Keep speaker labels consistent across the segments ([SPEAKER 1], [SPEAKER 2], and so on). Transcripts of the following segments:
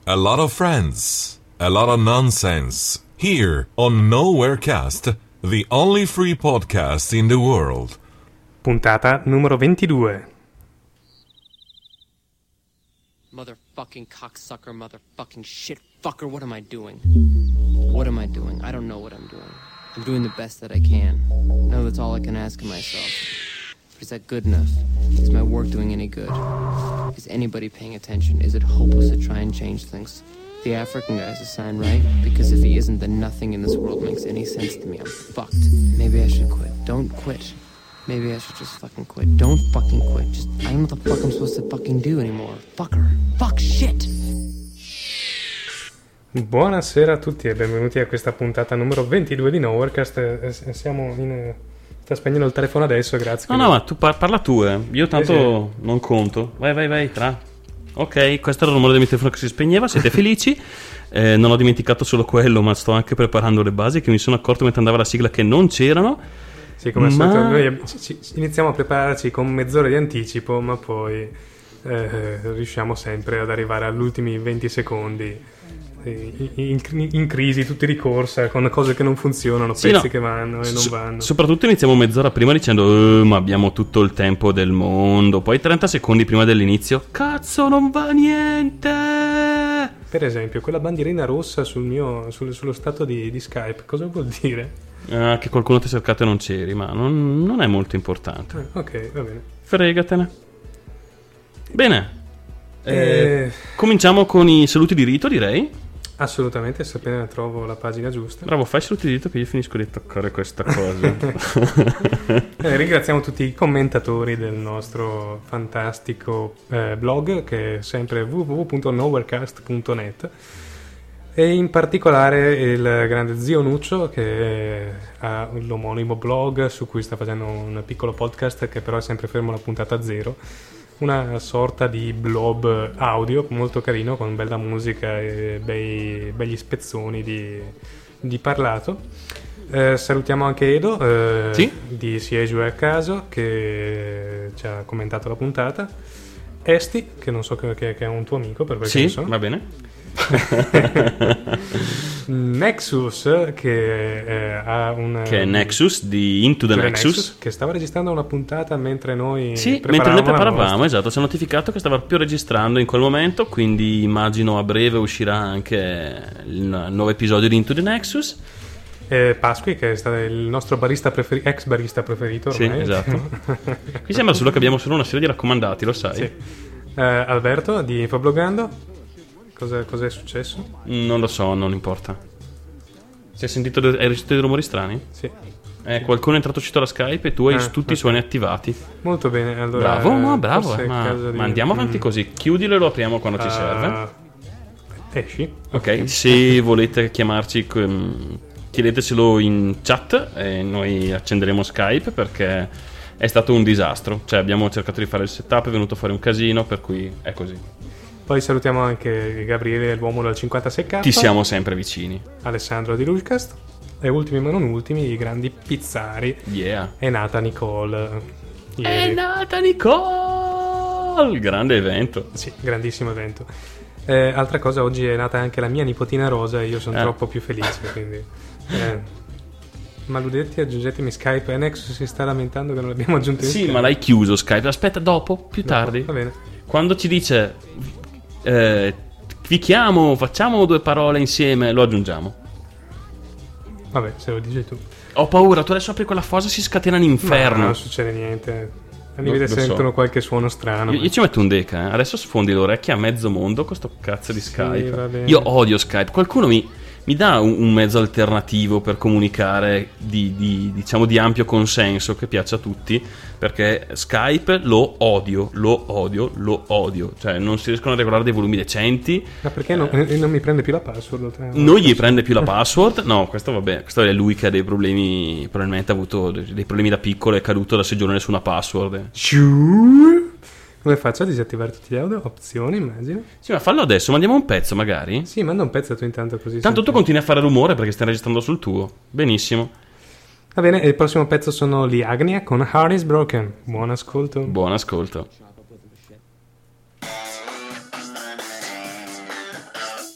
[SPEAKER 1] a lot of friends, a lot of nonsense. Here on Nowherecast, the only free podcast in the world.
[SPEAKER 2] Puntata numero 22.
[SPEAKER 3] Motherfucking cocksucker, motherfucking shit fucker, what am I doing? What am I doing? I don't know what I'm doing. I'm doing the best that I can. No, that's all I can ask of myself. But is that good enough? Is my work doing any good? Is anybody paying attention? Is it hopeless to try and change things? The African guy's a sign, right? Because if he isn't, then nothing in this world makes any sense to me. I'm fucked. Maybe I should quit. Don't quit. Maybe I should just fucking quit. Don't fucking quit. Just, I don't know what the fuck I'm supposed to fucking do anymore. Fucker. Fuck shit.
[SPEAKER 2] Buonasera a tutti e benvenuti a questa puntata numero 22 di Nowherecast. Siamo in... Sta spegnendo il telefono adesso, grazie.
[SPEAKER 4] No, ma tu parla tu, Io tanto non conto. Vai, tra. Ok, questo era il rumore del mio telefono che si spegneva, siete felici? Non ho dimenticato solo quello, ma sto anche preparando le basi, che mi sono accorto mentre andava la sigla che non c'erano.
[SPEAKER 2] Sì, come al solito noi iniziamo a prepararci con mezz'ora di anticipo, ma poi riusciamo sempre ad arrivare agli ultimi 20 secondi in crisi, tutti di corsa, con cose che non funzionano, pezzi che vanno e non vanno. Soprattutto
[SPEAKER 4] iniziamo mezz'ora prima dicendo ma abbiamo tutto il tempo del mondo, poi 30 secondi prima dell'inizio cazzo non va niente.
[SPEAKER 2] Per esempio quella bandierina rossa sullo stato di Skype, cosa vuol dire?
[SPEAKER 4] Che qualcuno ti ha cercato e non c'eri, ma non è molto importante.
[SPEAKER 2] Ok, va bene.
[SPEAKER 4] Fregatene. Bene. Cominciamo con i saluti di rito, direi.
[SPEAKER 2] Assolutamente, se appena trovo la pagina giusta.
[SPEAKER 4] Bravo, fai saluti di rito che io finisco di toccare questa cosa.
[SPEAKER 2] Ringraziamo tutti i commentatori del nostro fantastico blog, che è sempre www.nowherecast.net, e in particolare il grande zio Nuccio, che ha l'omonimo blog su cui sta facendo un piccolo podcast che però è sempre fermo alla puntata 0. Una sorta di blob audio molto carino, con bella musica e begli spezzoni di parlato. Salutiamo anche Edo
[SPEAKER 4] sì?
[SPEAKER 2] di Si è giù a caso, che ci ha commentato la puntata. Esti, che non so che è un tuo amico, per quel
[SPEAKER 4] sì,
[SPEAKER 2] so.
[SPEAKER 4] Va bene.
[SPEAKER 2] Nexus, che è
[SPEAKER 4] Nexus di Into the Nexus,
[SPEAKER 2] che stava registrando una puntata mentre noi
[SPEAKER 4] preparavamo, esatto, ci ha notificato che stava proprio registrando in quel momento, quindi immagino a breve uscirà anche il nuovo episodio di Into the Nexus.
[SPEAKER 2] Pasqui, che è stato il nostro ex barista preferito ormai.
[SPEAKER 4] Sì, esatto. Qui sembra solo che abbiamo solo una serie di raccomandati, lo sai.
[SPEAKER 2] Sì. Alberto di Infobloggando. Cos'è successo?
[SPEAKER 4] Non lo so, non importa. Hai sentito dei rumori strani?
[SPEAKER 2] Sì.
[SPEAKER 4] Qualcuno è entrato uscito da Skype e tu hai tutti i suoni attivati.
[SPEAKER 2] Molto bene, allora.
[SPEAKER 4] Bravo, ma andiamo avanti così. Chiudilo e lo apriamo quando ci serve.
[SPEAKER 2] Esci.
[SPEAKER 4] Ok, se volete chiamarci, chiedetecelo in chat e noi accenderemo Skype, perché è stato un disastro. Cioè abbiamo cercato di fare il setup, è venuto fuori un casino, per cui è così.
[SPEAKER 2] Poi salutiamo anche Gabriele, l'uomo del 56K.
[SPEAKER 4] Ti siamo sempre vicini.
[SPEAKER 2] Alessandro di Lushcast. E ultimi ma non ultimi, i grandi pizzari.
[SPEAKER 4] Yeah.
[SPEAKER 2] È nata Nicole.
[SPEAKER 4] È nata Nicole! Grande evento.
[SPEAKER 2] Sì, grandissimo evento. Altra cosa, oggi è nata anche la mia nipotina Rosa e io sono troppo più felice, quindi... Maludetti, aggiungetemi Skype. Nexus si sta lamentando che non l'abbiamo aggiunto in
[SPEAKER 4] Sì,
[SPEAKER 2] Skype.
[SPEAKER 4] Ma l'hai chiuso Skype. Aspetta, più tardi.
[SPEAKER 2] Va bene.
[SPEAKER 4] Quando ci dice vi chiamo, facciamo 2 parole insieme, lo aggiungiamo.
[SPEAKER 2] Vabbè, se lo dici tu.
[SPEAKER 4] Ho paura, tu adesso apri quella fosa, si scatena l'inferno.
[SPEAKER 2] No, non succede niente. All'inizio sentono qualche suono strano.
[SPEAKER 4] Io ci metto un deca, Adesso sfondi le orecchie a mezzo mondo con sto cazzo di Skype.
[SPEAKER 2] Va bene.
[SPEAKER 4] Io odio Skype. Qualcuno mi dà un mezzo alternativo per comunicare diciamo di ampio consenso, che piaccia a tutti, perché Skype lo odio. Cioè non si riescono a regolare dei volumi decenti.
[SPEAKER 2] Ma perché non mi prende più la password?
[SPEAKER 4] Non gli prende più la password? No, questo vabbè, questo è lui che ha dei problemi, probabilmente ha avuto dei problemi da piccolo e è caduto da seggiorare su una password.
[SPEAKER 2] Come faccio a disattivare tutti gli audio? Opzioni, immagino.
[SPEAKER 4] Sì, ma fallo adesso, mandiamo un pezzo magari.
[SPEAKER 2] Sì, manda un pezzo tu intanto, così.
[SPEAKER 4] Tanto tu continui a fare rumore perché stai registrando sul tuo. Benissimo.
[SPEAKER 2] Va bene, il prossimo pezzo sono gli Agnia con Heart is Broken. Buon ascolto.
[SPEAKER 4] Buon ascolto.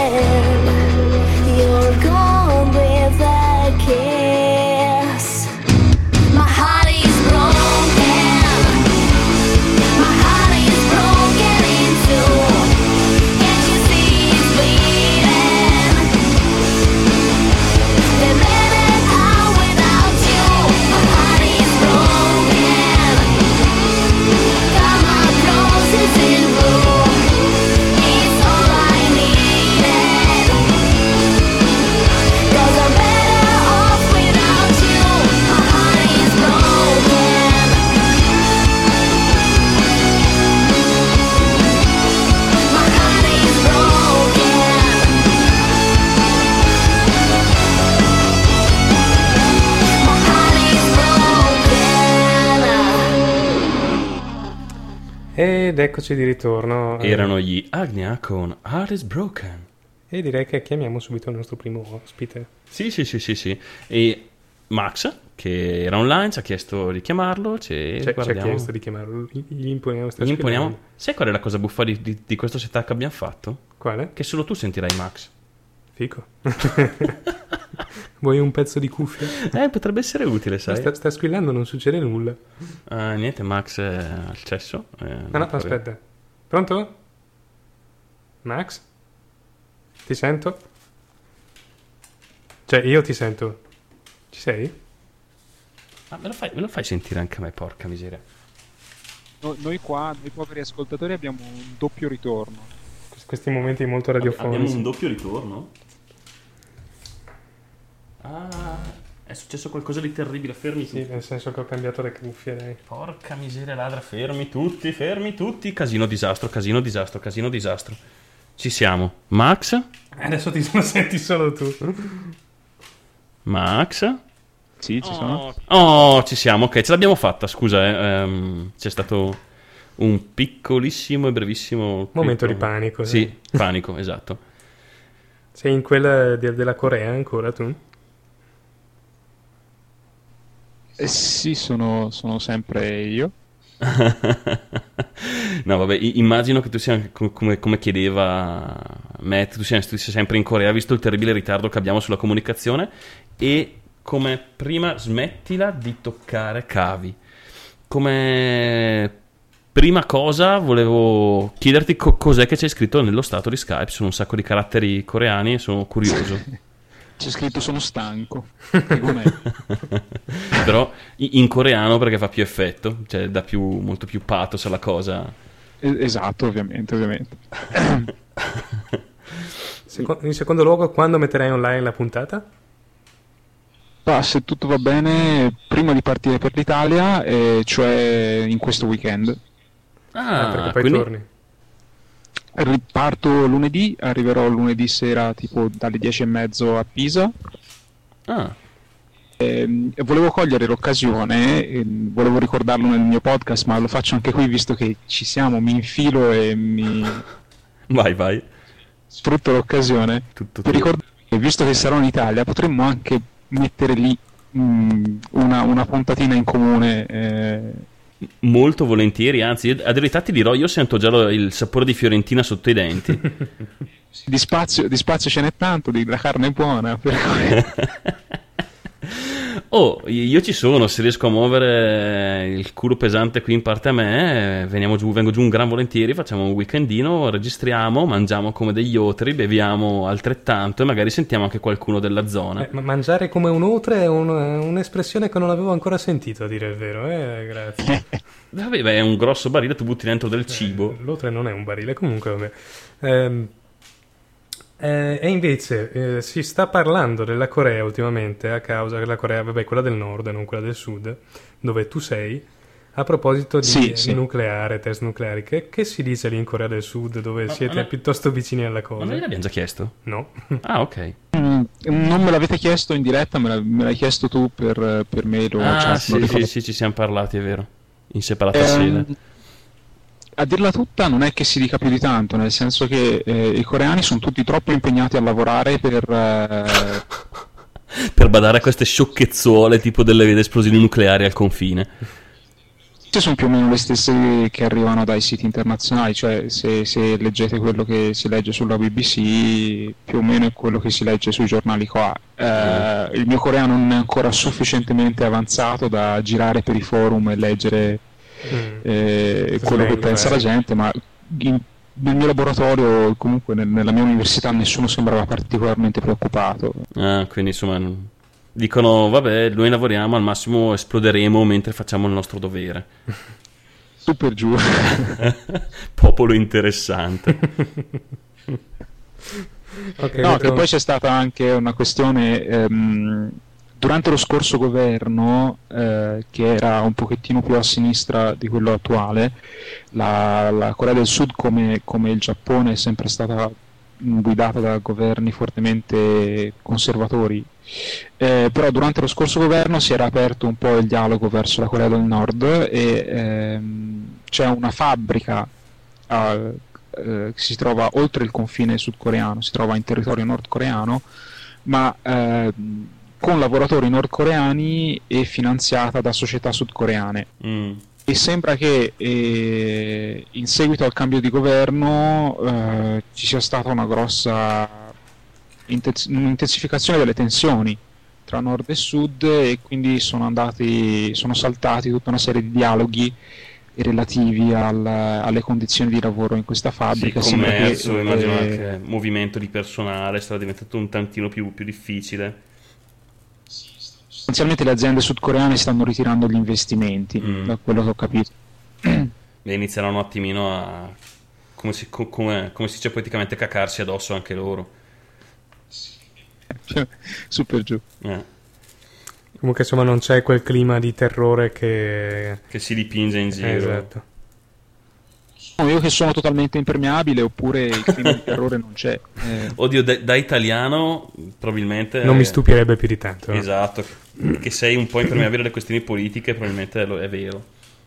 [SPEAKER 5] You're gone with a kiss. My heart is broken. My heart is broken in two. Can't you see it's bleeding? The minute out without you, my heart is broken. Come up close, it's in blue. It's all I needed. 'Cause I'm better off without you. My heart is broken. My heart is broken. My heart is broken.
[SPEAKER 2] Ed eccoci di ritorno.
[SPEAKER 4] Erano gli Agnia con Heart is Broken.
[SPEAKER 2] E direi che chiamiamo subito il nostro primo ospite.
[SPEAKER 4] Sì. E Max, che era online, ci ha chiesto di chiamarlo.
[SPEAKER 2] Ci ha chiesto di chiamarlo. Gli imponiamo sta
[SPEAKER 4] Gli
[SPEAKER 2] sfida.
[SPEAKER 4] imponiamo. Sai qual è la cosa buffa di questo setup che abbiamo fatto?
[SPEAKER 2] Quale?
[SPEAKER 4] Che solo tu sentirai Max.
[SPEAKER 2] Fico. Vuoi un pezzo di cuffia?
[SPEAKER 4] Potrebbe essere utile, sai?
[SPEAKER 2] Sta squillando, non succede nulla.
[SPEAKER 4] Niente, Max è al cesso.
[SPEAKER 2] No, aspetta. Pronto? Max? Ti sento? Cioè, io ti sento. Ci sei?
[SPEAKER 4] Me lo fai sentire anche a me, porca miseria.
[SPEAKER 6] Noi poveri ascoltatori abbiamo un doppio ritorno.
[SPEAKER 2] Questi momenti molto radiofonici.
[SPEAKER 4] Abbiamo un doppio ritorno? È successo qualcosa di terribile, fermi
[SPEAKER 2] Sì,
[SPEAKER 4] tutti.
[SPEAKER 2] nel senso che ho cambiato le cuffie, dai.
[SPEAKER 4] Porca miseria ladra, fermi tutti. Casino disastro. Ci siamo. Max?
[SPEAKER 2] Adesso ti senti solo tu.
[SPEAKER 4] Max?
[SPEAKER 6] Sì, ci sono.
[SPEAKER 4] Oh, ci siamo, ok, ce l'abbiamo fatta, scusa, c'è stato un piccolissimo e brevissimo
[SPEAKER 2] Momento di panico.
[SPEAKER 4] Sì, panico, esatto.
[SPEAKER 2] Sei in quella della Corea ancora tu?
[SPEAKER 6] Sì, sono sempre io.
[SPEAKER 4] No, vabbè, immagino che tu sia come chiedeva Matt, tu sia sempre in Corea, visto il terribile ritardo che abbiamo sulla comunicazione. E come prima smettila di toccare cavi. Come prima cosa volevo chiederti cos'è che c'è scritto nello stato di Skype. Sono un sacco di caratteri coreani e sono curioso.
[SPEAKER 6] C'è scritto sono stanco. Dico me.
[SPEAKER 4] Però in coreano, perché fa più effetto, cioè dà molto più pathos alla cosa.
[SPEAKER 6] Esatto, ovviamente.
[SPEAKER 2] In secondo luogo, quando metterai online la puntata?
[SPEAKER 6] Se tutto va bene, prima di partire per l'Italia, cioè in questo weekend.
[SPEAKER 2] Perché poi
[SPEAKER 4] quindi
[SPEAKER 2] torni.
[SPEAKER 6] Riparto lunedì, arriverò lunedì sera tipo dalle 10:30 a Pisa. E volevo cogliere l'occasione, volevo ricordarlo nel mio podcast, ma lo faccio anche qui visto che ci siamo, mi infilo e
[SPEAKER 4] Vai.
[SPEAKER 6] sfrutto l'occasione per ricordare che visto che sarò in Italia potremmo anche mettere lì una puntatina in comune.
[SPEAKER 4] Molto volentieri, anzi, a verità ti dirò, io sento già il sapore di Fiorentina sotto i denti.
[SPEAKER 6] Di spazio ce n'è tanto, la carne è buona, per cui...
[SPEAKER 4] Io ci sono, se riesco a muovere il culo pesante qui in parte a me, vengo giù un gran volentieri, facciamo un weekendino, registriamo, mangiamo come degli otri, beviamo altrettanto e magari sentiamo anche qualcuno della zona.
[SPEAKER 2] Ma mangiare come un otre è un'espressione che non avevo ancora sentito, a dire il vero, grazie.
[SPEAKER 4] Vabbè, è un grosso barile, tu butti dentro del cibo.
[SPEAKER 2] L'otre non è un barile, comunque vabbè. E invece si sta parlando della Corea ultimamente a causa della Corea, vabbè, quella del nord, non quella del sud, dove tu sei, a proposito di nucleare, test nucleari. Che si dice lì in Corea del Sud, dove siete piuttosto vicini alla cosa?
[SPEAKER 4] Ma noi l'abbiamo già chiesto?
[SPEAKER 2] No.
[SPEAKER 4] Ah, ok.
[SPEAKER 6] Non me l'avete chiesto in diretta, me l'hai chiesto tu per mail o chat.
[SPEAKER 4] Sì, ci siamo parlati, è vero, in separata sede.
[SPEAKER 6] A dirla tutta non è che si dica più di tanto, nel senso che i coreani sono tutti troppo impegnati a lavorare per
[SPEAKER 4] badare a queste sciocchezzuole tipo delle esplosioni nucleari al confine.
[SPEAKER 6] sono più o meno le stesse che arrivano dai siti internazionali, cioè se leggete quello che si legge sulla BBC, più o meno è quello che si legge sui giornali qua. Il mio coreano non è ancora sufficientemente avanzato da girare per i forum e leggere quello che pensa la gente, ma nel mio laboratorio, comunque nella mia università, nessuno sembrava particolarmente preoccupato.
[SPEAKER 4] Quindi insomma dicono vabbè, noi lavoriamo, al massimo esploderemo mentre facciamo il nostro dovere.
[SPEAKER 6] Su per giù.
[SPEAKER 4] Popolo interessante.
[SPEAKER 2] Okay,
[SPEAKER 6] no, che poi c'è stata anche una questione durante lo scorso governo, che era un pochettino più a sinistra di quello attuale. La Corea del Sud, come il Giappone, è sempre stata guidata da governi fortemente conservatori, però durante lo scorso governo si era aperto un po' il dialogo verso la Corea del Nord e c'è una fabbrica che si trova oltre il confine sudcoreano, si trova in territorio nordcoreano, ma con lavoratori nordcoreani e finanziata da società sudcoreane. E sembra che in seguito al cambio di governo ci sia stata una grossa un'intensificazione delle tensioni tra nord e sud, e quindi sono saltati tutta una serie di dialoghi relativi alle condizioni di lavoro in questa fabbrica.
[SPEAKER 4] Sì, commercio, immagino anche movimento di personale sarà diventato un tantino più difficile.
[SPEAKER 6] Sostanzialmente le aziende sudcoreane stanno ritirando gli investimenti, da quello che ho capito.
[SPEAKER 4] E inizieranno un attimino a, come si dice poeticamente, cacarsi addosso anche loro.
[SPEAKER 6] Su per giù.
[SPEAKER 2] Comunque insomma non c'è quel clima di terrore che
[SPEAKER 4] si dipinge in giro.
[SPEAKER 2] Esatto.
[SPEAKER 6] Io che sono totalmente impermeabile, oppure il clima di terrore non c'è.
[SPEAKER 4] Oddio, da italiano probabilmente
[SPEAKER 2] non mi stupirebbe più di tanto.
[SPEAKER 4] Esatto, che sei un po' impermeabile alle questioni politiche, probabilmente è vero.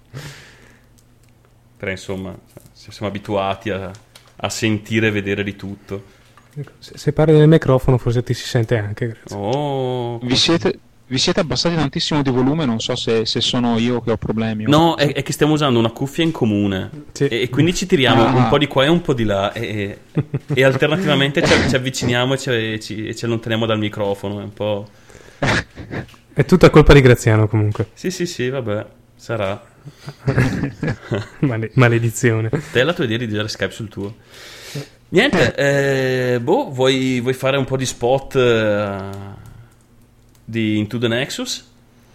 [SPEAKER 4] Però insomma siamo abituati a sentire e vedere di tutto.
[SPEAKER 2] Se parli nel microfono forse ti si sente anche, grazie.
[SPEAKER 4] Oh,
[SPEAKER 6] Vi siete abbassati tantissimo di volume, non so se sono io che ho problemi.
[SPEAKER 4] No, è che stiamo usando una cuffia in comune,
[SPEAKER 2] sì.
[SPEAKER 4] e quindi ci tiriamo un po' di qua e un po' di là, e alternativamente ci avviciniamo e ci allontaniamo dal microfono. È un po'...
[SPEAKER 2] È tutta colpa di Graziano comunque.
[SPEAKER 4] Sì, vabbè, sarà.
[SPEAKER 2] Maledizione.
[SPEAKER 4] Te la tua idea di usare Skype sul tuo. Niente, vuoi fare un po' di spot di Into the Nexus?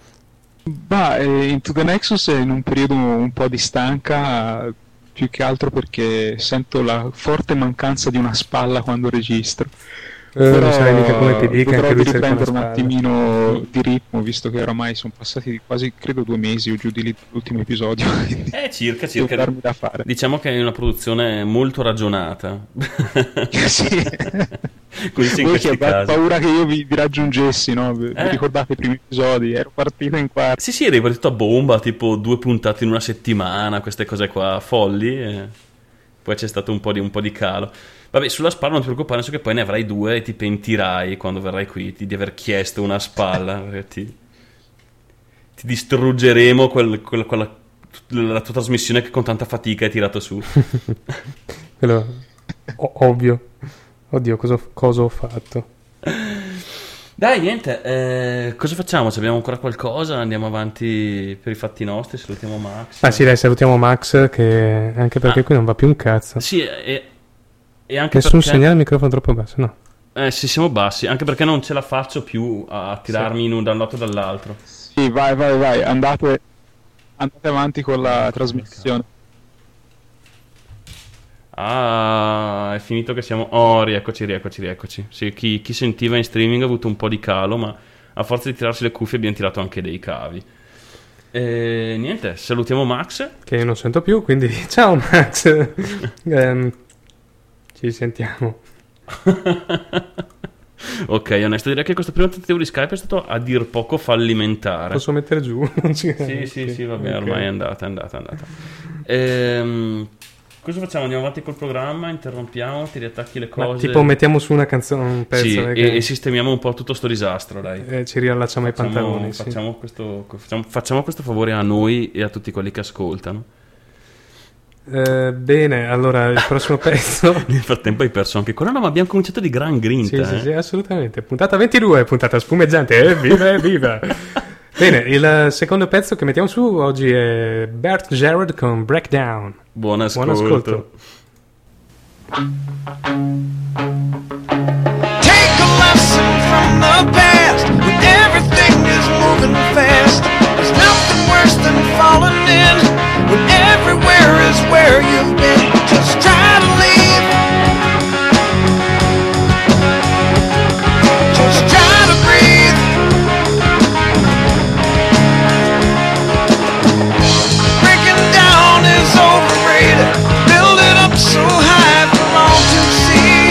[SPEAKER 6] Into the Nexus è in un periodo un po' di stanca, più che altro perché sento la forte mancanza di una spalla quando registro. Però
[SPEAKER 2] non sai mica come ti dica, anche lui cerca una
[SPEAKER 6] riprendere un
[SPEAKER 2] spalla.
[SPEAKER 6] attimino di ritmo, visto che oramai sono passati quasi, credo, 2 mesi o giù di lì l'ultimo episodio.
[SPEAKER 4] Circa.
[SPEAKER 6] Devo darmi da fare.
[SPEAKER 4] Diciamo che è una produzione molto ragionata.
[SPEAKER 6] Sì.
[SPEAKER 4] Così in
[SPEAKER 6] Voi
[SPEAKER 4] questi
[SPEAKER 6] che avete
[SPEAKER 4] casi.
[SPEAKER 6] paura che io vi raggiungessi, no? Vi ricordate i primi episodi? Ero partito in quarto.
[SPEAKER 4] Sì, eri partito a bomba, tipo 2 puntate in una settimana, queste cose qua folli, e poi c'è stato un po' di calo. Vabbè, sulla spalla non ti preoccupare, so che poi ne avrai 2 e ti pentirai quando verrai qui di aver chiesto una spalla, perché ti distruggeremo la tua trasmissione che con tanta fatica hai tirato su.
[SPEAKER 2] Quello ovvio. Oddio, cosa ho fatto?
[SPEAKER 4] Dai, niente, cosa facciamo? Se abbiamo ancora qualcosa, andiamo avanti per i fatti nostri, salutiamo Max.
[SPEAKER 2] Sì, dai, salutiamo Max, che anche perché qui non va più un cazzo.
[SPEAKER 4] Sì, e anche
[SPEAKER 2] nessun
[SPEAKER 4] perché...
[SPEAKER 2] segnale, il microfono troppo basso, no?
[SPEAKER 4] Sì, siamo bassi, anche perché non ce la faccio più a tirarmi da un lato o dall'altro.
[SPEAKER 6] Sì, vai, andate avanti con la trasmissione.
[SPEAKER 4] È finito che siamo... Oh, rieccoci. Sì, chi sentiva in streaming ha avuto un po' di calo, ma a forza di tirarsi le cuffie abbiamo tirato anche dei cavi. Niente, salutiamo Max.
[SPEAKER 2] Che io non sento più, quindi ciao Max. Ci sentiamo.
[SPEAKER 4] Ok, onesto, direi che questo primo tentativo di Skype è stato a dir poco fallimentare.
[SPEAKER 2] Posso mettere giù?
[SPEAKER 4] Sì, vabbè, ormai è andata. Cosa facciamo? Andiamo avanti col programma, interrompiamo, ti riattacchi le
[SPEAKER 2] Ma
[SPEAKER 4] cose.
[SPEAKER 2] tipo mettiamo su una canzone, un pezzo
[SPEAKER 4] Sì,
[SPEAKER 2] che
[SPEAKER 4] e sistemiamo un po' tutto sto disastro, dai.
[SPEAKER 2] ci riallacciamo ai pantaloni. Sì.
[SPEAKER 4] Facciamo questo favore a noi e a tutti quelli che ascoltano.
[SPEAKER 2] Bene, allora il prossimo pezzo.
[SPEAKER 4] Nel frattempo hai perso anche quello, no, ma abbiamo cominciato di gran grinta.
[SPEAKER 2] Sì, assolutamente. Puntata 22, puntata spumeggiante. Evviva, evviva! Bene, il secondo pezzo che mettiamo su oggi è Bert Jarrett con Breakdown.
[SPEAKER 4] Buon ascolto.
[SPEAKER 2] Buon ascolto.
[SPEAKER 7] Take a lesson from the past when everything is moving fast. There's nothing worse than falling in when everywhere is where you've been. Just try to leave. Just try to breathe. Breaking down is overrated. Build it up so high for all to see.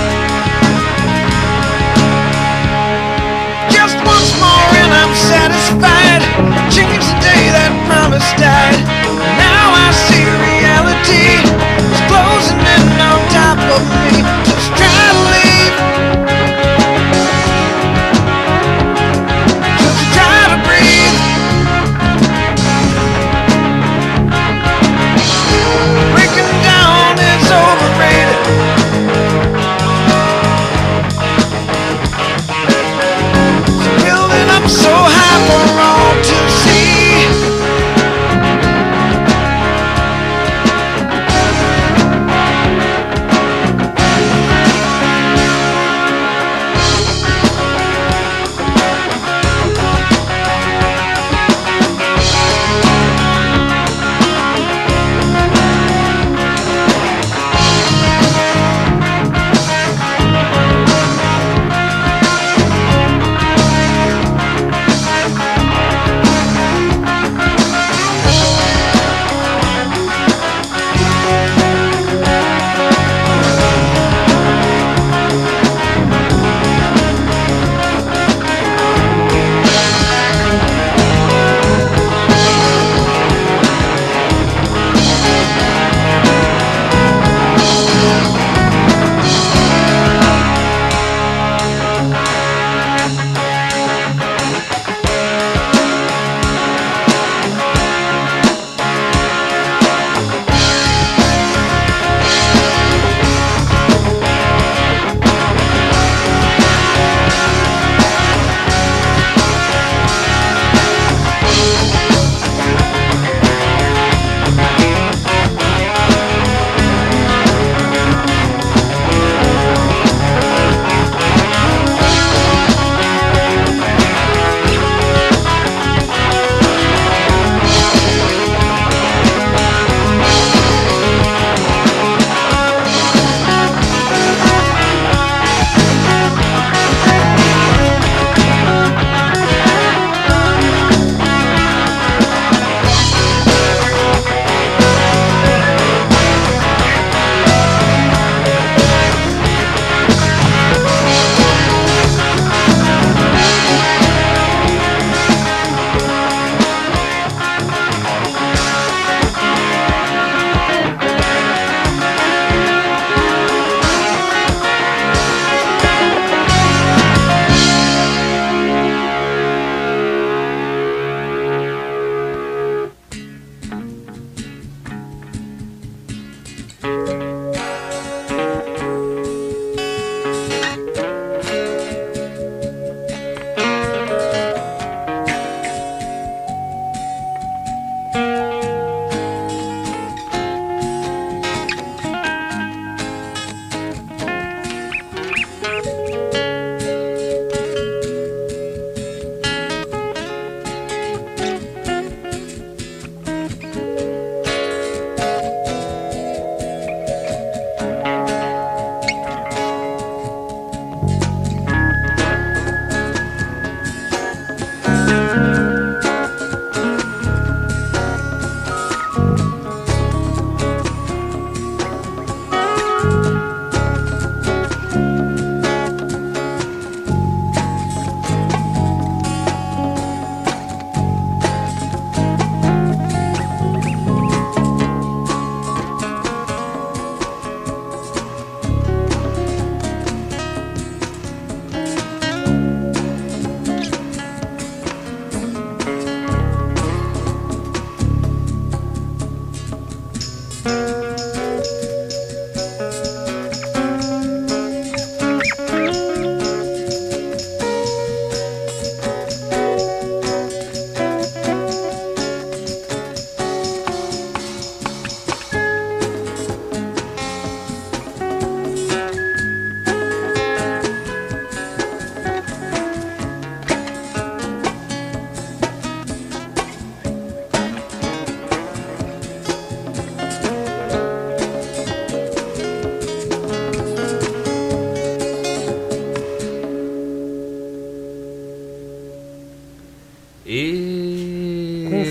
[SPEAKER 7] Just once more and I'm satisfied. Change the day that promise died. Now I see reality is closing in on top of me. Just try to leave. Just try to breathe. Breaking down is overrated. Building up so high for all to see.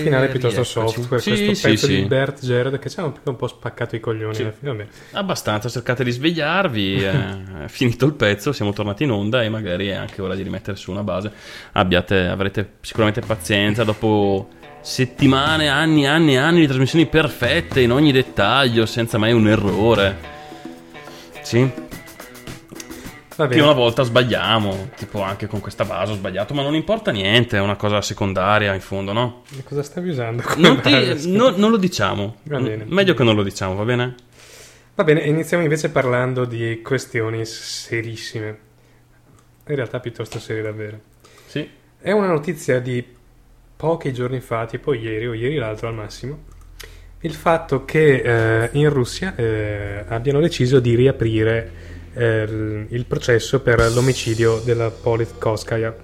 [SPEAKER 2] finale piuttosto
[SPEAKER 4] rieccoci.
[SPEAKER 2] soft, questo
[SPEAKER 4] Sì,
[SPEAKER 2] pezzo
[SPEAKER 4] sì,
[SPEAKER 2] di
[SPEAKER 4] sì.
[SPEAKER 2] Bert Jared che ci ha un po' spaccato i coglioni alla fine. Vabbè.
[SPEAKER 4] Abbastanza, cercate di svegliarvi, è finito il pezzo, siamo tornati in onda e magari è anche ora di rimettere su una base. Avrete sicuramente pazienza dopo settimane, anni di trasmissioni perfette in ogni dettaglio, senza mai un errore. Sì.
[SPEAKER 2] Va
[SPEAKER 4] Che
[SPEAKER 2] bene.
[SPEAKER 4] una volta sbagliamo, tipo anche con questa base ho sbagliato, ma non importa niente, è una cosa secondaria in fondo, no?
[SPEAKER 2] Cosa stavi usando? come
[SPEAKER 4] Non,
[SPEAKER 2] base?
[SPEAKER 4] non lo diciamo.
[SPEAKER 2] Va bene.
[SPEAKER 4] Meglio che non lo diciamo, va bene?
[SPEAKER 2] Va bene, iniziamo invece parlando di questioni serissime. In realtà piuttosto serie davvero.
[SPEAKER 4] Sì.
[SPEAKER 2] È una notizia di pochi giorni fa, tipo ieri o ieri l'altro al massimo, il fatto che in Russia abbiano deciso di riaprire il processo per l'omicidio della Politkovskaya,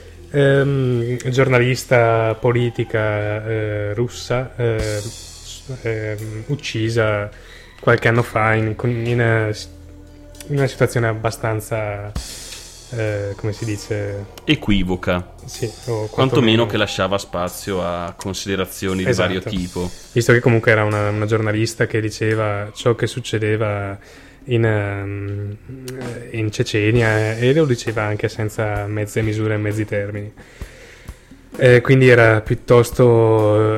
[SPEAKER 2] giornalista politica russa uccisa qualche anno fa in una situazione abbastanza come si dice,
[SPEAKER 4] Equivoca,
[SPEAKER 2] sì, o
[SPEAKER 4] quantomeno che lasciava spazio a considerazioni
[SPEAKER 2] Esatto.
[SPEAKER 4] di vario tipo.
[SPEAKER 2] visto che comunque era una giornalista che diceva ciò che succedeva in Cecenia e lo diceva anche senza mezze misure e mezzi termini, quindi era piuttosto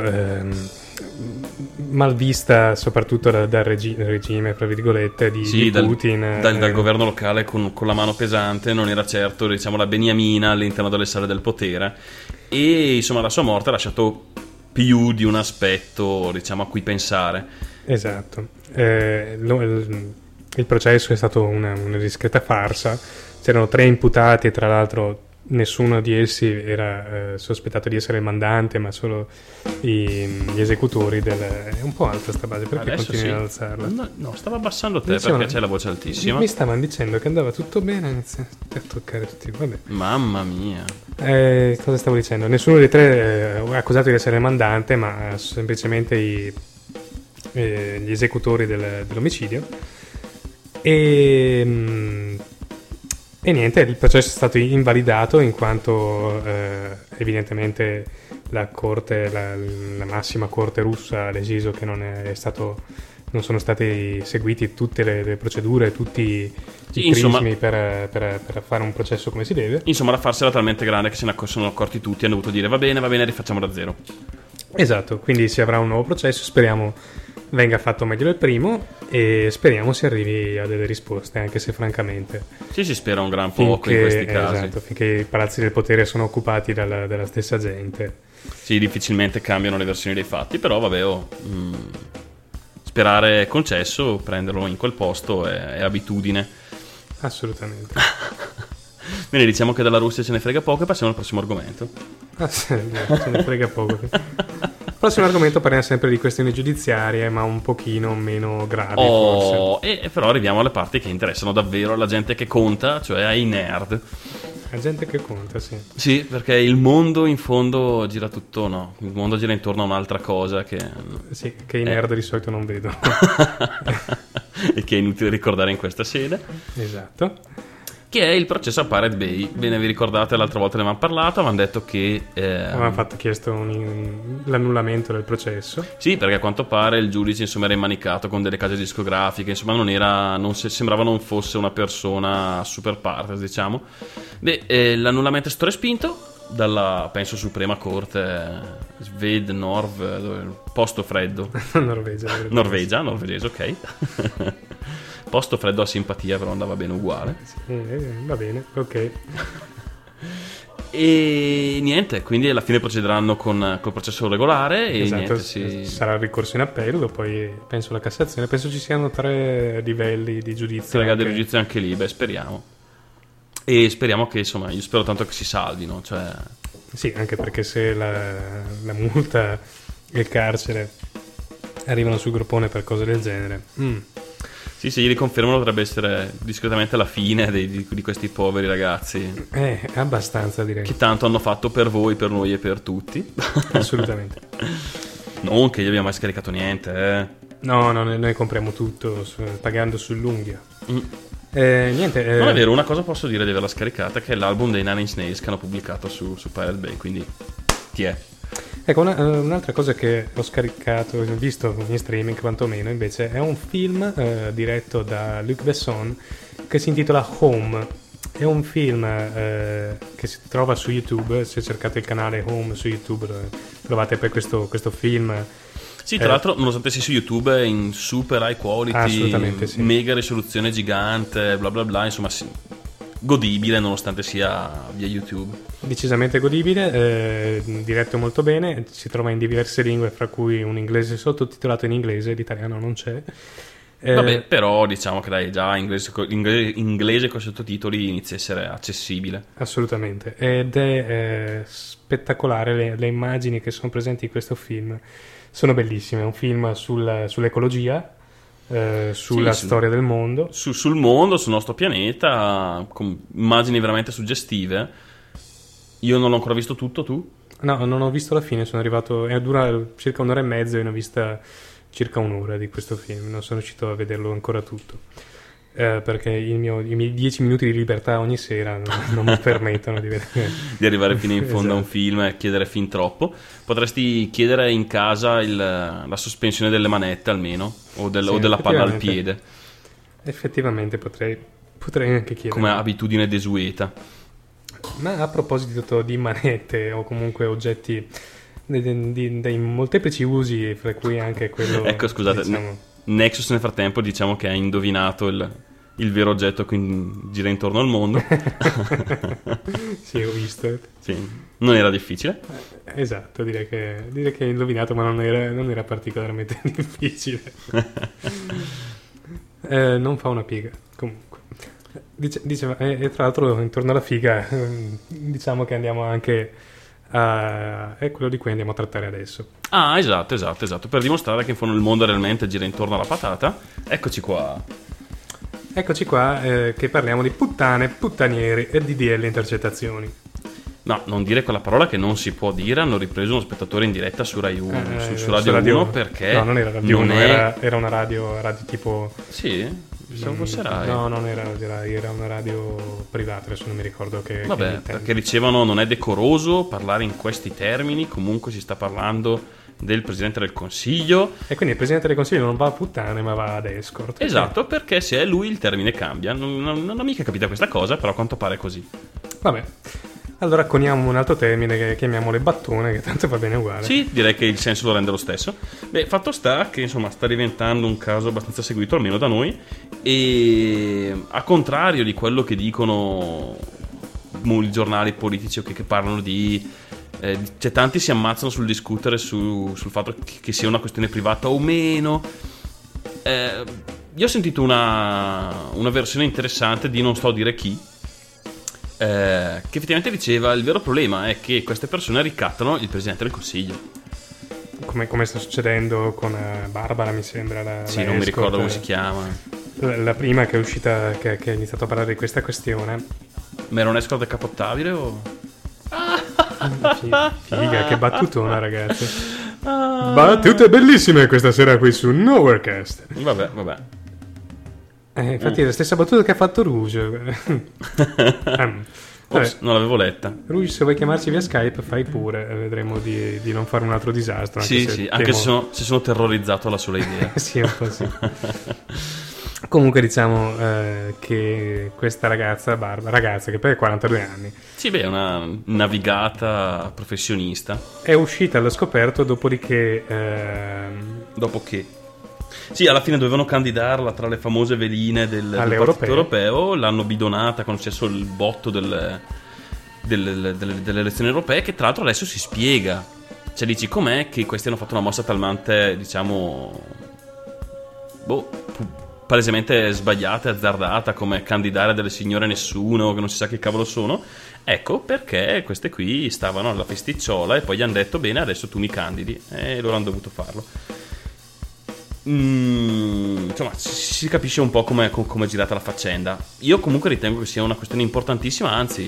[SPEAKER 2] mal vista soprattutto dal regime fra virgolette di Putin,
[SPEAKER 4] dal governo locale con la mano pesante. Non era certo, diciamo, la beniamina all'interno delle sale del potere, e insomma la sua morte ha lasciato più di un aspetto, diciamo, a cui pensare.
[SPEAKER 2] esatto. Il processo è stato una discreta farsa. C'erano 3 imputati e tra l'altro nessuno di essi era sospettato di essere il mandante, ma solo gli esecutori è un po' alta sta base, perché
[SPEAKER 4] Adesso
[SPEAKER 2] continui
[SPEAKER 4] sì.
[SPEAKER 2] ad alzarla?
[SPEAKER 4] No, stavo abbassando te
[SPEAKER 2] Dicevano-
[SPEAKER 4] perché c'è la voce altissima.
[SPEAKER 2] Mi stavano dicendo che andava tutto bene, inizia a toccare tutti. Vabbè.
[SPEAKER 4] Mamma mia.
[SPEAKER 2] Cosa stavo dicendo? Nessuno dei 3 è accusato di essere il mandante, ma semplicemente gli esecutori dell'omicidio. E niente, il processo è stato invalidato in quanto evidentemente la corte, la massima corte russa ha deciso che non sono stati seguiti tutte le procedure, tutti i
[SPEAKER 4] insomma-
[SPEAKER 2] crismi per fare un processo come si deve.
[SPEAKER 4] Insomma, la farsa era talmente grande che se ne sono accorti tutti e hanno dovuto dire va bene, rifacciamo da zero.
[SPEAKER 2] Esatto, quindi si avrà un nuovo processo, speriamo venga fatto meglio del primo e speriamo si arrivi a delle risposte, anche se francamente
[SPEAKER 4] Sì, si spera un gran poco in questi casi.
[SPEAKER 2] esatto, finché i palazzi del potere sono occupati dalla stessa gente.
[SPEAKER 4] Sì, difficilmente cambiano le versioni dei fatti, però vabbè, sperare è concesso, prenderlo in quel posto è abitudine.
[SPEAKER 2] Assolutamente.
[SPEAKER 4] Bene, diciamo che dalla Russia ce ne frega poco e passiamo al prossimo argomento.
[SPEAKER 2] Ce ne frega poco. Prossimo argomento, parliamo sempre di questioni giudiziarie, ma un pochino meno gravi forse.
[SPEAKER 4] E però arriviamo alle parti che interessano davvero alla gente che conta, cioè ai nerd.
[SPEAKER 2] La gente che conta, sì.
[SPEAKER 4] Sì, perché il mondo in fondo gira tutto, no, il mondo gira intorno a un'altra cosa che
[SPEAKER 2] Sì, che i nerd di solito non vedono.
[SPEAKER 4] e che è inutile ricordare in questa sede,
[SPEAKER 2] Esatto.
[SPEAKER 4] che è il processo a Pirate Bay. Bene, vi ricordate, l'altra volta ne avevamo parlato, avevamo detto che
[SPEAKER 2] Avevamo chiesto l'annullamento del processo.
[SPEAKER 4] sì, perché a quanto pare il giudice insomma era immanicato con delle case discografiche, insomma sembrava non fosse una persona super partes, diciamo. Beh, l'annullamento è stato respinto dalla, penso, Suprema Corte posto freddo norvegese, ok. Posto freddo a simpatia, però andava bene uguale.
[SPEAKER 2] Va bene, ok.
[SPEAKER 4] E niente, quindi alla fine procederanno col processo regolare e
[SPEAKER 2] Esatto,
[SPEAKER 4] niente,
[SPEAKER 2] sarà il ricorso in appello, poi penso la Cassazione, penso ci siano 3 livelli di giudizio.
[SPEAKER 4] Ragazzi, del giudizio anche lì, beh, speriamo. E speriamo che, insomma, io spero tanto che si salvino, cioè...
[SPEAKER 2] Sì, anche perché se la multa e il carcere arrivano sul groppone per cose del genere.
[SPEAKER 4] Sì, se gli riconfermano dovrebbe essere discretamente la fine di questi poveri ragazzi
[SPEAKER 2] Abbastanza, direi.
[SPEAKER 4] che tanto hanno fatto per voi, per noi e per tutti.
[SPEAKER 2] Assolutamente.
[SPEAKER 4] Non che gli abbiamo mai scaricato niente,
[SPEAKER 2] No, noi compriamo tutto pagando sull'unghia. Niente.
[SPEAKER 4] Non è vero, una cosa posso dire di averla scaricata, che è l'album dei Nine Inch Nails che hanno pubblicato su Pirate Bay, quindi ti è.
[SPEAKER 2] Ecco, un'altra cosa che ho scaricato, ho visto in streaming quantomeno, invece, è un film diretto da Luc Besson che si intitola Home. È un film che si trova su YouTube, se cercate il canale Home su YouTube trovate per questo film.
[SPEAKER 4] Sì, tra l'altro, nonostante sia su YouTube, è in super high quality,
[SPEAKER 2] assolutamente sì.
[SPEAKER 4] mega risoluzione gigante, bla bla bla, insomma sì, godibile nonostante sia via YouTube.
[SPEAKER 2] Decisamente godibile, diretto molto bene, si trova in diverse lingue, fra cui un inglese sottotitolato in inglese, l'italiano non c'è.
[SPEAKER 4] Vabbè, però diciamo che dai, già inglese con sottotitoli inizia a essere accessibile.
[SPEAKER 2] Assolutamente, ed è spettacolare, le immagini che sono presenti in questo film sono bellissime. È un film sull'ecologia, sulla storia del mondo,
[SPEAKER 4] sul mondo, sul nostro pianeta, con immagini veramente suggestive. Io non l'ho ancora visto tutto, tu?
[SPEAKER 2] No, non ho visto la fine, sono arrivato, dura circa un'ora e mezza e ne ho vista circa un'ora di questo film, non sono riuscito a vederlo ancora tutto, perché i miei 10 minuti di libertà ogni sera non mi permettono di vedere,
[SPEAKER 4] di arrivare fino in fondo a un
[SPEAKER 2] Esatto.
[SPEAKER 4] film e chiedere fin troppo. Potresti chiedere in casa la sospensione delle manette almeno, o della palla al piede,
[SPEAKER 2] effettivamente potrei anche chiedere.
[SPEAKER 4] come abitudine desueta.
[SPEAKER 2] Ma a proposito di manette o comunque oggetti dei molteplici usi, fra cui anche quello,
[SPEAKER 4] Ecco, scusate,
[SPEAKER 2] diciamo,
[SPEAKER 4] Nexus nel frattempo diciamo che ha indovinato il vero oggetto che gira intorno al mondo.
[SPEAKER 2] sì, ho visto.
[SPEAKER 4] Sì, non era difficile.
[SPEAKER 2] Esatto, direi che hai indovinato, ma non era particolarmente difficile. Non fa una piega, comunque. Diceva, e tra l'altro intorno alla figa, diciamo che andiamo anche è quello di cui andiamo a trattare adesso.
[SPEAKER 4] Ah, esatto, per dimostrare che in fondo il mondo realmente gira intorno alla patata. Eccoci qua.
[SPEAKER 2] Eccoci qua, che parliamo di puttane, puttanieri e DDL intercettazioni.
[SPEAKER 4] No, non dire quella parola che non si può dire. Hanno ripreso uno spettatore in diretta su Rai 1, su Radio 1, perché
[SPEAKER 2] no, non era Radio 1,
[SPEAKER 4] è...
[SPEAKER 2] era una radio tipo...
[SPEAKER 4] Sì? Pensavo fosse Rai.
[SPEAKER 2] No, non era Rai, era una radio privata, adesso non mi ricordo che...
[SPEAKER 4] Vabbè, perché dicevano non è decoroso parlare in questi termini, comunque si sta parlando del Presidente del Consiglio.
[SPEAKER 2] E quindi il Presidente del Consiglio non va a puttane ma va ad escort.
[SPEAKER 4] Esatto, perché se è lui il termine cambia. Non ho mica capito questa cosa, però a quanto pare è così.
[SPEAKER 2] Vabbè, allora coniamo un altro termine che chiamiamo le battone, che tanto va bene uguale.
[SPEAKER 4] Sì, direi che il senso lo rende lo stesso. Beh, fatto sta che insomma sta diventando un caso abbastanza seguito, almeno da noi, e a contrario di quello che dicono i giornali politici che parlano di... cioè tanti si ammazzano sul discutere sul fatto che sia una questione privata o meno. Io ho sentito una versione interessante di non sto a dire chi, che effettivamente diceva il vero problema è che queste persone ricattano il Presidente del Consiglio,
[SPEAKER 2] come sta succedendo con Barbara, mi sembra
[SPEAKER 4] sì,
[SPEAKER 2] la
[SPEAKER 4] non mi
[SPEAKER 2] escort,
[SPEAKER 4] ricordo come si chiama,
[SPEAKER 2] la prima che è uscita, che ha iniziato a parlare di questa questione.
[SPEAKER 4] ma era un escort decappottabile o...
[SPEAKER 2] Figa, che battutona, ragazzi. Battute bellissime questa sera qui su Nowherecast.
[SPEAKER 4] Vabbè.
[SPEAKER 2] Infatti è la stessa battuta che ha fatto Rouge.
[SPEAKER 4] Ops, non l'avevo letta.
[SPEAKER 2] Rouge, se vuoi chiamarci via Skype fai pure, vedremo di non fare un altro disastro.
[SPEAKER 4] Sì, anche se sono terrorizzato alla sola idea.
[SPEAKER 2] Sì, un po' sì. Comunque diciamo che questa ragazza che poi ha 42 anni.
[SPEAKER 4] Sì, beh, è una navigata professionista.
[SPEAKER 2] È uscita allo scoperto dopodiché...
[SPEAKER 4] Dopo che? Sì, alla fine dovevano candidarla tra le famose veline del Partito Europeo. L'hanno bidonata quando c'è solo il botto delle elezioni europee, che tra l'altro adesso si spiega. Cioè dici com'è che questi hanno fatto una mossa talmente, diciamo, palesemente sbagliata e azzardata, come candidare delle signore nessuno che non si sa che cavolo sono. Ecco perché queste qui stavano alla festicciola e poi gli hanno detto bene, adesso tu mi candidi, e loro hanno dovuto farlo. Insomma, si capisce un po' come è girata la faccenda. Io comunque ritengo che sia una questione importantissima, anzi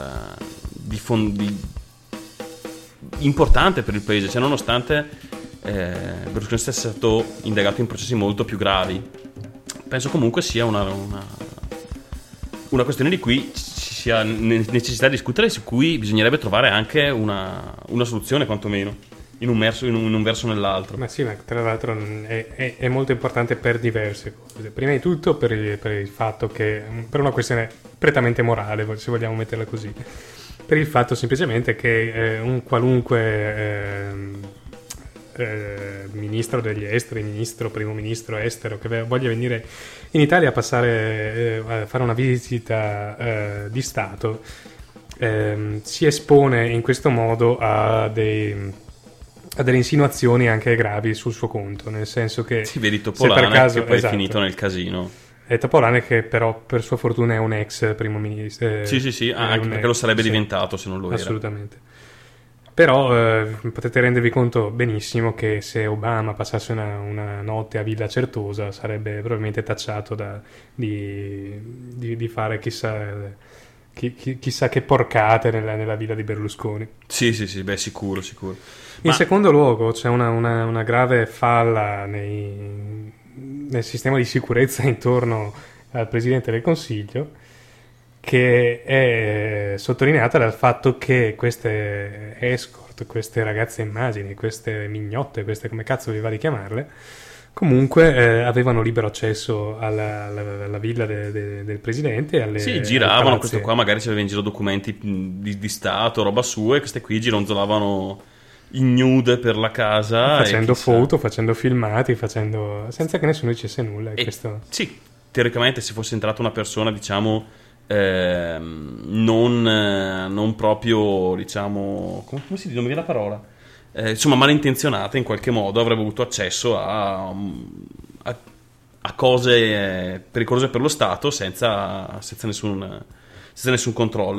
[SPEAKER 4] importante per il paese, cioè nonostante Berlusconi sia stato indagato in processi molto più gravi, penso comunque sia una questione di cui ci sia necessità di discutere, su cui bisognerebbe trovare anche una soluzione quantomeno. in un verso o nell'altro.
[SPEAKER 2] Ma sì, ma tra l'altro è molto importante per diverse cose. Prima di tutto per il fatto che, per una questione prettamente morale, se vogliamo metterla così, per il fatto semplicemente che un qualunque ministro degli esteri, primo ministro estero che voglia venire in Italia a passare a fare una visita di Stato, si espone in questo modo a delle insinuazioni anche gravi sul suo conto, nel senso che
[SPEAKER 4] Sì, vedi
[SPEAKER 2] se
[SPEAKER 4] Topolino
[SPEAKER 2] per caso,
[SPEAKER 4] che poi
[SPEAKER 2] esatto,
[SPEAKER 4] è finito nel casino.
[SPEAKER 2] è Topolino che però per sua fortuna è un ex primo ministro.
[SPEAKER 4] Sì, anche perché lo sarebbe diventato se non lo era.
[SPEAKER 2] Assolutamente. Però potete rendervi conto benissimo che se Obama passasse una notte a Villa Certosa sarebbe probabilmente tacciato di fare chissà che porcate nella villa di Berlusconi.
[SPEAKER 4] Sì, beh, sicuro.
[SPEAKER 2] In secondo luogo c'è una grave falla nel sistema di sicurezza intorno al Presidente del Consiglio, che è sottolineata dal fatto che queste escort, queste ragazze immagini, queste mignotte, queste come cazzo vi va di chiamarle, comunque avevano libero accesso alla villa del presidente.
[SPEAKER 4] Sì, giravano, questo qua magari c'aveva in giro documenti di Stato, roba sua, e queste qui gironzolavano ignude per la casa.
[SPEAKER 2] Facendo foto, facendo filmati, senza che nessuno dicesse nulla. Questo...
[SPEAKER 4] Sì, teoricamente se fosse entrata una persona, diciamo... non proprio, diciamo, come si dice, non mi viene la parola, insomma malintenzionata in qualche modo, avrebbe avuto accesso a cose pericolose per lo Stato senza nessun controllo.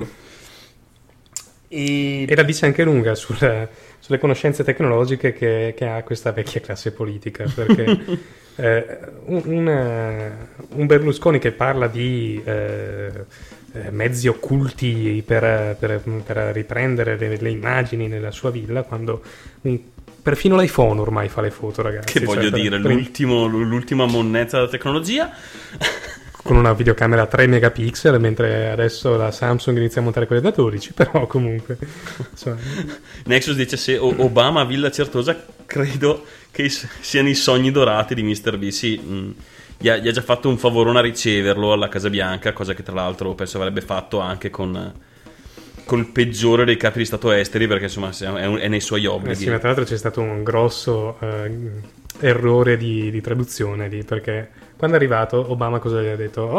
[SPEAKER 4] E
[SPEAKER 2] la dice anche lunga sulle conoscenze tecnologiche che ha questa vecchia classe politica, perché un Berlusconi che parla di mezzi occulti per riprendere le immagini nella sua villa, quando perfino l'iPhone ormai fa le foto, ragazzi.
[SPEAKER 4] Che voglio dire, l'ultima monnezza della tecnologia.
[SPEAKER 2] Con una videocamera a 3 megapixel, mentre adesso la Samsung inizia a montare quelle da 12, però comunque insomma.
[SPEAKER 4] Nexus dice: se Obama a Villa Certosa credo che siano i sogni dorati di Mr. B. Sì, gli ha già fatto un favorone a riceverlo alla Casa Bianca, cosa che tra l'altro penso avrebbe fatto anche con il peggiore dei capi di Stato esteri, perché insomma è nei suoi obblighi.
[SPEAKER 2] Sì, ma tra l'altro c'è stato un grosso errore di traduzione lì, perché quando è arrivato Obama cosa gli ha detto?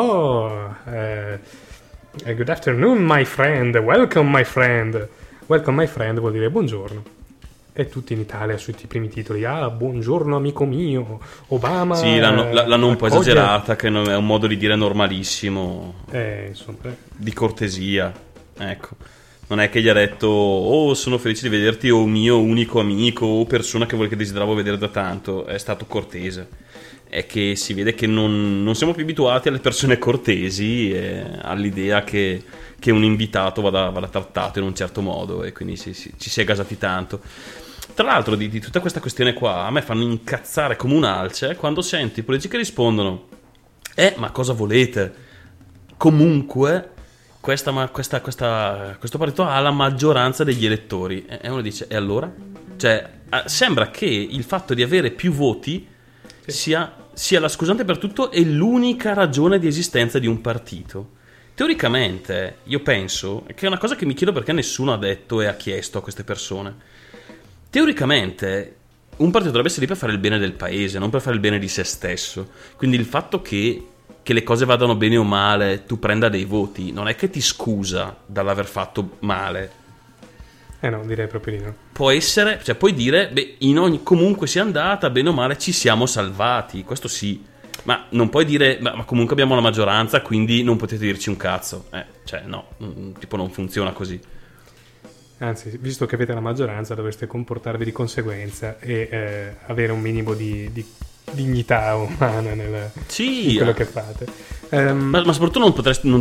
[SPEAKER 2] Good afternoon my friend, welcome my friend. Welcome my friend vuol dire buongiorno, e tutti in Italia sui primi titoli: buongiorno amico mio, Obama.
[SPEAKER 4] Sì, l'hanno un po' esagerata, che è un modo di dire normalissimo,
[SPEAKER 2] insomma,
[SPEAKER 4] di cortesia, ecco. Non è che gli ha detto sono felice di vederti, o mio unico amico, o persona che desideravo vedere da tanto. È stato cortese. È che si vede che non siamo più abituati alle persone cortesi, all'idea che un invitato vada trattato in un certo modo, e quindi ci si è gasati tanto. Tra l'altro di tutta questa questione qua a me fanno incazzare come un'alce quando sento i politici che rispondono: ma cosa volete? Comunque questo partito ha la maggioranza degli elettori, e uno dice: e allora? Cioè, sembra che il fatto di avere più voti sia la scusante per tutto e l'unica ragione di esistenza di un partito. Teoricamente io penso che è una cosa che mi chiedo perché nessuno ha detto e ha chiesto a queste persone. Teoricamente un partito dovrebbe essere lì per fare il bene del paese, non per fare il bene di se stesso. Quindi il fatto che le cose vadano bene o male, tu prenda dei voti, non è che ti scusa dall'aver fatto male.
[SPEAKER 2] No, direi proprio di no.
[SPEAKER 4] Può essere, cioè puoi dire, comunque sia andata, bene o male ci siamo salvati, questo sì. Ma non puoi dire, ma comunque abbiamo la maggioranza, quindi non potete dirci un cazzo. Cioè no, tipo non funziona così.
[SPEAKER 2] Anzi, visto che avete la maggioranza, dovreste comportarvi di conseguenza e avere un minimo di dignità umana in quello che fate.
[SPEAKER 4] Ma soprattutto non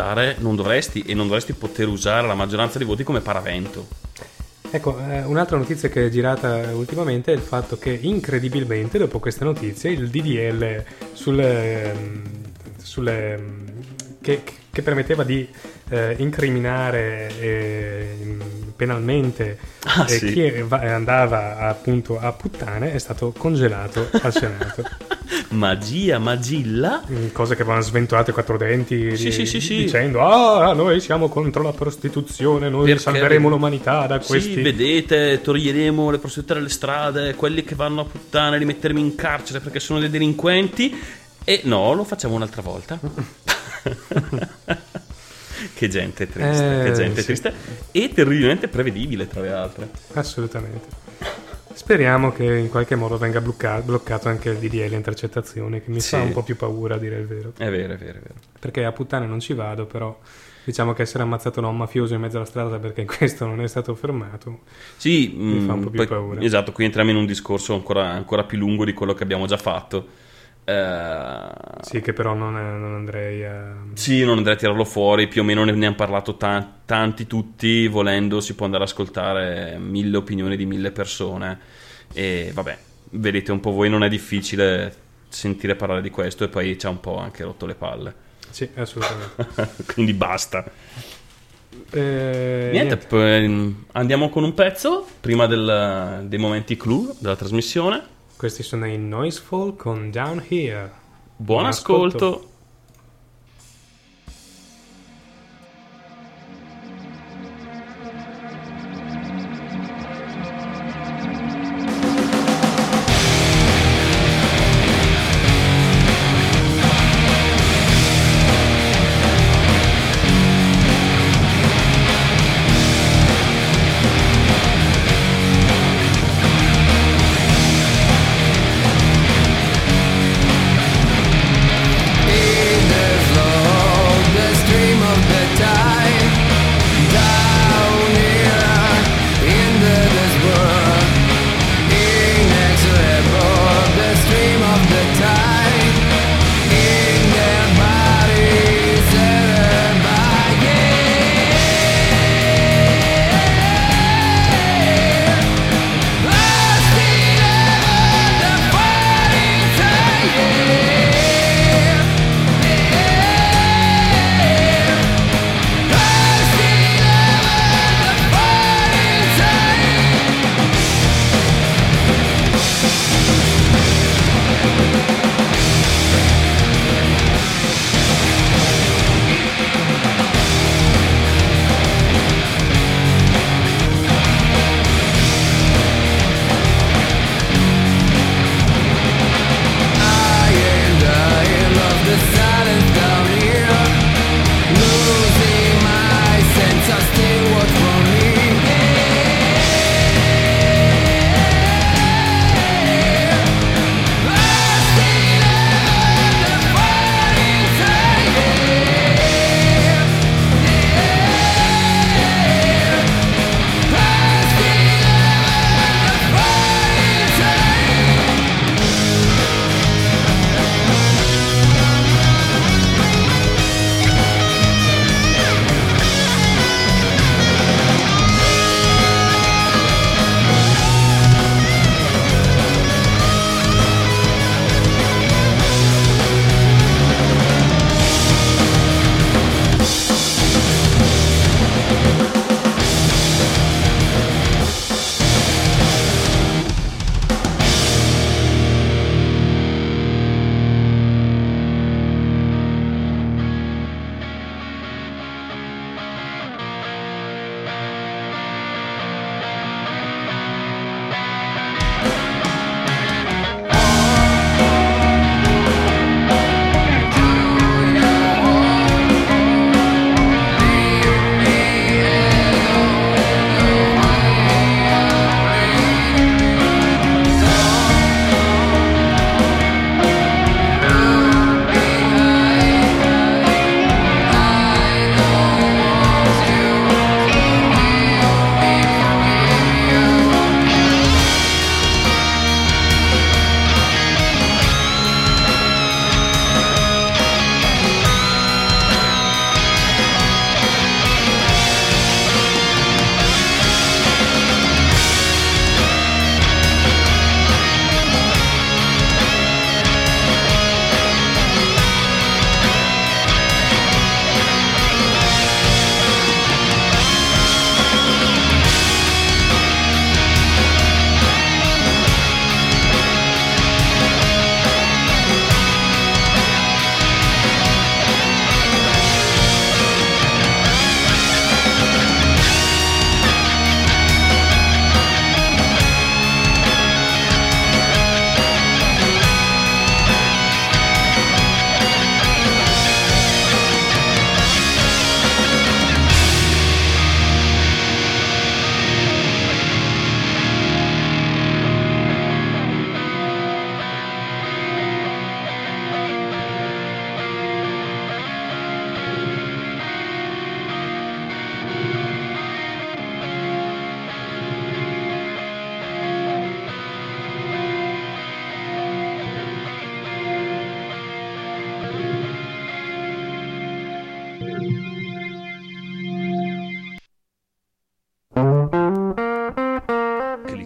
[SPEAKER 4] dovresti poter usare la maggioranza dei voti come paravento.
[SPEAKER 2] Ecco, un'altra notizia che è girata ultimamente è il fatto che incredibilmente dopo queste notizie il DDL che permetteva di incriminare penalmente
[SPEAKER 4] sì.
[SPEAKER 2] chi andava appunto a puttane è stato congelato al Senato.
[SPEAKER 4] Magia, magilla.
[SPEAKER 2] Cose che vanno sventolate a quattro denti
[SPEAKER 4] Sì, sì,
[SPEAKER 2] dicendo noi siamo contro la prostituzione, noi
[SPEAKER 4] Perché-
[SPEAKER 2] salveremo l'umanità da questi
[SPEAKER 4] Sì, vedete, toglieremo le prostitute dalle strade, quelli che vanno a puttane li metteremo in carcere perché sono dei delinquenti. E no, lo facciamo un'altra volta. Che gente triste, che gente
[SPEAKER 2] sì.
[SPEAKER 4] triste e terribilmente prevedibile, tra le altre.
[SPEAKER 2] Assolutamente. Speriamo che in qualche modo venga bloccato anche il DDL intercettazioni, che mi
[SPEAKER 4] Sì.
[SPEAKER 2] fa un po' più paura, a dire il vero.
[SPEAKER 4] È vero, è vero, è vero.
[SPEAKER 2] Perché a puttane non ci vado, però diciamo che essere ammazzato da un mafioso in mezzo alla strada perché questo non è stato fermato
[SPEAKER 4] Sì,
[SPEAKER 2] mi fa un po' più paura.
[SPEAKER 4] Esatto, qui entriamo in un discorso ancora più lungo di quello che abbiamo già fatto.
[SPEAKER 2] Sì, che però non andrei a...
[SPEAKER 4] Sì, non andrei a tirarlo fuori, più o meno ne hanno parlato tanti tutti, volendo si può andare ad ascoltare 1000 opinioni di 1000 persone e vabbè, vedete un po' voi, non è difficile sentire parlare di questo e poi ci ha un po' anche rotto le palle.
[SPEAKER 2] Sì, assolutamente.
[SPEAKER 4] Quindi basta.
[SPEAKER 2] Niente.
[SPEAKER 4] Niente, andiamo con un pezzo prima dei momenti clou della trasmissione.
[SPEAKER 2] Questi sono i Noisefall con Down Here.
[SPEAKER 4] Buon ascolto.
[SPEAKER 7] Hey,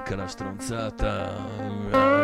[SPEAKER 4] Clicca la stronzata.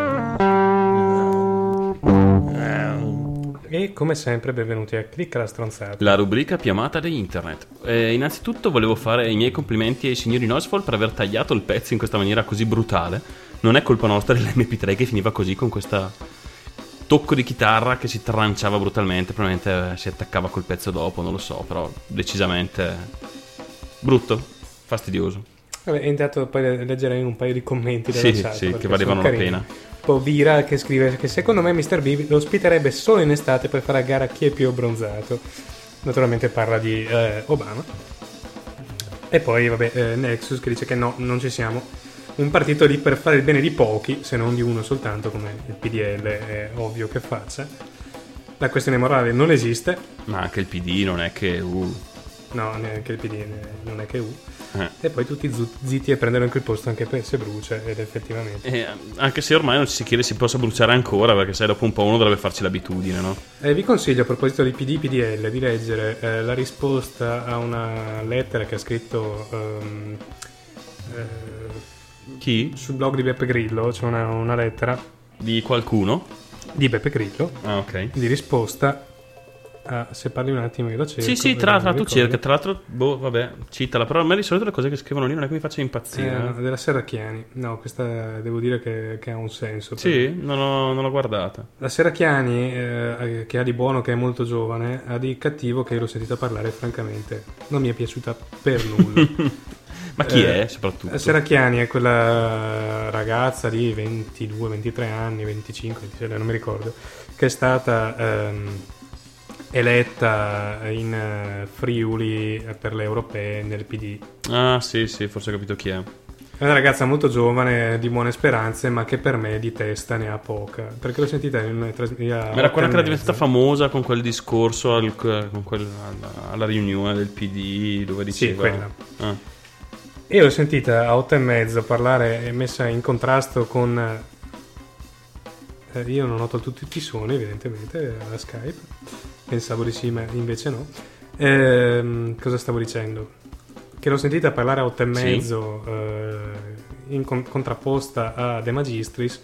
[SPEAKER 2] E come sempre benvenuti a Clicca la stronzata.
[SPEAKER 4] La rubrica più amata di internet. Innanzitutto volevo fare i miei complimenti ai signori Nosfall per aver tagliato il pezzo in questa maniera così brutale. Non è colpa nostra dell'MP3 che finiva così, con questa tocco di chitarra che si tranciava brutalmente. Probabilmente si attaccava col pezzo dopo, non lo so, però decisamente brutto, fastidioso.
[SPEAKER 2] Vabbè, intanto poi leggerei un paio di commenti della
[SPEAKER 4] Sì,
[SPEAKER 2] chat,
[SPEAKER 4] sì,
[SPEAKER 2] perché
[SPEAKER 4] che valevano
[SPEAKER 2] sono
[SPEAKER 4] la
[SPEAKER 2] carini.
[SPEAKER 4] pena.
[SPEAKER 2] Tipo Vira che scrive che secondo me Mr. B lo ospiterebbe solo in estate per fare a gara chi è più abbronzato. Naturalmente parla di Obama. E poi vabbè, Nexus che dice che no, non ci siamo. Un partito lì per fare il bene di pochi, se non di uno soltanto, come il PDL è ovvio che faccia. La questione morale non esiste.
[SPEAKER 4] Ma anche il PD non è che...
[SPEAKER 2] No, neanche il PD non è che E poi tutti zitti e prendono anche il posto anche se brucia, ed effettivamente.
[SPEAKER 4] Anche se ormai non ci si chiede se possa bruciare ancora, perché sai, dopo un po' uno dovrebbe farci l'abitudine, no?
[SPEAKER 2] Vi consiglio, a proposito di PD PDL, di leggere la risposta a una lettera che ha scritto
[SPEAKER 4] Chi?
[SPEAKER 2] sul blog di Beppe Grillo. C'è una lettera
[SPEAKER 4] Di qualcuno?
[SPEAKER 2] di Beppe Grillo
[SPEAKER 4] Ah, ok.
[SPEAKER 2] di risposta a, se parli un attimo io la cerco.
[SPEAKER 4] Sì, tra l'altro tu
[SPEAKER 2] ricordo.
[SPEAKER 4] cerca, tra l'altro, vabbè, citala, però a me di solito le cose che scrivono lì non è che mi faccia impazzire.
[SPEAKER 2] No, della Serracchiani. No, questa devo dire che ha un senso.
[SPEAKER 4] Sì, non l'ho guardata.
[SPEAKER 2] La Serracchiani, che ha di buono che è molto giovane, ha di cattivo che l'ho sentita parlare, francamente non mi è piaciuta per nulla.
[SPEAKER 4] Ma chi è, soprattutto?
[SPEAKER 2] La Serracchiani è quella ragazza di 22, 23 anni, 25, 26, non mi ricordo, che è stata eletta in Friuli per le europee nel PD.
[SPEAKER 4] Ah, sì, forse ho capito chi è.
[SPEAKER 2] È una ragazza molto giovane, di buone speranze, ma che per me di testa ne ha poca. Perché l'ho sentita in una trasmissione.
[SPEAKER 4] Ma era quella che era diventata famosa con quel discorso alla riunione del PD dove diceva...
[SPEAKER 2] Sì, quella.
[SPEAKER 4] Ah.
[SPEAKER 2] E l'ho sentita a 8:30 parlare, messa in contrasto con... io non ho tolto tutti i suoni, evidentemente, alla Skype. Pensavo di sì, ma invece no. Cosa stavo dicendo? Che l'ho sentita parlare a 8:30 in contrapposta a De Magistris.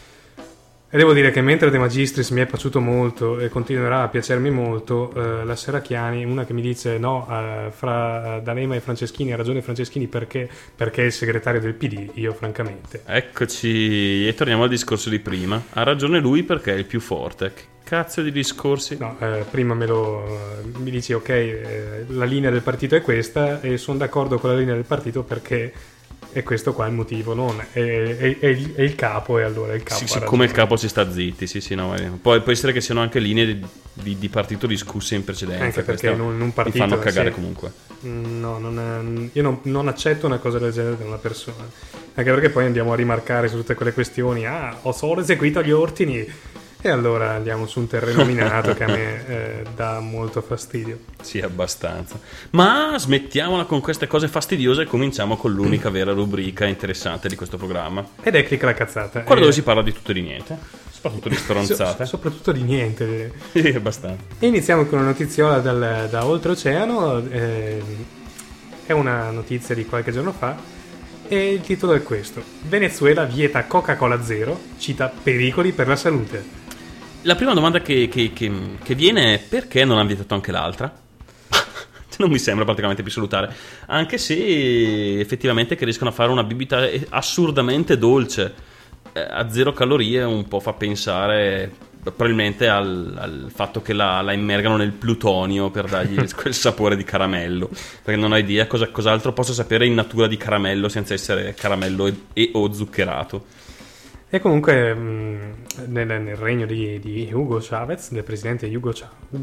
[SPEAKER 2] E devo dire che mentre De Magistris mi è piaciuto molto e continuerà a piacermi molto, la Serracchiani, una che mi dice no, fra D'Alema e Franceschini, ha ragione Franceschini perché è il segretario del PD, io francamente.
[SPEAKER 4] Eccoci, e torniamo al discorso di prima. Ha ragione lui perché è il più forte. Che cazzo di discorsi?
[SPEAKER 2] No, prima mi dici ok, la linea del partito è questa e sono d'accordo con la linea del partito perché... E questo qua è il motivo, non è il capo, e allora il capo.
[SPEAKER 4] Sì, siccome il capo ci sta zitti, sì, no. Poi può essere che siano anche linee di partito discusse in precedenza.
[SPEAKER 2] Anche perché in un partito
[SPEAKER 4] mi fanno cagare
[SPEAKER 2] sì.
[SPEAKER 4] comunque.
[SPEAKER 2] No, io non accetto una cosa del genere da una persona. Anche perché poi andiamo a rimarcare su tutte quelle questioni. Ho solo eseguito gli ordini. E allora andiamo su un terreno minato che a me dà molto fastidio.
[SPEAKER 4] Sì, abbastanza. Ma smettiamola con queste cose fastidiose e cominciamo con l'unica vera rubrica interessante di questo programma.
[SPEAKER 2] Ed è Clicca la cazzata.
[SPEAKER 4] Quello dove si parla di tutto e di niente. Soprattutto di stronzate.
[SPEAKER 2] Soprattutto di niente.
[SPEAKER 4] Sì, abbastanza.
[SPEAKER 2] E iniziamo con una notiziola da oltreoceano. È una notizia di qualche giorno fa. E il titolo è questo: Venezuela vieta Coca-Cola Zero, cita pericoli per la salute.
[SPEAKER 4] La prima domanda che viene è: perché non hanno vietato anche l'altra? Non mi sembra particolarmente più salutare, anche se effettivamente che riescono a fare una bibita assurdamente dolce a 0 calorie un po' fa pensare probabilmente al fatto che la immergano nel plutonio per dargli quel sapore di caramello, perché non ho idea cos'altro possa sapere in natura di caramello senza essere caramello o zuccherato.
[SPEAKER 2] E comunque nel regno di Hugo Chavez, del presidente Hugo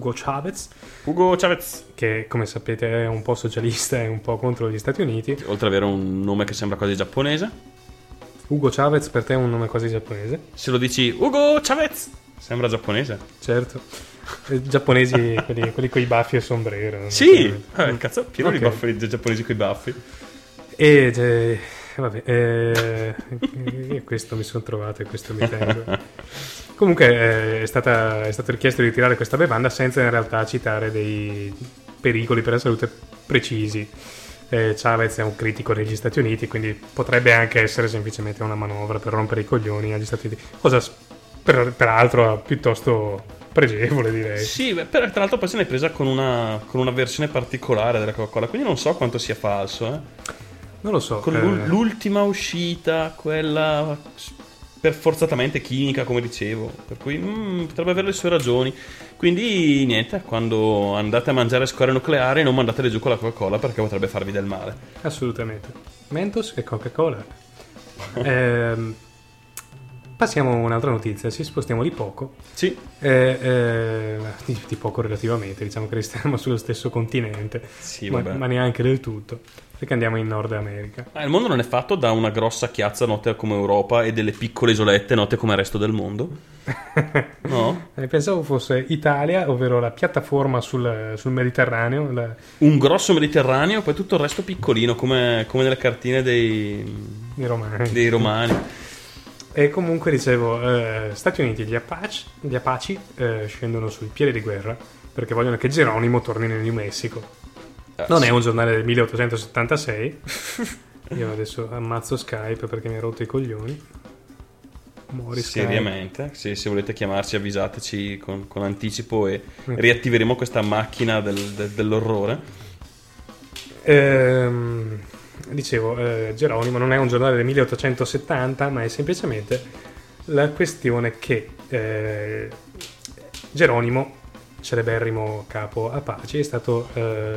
[SPEAKER 2] Chavez, che come sapete è un po' socialista e un po' contro gli Stati Uniti.
[SPEAKER 4] Oltre ad avere un nome che sembra quasi giapponese.
[SPEAKER 2] Hugo Chavez per te è un nome quasi giapponese?
[SPEAKER 4] Se lo dici Hugo Chavez sembra giapponese.
[SPEAKER 2] Certo. Giapponesi, quelli con i baffi e sombrero.
[SPEAKER 4] Sì, cazzo, pieno di baffi giapponesi con i baffi.
[SPEAKER 2] E vabbè, questo mi sono trovato e questo mi tengo. Comunque è stato richiesto di ritirare questa bevanda senza in realtà citare dei pericoli per la salute precisi. Chavez è un critico degli Stati Uniti, quindi potrebbe anche essere semplicemente una manovra per rompere i coglioni agli Stati Uniti, cosa peraltro piuttosto pregevole, direi.
[SPEAKER 4] Sì, beh, tra l'altro poi se n'è presa con una versione particolare della Coca-Cola, quindi non so quanto sia falso.
[SPEAKER 2] Non lo so.
[SPEAKER 4] Con l'ultima uscita, quella per forzatamente chimica, come dicevo, per cui potrebbe avere le sue ragioni. Quindi niente, quando andate a mangiare scorie nucleari non mandatele giù con la Coca-Cola, perché potrebbe farvi del male.
[SPEAKER 2] Assolutamente. Mentos e Coca-Cola. Passiamo a un'altra notizia, ci spostiamo di poco.
[SPEAKER 4] Sì.
[SPEAKER 2] Di poco relativamente, diciamo che restiamo sullo stesso continente,
[SPEAKER 4] Sì,
[SPEAKER 2] ma
[SPEAKER 4] vabbè.
[SPEAKER 2] neanche del tutto, perché andiamo in Nord America.
[SPEAKER 4] Il mondo non è fatto da una grossa chiazza nota come Europa e delle piccole isolette note come il resto del mondo? No?
[SPEAKER 2] Pensavo fosse Italia, ovvero la piattaforma sul Mediterraneo.
[SPEAKER 4] Un grosso Mediterraneo, poi tutto il resto piccolino, come nelle cartine dei romani.
[SPEAKER 2] E comunque dicevo, Stati Uniti, gli Apache scendono sul piede di guerra perché vogliono che Geronimo torni nel New Mexico. Non è un giornale del 1876. Io adesso ammazzo Skype perché mi ha rotto i coglioni. Muori Skype.
[SPEAKER 4] Seriamente, se volete chiamarci avvisateci con anticipo e riattiveremo questa macchina dell'orrore.
[SPEAKER 2] Dicevo, Geronimo non è un giornale del 1870, ma è semplicemente la questione che Geronimo, celeberrimo capo Apache, è stato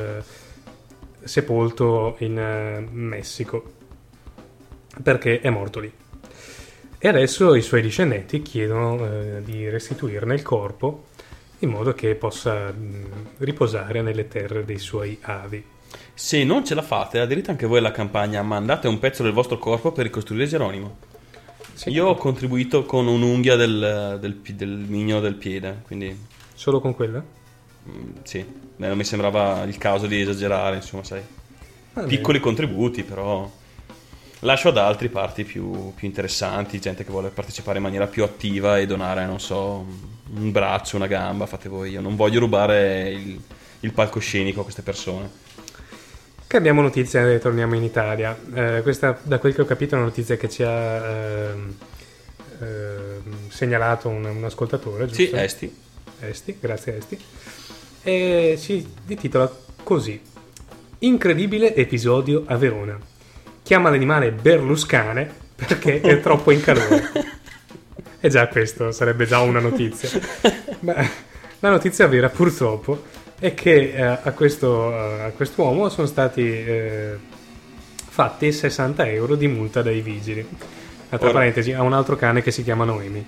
[SPEAKER 2] sepolto in Messico perché è morto lì. E adesso i suoi discendenti chiedono di restituirne il corpo in modo che possa riposare nelle terre dei suoi avi.
[SPEAKER 4] Se non ce la fate, aderite anche voi alla campagna Mandate un pezzo del vostro corpo per ricostruire Geronimo.
[SPEAKER 2] Sì.
[SPEAKER 4] Io ho contribuito con un'unghia del mignolo del piede, quindi
[SPEAKER 2] Solo con quella?
[SPEAKER 4] sì, non mi sembrava il caso di esagerare, insomma, sai.
[SPEAKER 2] Va bene.
[SPEAKER 4] Piccoli contributi, però lascio ad altri parti più interessanti, gente che vuole partecipare in maniera più attiva e donare, non so, un braccio, una gamba, fate voi. Io non voglio rubare il palcoscenico a queste persone.
[SPEAKER 2] Cambiamo notizia e torniamo in Italia. Questa, da quel che ho capito, è una notizia che ci ha segnalato un ascoltatore, giusto?
[SPEAKER 4] Sì,
[SPEAKER 2] Esti, grazie Esti. E si intitola così: Incredibile episodio a Verona. Chiama l'animale Berluscane perché è troppo in calore. E già questo sarebbe già una notizia. Ma la notizia vera, purtroppo, è che a quest'uomo sono stati fatti 60 euro di multa dai vigili. Tra parentesi, ha un altro cane che si chiama Noemi.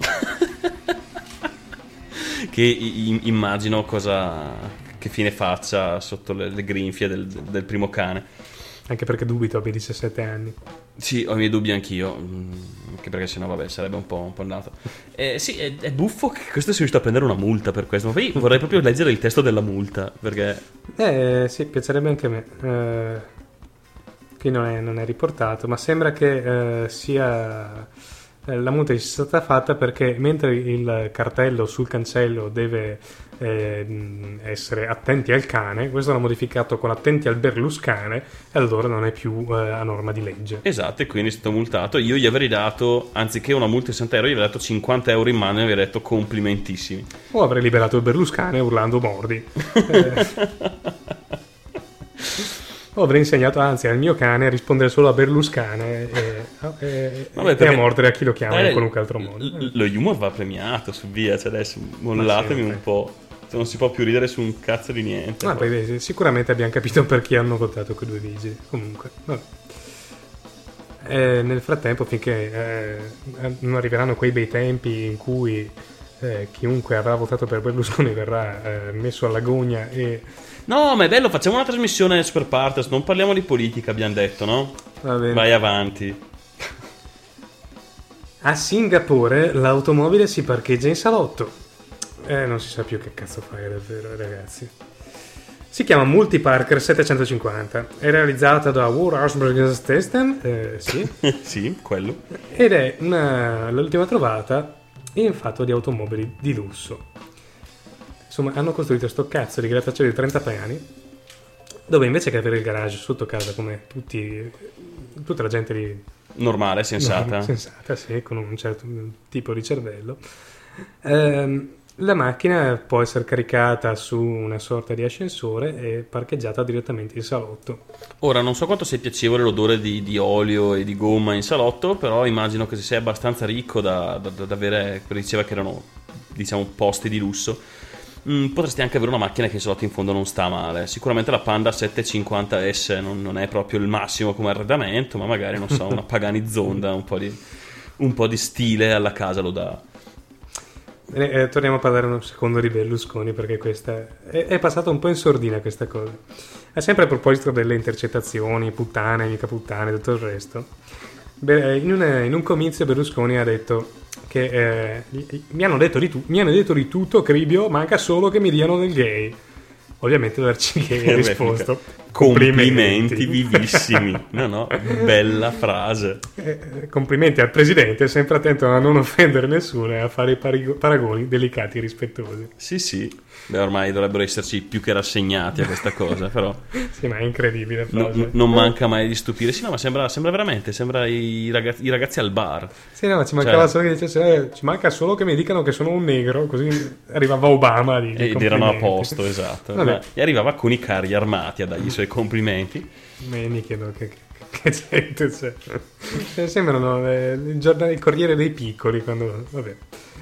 [SPEAKER 4] Che immagino che fine faccia sotto le grinfie del primo cane.
[SPEAKER 2] Anche perché dubito abbia 17 anni.
[SPEAKER 4] Sì, ho i miei dubbi anch'io, anche perché sennò vabbè sarebbe un po' andato. Sì, è buffo che questo sia riuscito a prendere una multa per questo, ma poi vorrei proprio leggere il testo della multa, perché
[SPEAKER 2] Sì, piacerebbe anche a me. Qui non è riportato, ma sembra che sia la multa sia stata fatta perché mentre il cartello sul cancello deve essere attenti al cane, questo l'ha modificato con attenti al Berluscane e allora non è più a norma di legge.
[SPEAKER 4] esatto, e quindi è stato multato. Io gli avrei dato, anziché una multa di 60 euro, gli avrei dato 50 euro in mano e gli avrei detto complimentissimi.
[SPEAKER 2] O avrei liberato il Berluscane urlando mordi. O avrei insegnato anzi al mio cane a rispondere solo a Berluscane e a mordere a chi lo chiama in qualunque altro modo.
[SPEAKER 4] Lo humor va premiato, su via, cioè adesso mollatemi un po'. Non si può più ridere su un cazzo di niente.
[SPEAKER 2] Ma poi sicuramente abbiamo capito perché hanno votato quei due vigili. Comunque, vabbè. Nel frattempo, finché non arriveranno quei bei tempi in cui chiunque avrà votato per Berlusconi verrà messo alla gogna e...
[SPEAKER 4] No, ma è bello, facciamo una trasmissione super partes, non parliamo di politica, abbiamo detto, no?
[SPEAKER 2] Va bene.
[SPEAKER 4] Vai avanti.
[SPEAKER 2] A Singapore l'automobile si parcheggia in salotto. Non si sa più che cazzo fare davvero, ragazzi. Si chiama Multiparker 750. È realizzata da Warhorse System, sì.
[SPEAKER 4] Sì, quello.
[SPEAKER 2] Ed è l'ultima trovata in fatto di automobili di lusso. Insomma, hanno costruito sto cazzo di grattacielo di 30 piani dove invece che avere il garage sotto casa come tutta la gente lì
[SPEAKER 4] Normale, sensata.
[SPEAKER 2] sensata, sì, con un certo tipo di cervello, la macchina può essere caricata su una sorta di ascensore e parcheggiata direttamente in salotto.
[SPEAKER 4] Ora, non so quanto sia piacevole l'odore di olio e di gomma in salotto, però immagino che se sei abbastanza ricco da avere, diceva che erano, diciamo, posti di lusso, potresti anche avere una macchina che in salotto in fondo non sta male. Sicuramente la Panda 750S non è proprio il massimo come arredamento, ma magari, non so, una Pagani Zonda, un po' di stile alla casa lo dà.
[SPEAKER 2] Torniamo a parlare un secondo di Berlusconi, perché questa è passata un po' in sordina questa cosa. È sempre a proposito delle intercettazioni, puttane, mica puttane, tutto il resto. In un comizio Berlusconi ha detto che mi hanno detto di tutto, Cribio, manca solo che mi diano del gay. Ovviamente l'Arcigay ha risposto:
[SPEAKER 4] complimenti vivissimi. No, bella frase.
[SPEAKER 2] Complimenti al presidente, sempre attento a non offendere nessuno e a fare i paragoni delicati e rispettosi.
[SPEAKER 4] Sì. Beh, ormai dovrebbero esserci più che rassegnati a questa cosa, però
[SPEAKER 2] sì, ma è incredibile.
[SPEAKER 4] Non manca mai di stupire. Sì, no, ma sembra veramente, sembra i ragazzi al bar.
[SPEAKER 2] Sì, no, ma ci mancava solo che dicesse, ci manca solo che mi dicano che sono un negro, così arrivava Obama a dirgli
[SPEAKER 4] ed erano a posto, esatto. E arrivava con i carri armati a dargli i suoi complimenti.
[SPEAKER 2] Ma io mi chiedo che gente c'è. Sembrano il Corriere dei Piccoli quando... Vabbè.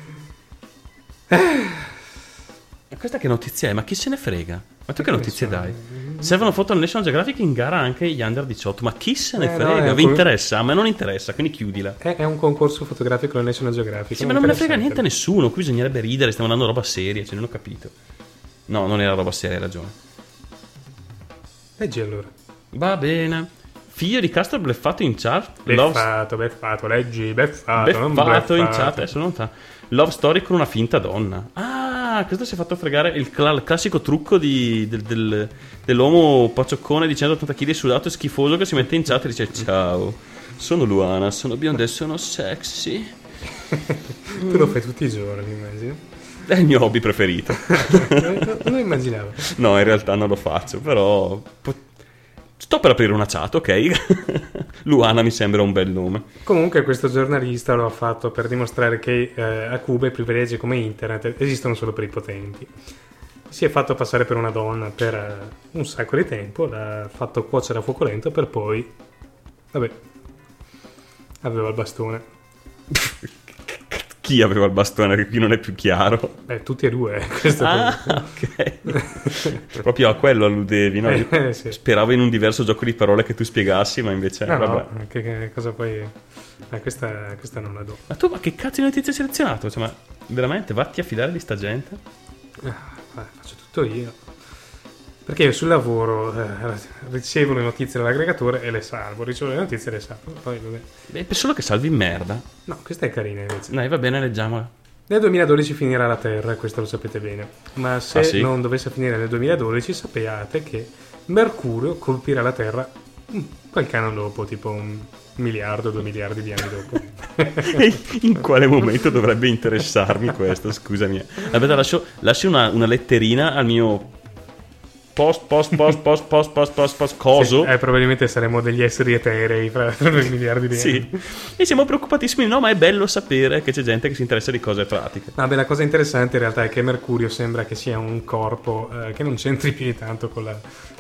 [SPEAKER 4] Ma questa che notizia è? Ma chi se ne frega? Ma tu che notizie dai? Servono foto al National Geographic in gara anche gli under 18. Ma chi se ne frega? Vi interessa? A me non interessa, quindi chiudila.
[SPEAKER 2] È un concorso fotografico al National Geographic.
[SPEAKER 4] Sì, ma non me ne frega niente a nessuno. Qui bisognerebbe ridere, stiamo andando roba seria, non ho capito. No, non era roba seria, hai ragione.
[SPEAKER 2] Leggi allora.
[SPEAKER 4] Va bene. Figlio di Castro bleffato in chat.
[SPEAKER 2] Beffato, leggi, beffato
[SPEAKER 4] in chat, adesso non fa. Love story con una finta donna. Ah, questo si è fatto fregare il classico trucco dell'uomo pacioccone di 180 kg sudato e schifoso che si mette in chat e dice: ciao, sono Luana, sono bionda e sono sexy.
[SPEAKER 2] Tu lo fai tutti i giorni, immagino.
[SPEAKER 4] È il mio hobby preferito.
[SPEAKER 2] Non lo immaginavo.
[SPEAKER 4] No, in realtà non lo faccio, però sto per aprire una chat, ok? Luana mi sembra un bel nome.
[SPEAKER 2] Comunque questo giornalista lo ha fatto per dimostrare che a Cuba i privilegi come internet esistono solo per i potenti. Si è fatto passare per una donna per un sacco di tempo, l'ha fatto cuocere a fuoco lento per poi... Vabbè, aveva il bastone.
[SPEAKER 4] Chi aveva il bastone? Che qui non è più chiaro.
[SPEAKER 2] Tutti e due. Questo
[SPEAKER 4] Ok. Proprio a quello alludevi, no?
[SPEAKER 2] Sì.
[SPEAKER 4] Speravo in un diverso gioco di parole che tu spiegassi, ma invece...
[SPEAKER 2] No,
[SPEAKER 4] vabbè.
[SPEAKER 2] che cosa poi... questa non la do.
[SPEAKER 4] Ma tu, ma che cazzo di notizie hai selezionato? Cioè, ma veramente vatti a filare di sta gente?
[SPEAKER 2] Faccio tutto io. Perché io sul lavoro ricevo le notizie dall'aggregatore e le salvo. Ricevo le notizie e le salvo. Poi, vabbè.
[SPEAKER 4] Beh, per solo che salvi merda.
[SPEAKER 2] No, questa è carina invece.
[SPEAKER 4] Dai, va bene, leggiamola.
[SPEAKER 2] Nel 2012 finirà la Terra, questo lo sapete bene. Ma se
[SPEAKER 4] sì?
[SPEAKER 2] non dovesse finire nel 2012, sappiate che Mercurio colpirà la Terra qualche anno dopo, tipo 1 miliardo, 2 miliardi di anni dopo.
[SPEAKER 4] In quale momento dovrebbe interessarmi questo? Scusami. Aspetta, lasci una letterina al mio post coso.
[SPEAKER 2] Sì, probabilmente saremo degli esseri eterei fra 2 miliardi di anni.
[SPEAKER 4] Sì. E siamo preoccupatissimi. No, ma è bello sapere che c'è gente che si interessa di cose pratiche.
[SPEAKER 2] La cosa interessante in realtà è che Mercurio sembra che sia un corpo che non c'entri più di tanto con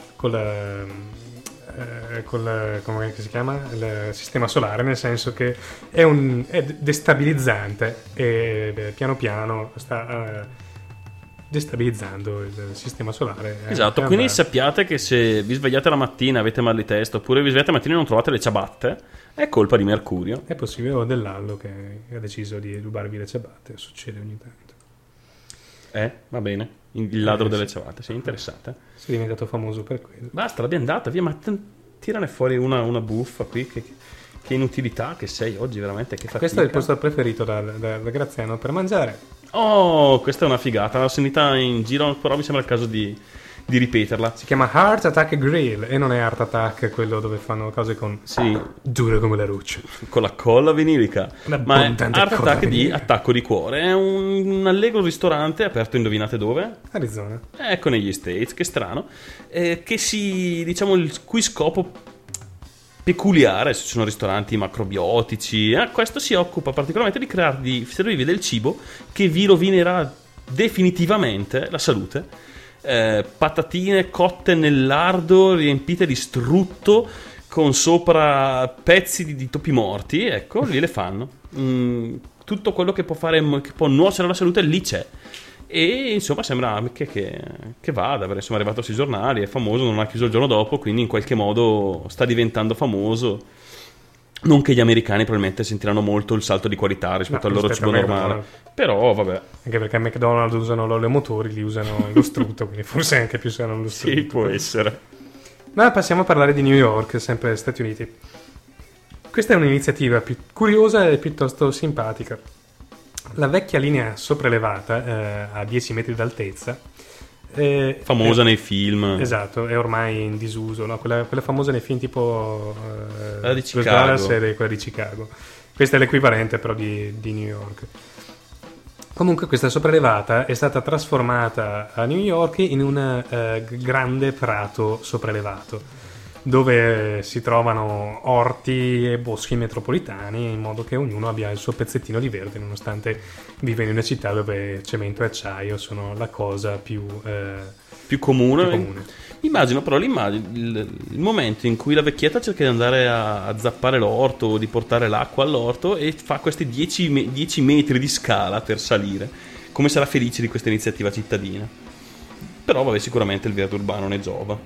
[SPEAKER 2] come si chiama? Il sistema solare, nel senso che è destabilizzante e piano piano sta destabilizzando il sistema solare.
[SPEAKER 4] Esatto, quindi sappiate che se vi svegliate la mattina, avete mal di testa, oppure vi svegliate la mattina e non trovate le ciabatte, è colpa di Mercurio.
[SPEAKER 2] È possibile, o del Lallo che ha deciso di rubarvi le ciabatte, succede ogni tanto.
[SPEAKER 4] Va bene, il ladro delle ciabatte, sei interessante.
[SPEAKER 2] Sei diventato famoso per quello.
[SPEAKER 4] Basta, l'abbiamo andata via, ma tirane fuori una buffa qui, che inutilità che sei oggi, veramente, che fatica.
[SPEAKER 2] Questo è il posto preferito da Graziano per mangiare.
[SPEAKER 4] Oh, questa è una figata, l'ho sentita in giro, però mi sembra il caso di ripeterla.
[SPEAKER 2] Si chiama Heart Attack Grill e non è Heart Attack quello dove fanno cose con
[SPEAKER 4] Sì,
[SPEAKER 2] dure come la ruccia.
[SPEAKER 4] con la colla vinilica.
[SPEAKER 2] Una
[SPEAKER 4] Ma è
[SPEAKER 2] abbondante
[SPEAKER 4] Art
[SPEAKER 2] colla
[SPEAKER 4] Attack di
[SPEAKER 2] vinilica.
[SPEAKER 4] Attacco di Cuore. È un allegro ristorante aperto, indovinate dove?
[SPEAKER 2] Arizona.
[SPEAKER 4] Ecco, negli States, che strano. Che si, diciamo, il cui scopo peculiare, se ci sono ristoranti macrobiotici, questo si occupa particolarmente di servirvi del cibo che vi rovinerà definitivamente la salute. Patatine cotte nel lardo, riempite di strutto, con sopra pezzi di topi morti, ecco, lì le fanno. Tutto quello che può fare, che può nuocere alla salute, lì c'è. E insomma sembra che vada, perché insomma è arrivato sui giornali, è famoso, non ha chiuso il giorno dopo, quindi in qualche modo sta diventando famoso. Non che gli americani probabilmente sentiranno molto il salto di qualità rispetto al loro
[SPEAKER 2] rispetto
[SPEAKER 4] cibo
[SPEAKER 2] a
[SPEAKER 4] normale,
[SPEAKER 2] McDonald's.
[SPEAKER 4] però vabbè,
[SPEAKER 2] Anche perché a McDonald's usano l'oleomotori, li usano lo strutto, quindi forse è anche più sano lo strutto.
[SPEAKER 4] sì, può essere.
[SPEAKER 2] Ma passiamo a parlare di New York, sempre Stati Uniti. Questa è un'iniziativa più curiosa e piuttosto simpatica. La vecchia linea sopraelevata, a 10 metri d'altezza,
[SPEAKER 4] Famosa nei film.
[SPEAKER 2] esatto, è ormai in disuso, no? quella famosa nei film tipo
[SPEAKER 4] La di
[SPEAKER 2] Los
[SPEAKER 4] Chicago.
[SPEAKER 2] Dallas e quella di Chicago. Questa è l'equivalente però di New York. Comunque questa sopraelevata è stata trasformata a New York in un grande prato sopraelevato, dove si trovano orti e boschi metropolitani, in modo che ognuno abbia il suo pezzettino di verde, nonostante vive in una città dove cemento e acciaio sono la cosa più
[SPEAKER 4] Comune.
[SPEAKER 2] più comune.
[SPEAKER 4] Immagino però il momento in cui la vecchietta cerca di andare a zappare l'orto o di portare l'acqua all'orto e fa questi 10 metri di scala per salire. Come sarà felice di questa iniziativa cittadina. Però vabbè, sicuramente il verde urbano ne giova.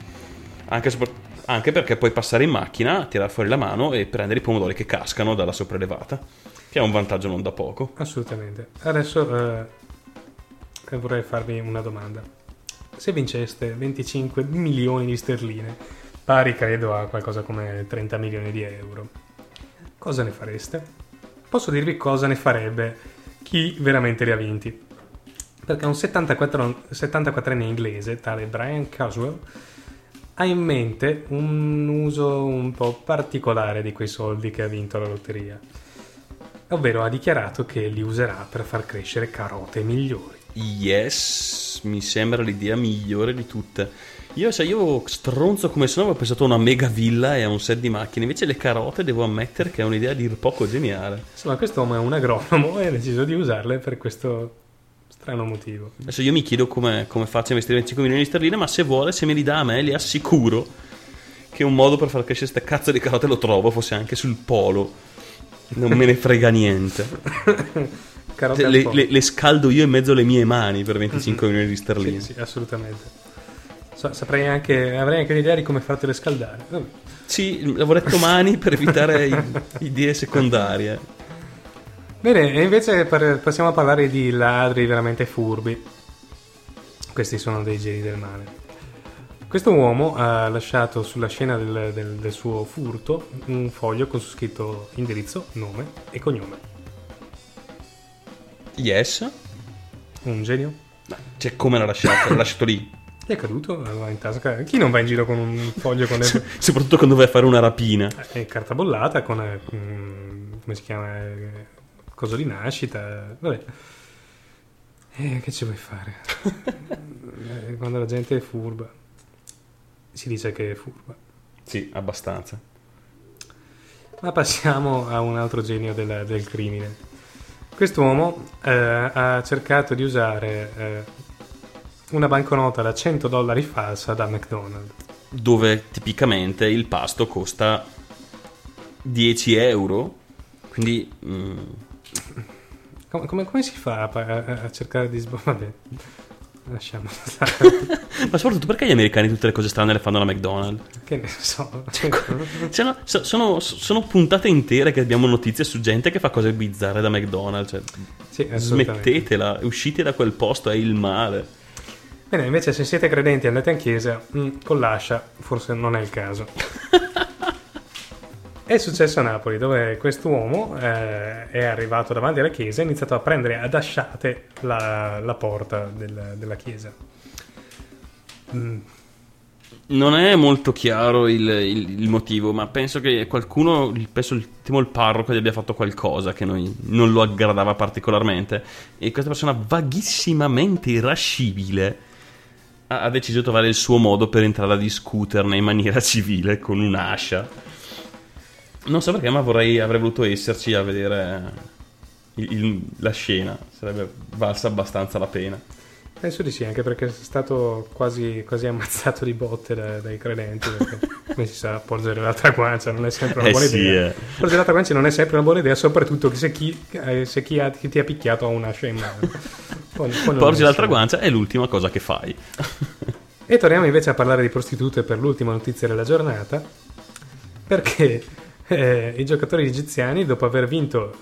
[SPEAKER 4] Anche perché puoi passare in macchina, tirare fuori la mano e prendere i pomodori che cascano dalla sopraelevata, che è un vantaggio non da poco.
[SPEAKER 2] Assolutamente. Adesso vorrei farvi una domanda. Se vinceste 25 milioni di sterline, pari credo a qualcosa come 30 milioni di euro, cosa ne fareste? Posso dirvi cosa ne farebbe chi veramente li ha vinti. Perché un 74enne inglese, tale Brian Caswell, ha in mente un uso un po' particolare di quei soldi che ha vinto alla lotteria. Ovvero ha dichiarato che li userà per far crescere carote migliori.
[SPEAKER 4] Yes, mi sembra l'idea migliore di tutte. Io stronzo come sono, avevo pensato a una mega villa e a un set di macchine. Invece le carote devo ammettere che è un'idea a dir poco geniale.
[SPEAKER 2] Insomma, quest'uomo è un agronomo e ha deciso di usarle per questo strano motivo.
[SPEAKER 4] Adesso io mi chiedo come faccia a investire 25 milioni di sterline, ma se vuole, se me li dà a me, li assicuro che un modo per far crescere ste cazzo di carote lo trovo, fosse anche sul polo. Non me ne frega niente.
[SPEAKER 2] Carote al po'.
[SPEAKER 4] Le scaldo io in mezzo alle mie mani per 25 milioni di sterline.
[SPEAKER 2] Sì, assolutamente. Avrei anche un'idea di come fartele scaldare. Vabbè.
[SPEAKER 4] Sì, lavoretto mani per evitare idee secondarie.
[SPEAKER 2] Bene, e invece passiamo a parlare di ladri veramente furbi. Questi sono dei geni del male. Questo uomo ha lasciato sulla scena del suo furto un foglio con su scritto indirizzo, nome e cognome.
[SPEAKER 4] Yes.
[SPEAKER 2] Un genio?
[SPEAKER 4] Cioè, come l'ha lasciato? L'ha lasciato lì.
[SPEAKER 2] Gli è caduto, va in tasca. Chi non va in giro con un foglio con
[SPEAKER 4] Soprattutto quando vai a fare una rapina.
[SPEAKER 2] carta bollata con come si chiama? Coso di nascita. Vabbè. Che ci vuoi fare? Quando la gente è furba, si dice che è furba.
[SPEAKER 4] Sì, abbastanza.
[SPEAKER 2] Ma passiamo a un altro genio del crimine. Quest'uomo ha cercato di usare una banconota da $100 falsa da McDonald's.
[SPEAKER 4] Dove tipicamente il pasto costa 10 euro. Quindi
[SPEAKER 2] Come si fa a cercare di vabbè, lasciamo stare.
[SPEAKER 4] ma soprattutto perché gli americani tutte le cose strane le fanno alla McDonald's?
[SPEAKER 2] Che ne so.
[SPEAKER 4] Sono puntate intere che abbiamo notizie su gente che fa cose bizzarre da McDonald's. Cioè,
[SPEAKER 2] Sì, assolutamente.
[SPEAKER 4] smettetela, uscite da quel posto, è il male.
[SPEAKER 2] Bene, invece se siete credenti e andate in chiesa, con l'ascia forse non è il caso. È successo a Napoli, dove quest'uomo è arrivato davanti alla chiesa e ha iniziato a prendere ad asciate la porta della chiesa.
[SPEAKER 4] Non è molto chiaro il motivo, ma penso che qualcuno, penso il parroco, gli abbia fatto qualcosa che non lo aggradava particolarmente, e questa persona vaghissimamente irascibile ha deciso di trovare il suo modo per entrare a discuterne in maniera civile con un'ascia. Non so perché, ma avrei voluto esserci a vedere la scena, sarebbe valsa abbastanza la pena.
[SPEAKER 2] Penso di sì, anche perché è stato quasi ammazzato di botte dai credenti, perché come si sa, porgere l'altra guancia non è sempre una buona idea. Porgere l'altra guancia non è sempre una buona idea, soprattutto se chi ti ha picchiato ha un'ascia in mano.
[SPEAKER 4] Porgi l'altra guancia è l'ultima cosa che fai.
[SPEAKER 2] E torniamo invece a parlare di prostitute per l'ultima notizia della giornata, perché i giocatori egiziani, dopo aver vinto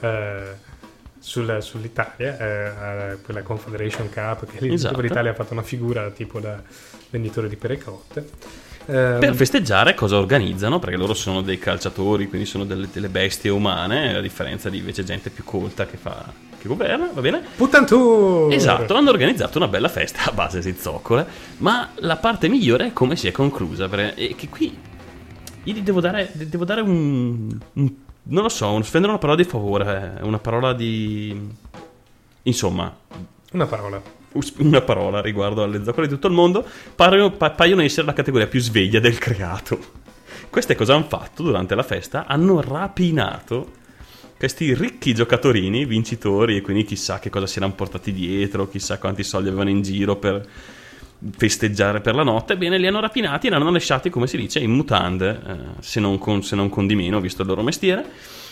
[SPEAKER 2] sull'Italia, quella Confederation Cup, che lì
[SPEAKER 4] esatto,
[SPEAKER 2] dove l'Italia ha fatto una figura tipo da venditore di perecotte,
[SPEAKER 4] per festeggiare cosa organizzano? Perché loro sono dei calciatori, quindi sono delle bestie umane, a differenza di invece gente più colta che governa, va bene?
[SPEAKER 2] Puttantur!
[SPEAKER 4] Esatto, hanno organizzato una bella festa a base di zoccole, ma la parte migliore è come si è conclusa, perché che qui io devo dare un non lo so, spendere una parola di favore, una parola di... insomma... Una parola riguardo alle zoccole di tutto il mondo, paiono essere la categoria più sveglia del creato. Queste cosa hanno fatto durante la festa? Hanno rapinato questi ricchi giocatorini, vincitori, e quindi chissà che cosa si erano portati dietro, chissà quanti soldi avevano in giro per festeggiare per la notte. Bene, li hanno rapinati e li hanno lasciati, come si dice, in mutande, se non con di meno, visto il loro mestiere,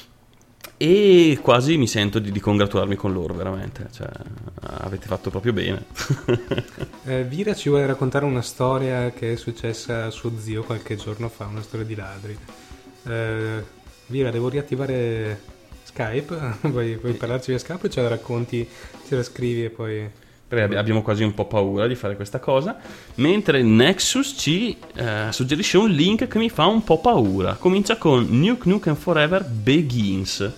[SPEAKER 4] e quasi mi sento di congratularmi con loro, veramente, cioè, avete fatto proprio bene.
[SPEAKER 2] Vira ci vuole raccontare una storia che è successa a suo zio qualche giorno fa, una storia di ladri. Vira, devo riattivare Skype? Vuoi parlarci via Skype o ce la racconti, ce la scrivi e poi...
[SPEAKER 4] Abbiamo quasi un po' paura di fare questa cosa, mentre Nexus ci suggerisce un link che mi fa un po' paura. Comincia con Nuke Nukem Forever Begins.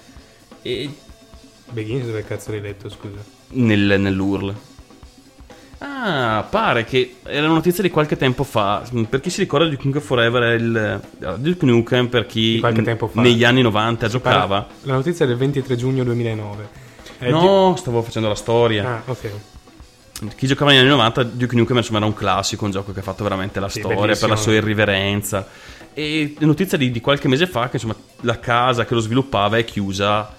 [SPEAKER 4] E
[SPEAKER 2] Begins dove cazzo l'hai letto, scusa?
[SPEAKER 4] Nell'URL. Ah, pare che era una notizia di qualche tempo fa. Per chi si ricorda, Duke Nukem Forever è il Duke Nukem, per chi negli anni 90 giocava.
[SPEAKER 2] La notizia è del 23 giugno 2009.
[SPEAKER 4] No, stavo facendo la storia.
[SPEAKER 2] Ah, ok.
[SPEAKER 4] Chi giocava negli anni 90, Duke Nukem insomma era un classico, un gioco che ha fatto veramente la storia, bellissimo, per la sua irriverenza. E notizia di qualche mese fa che insomma la casa che lo sviluppava è chiusa,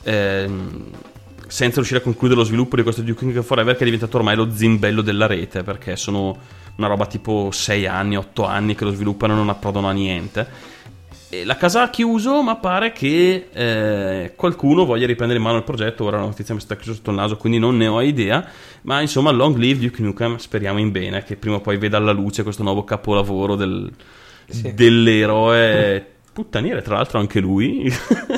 [SPEAKER 4] senza riuscire a concludere lo sviluppo di questo Duke Nukem Forever, che è diventato ormai lo zimbello della rete, perché sono una roba tipo 6 anni, 8 anni che lo sviluppano e non approdano a niente. E la casa ha chiuso, ma pare che qualcuno voglia riprendere in mano il progetto. Ora la notizia mi sta chiusa sotto il naso, quindi non ne ho idea. Ma insomma, long live Duke Nukem, speriamo in bene, che prima o poi veda alla luce questo nuovo capolavoro dell'eroe puttaniere, tra l'altro anche lui.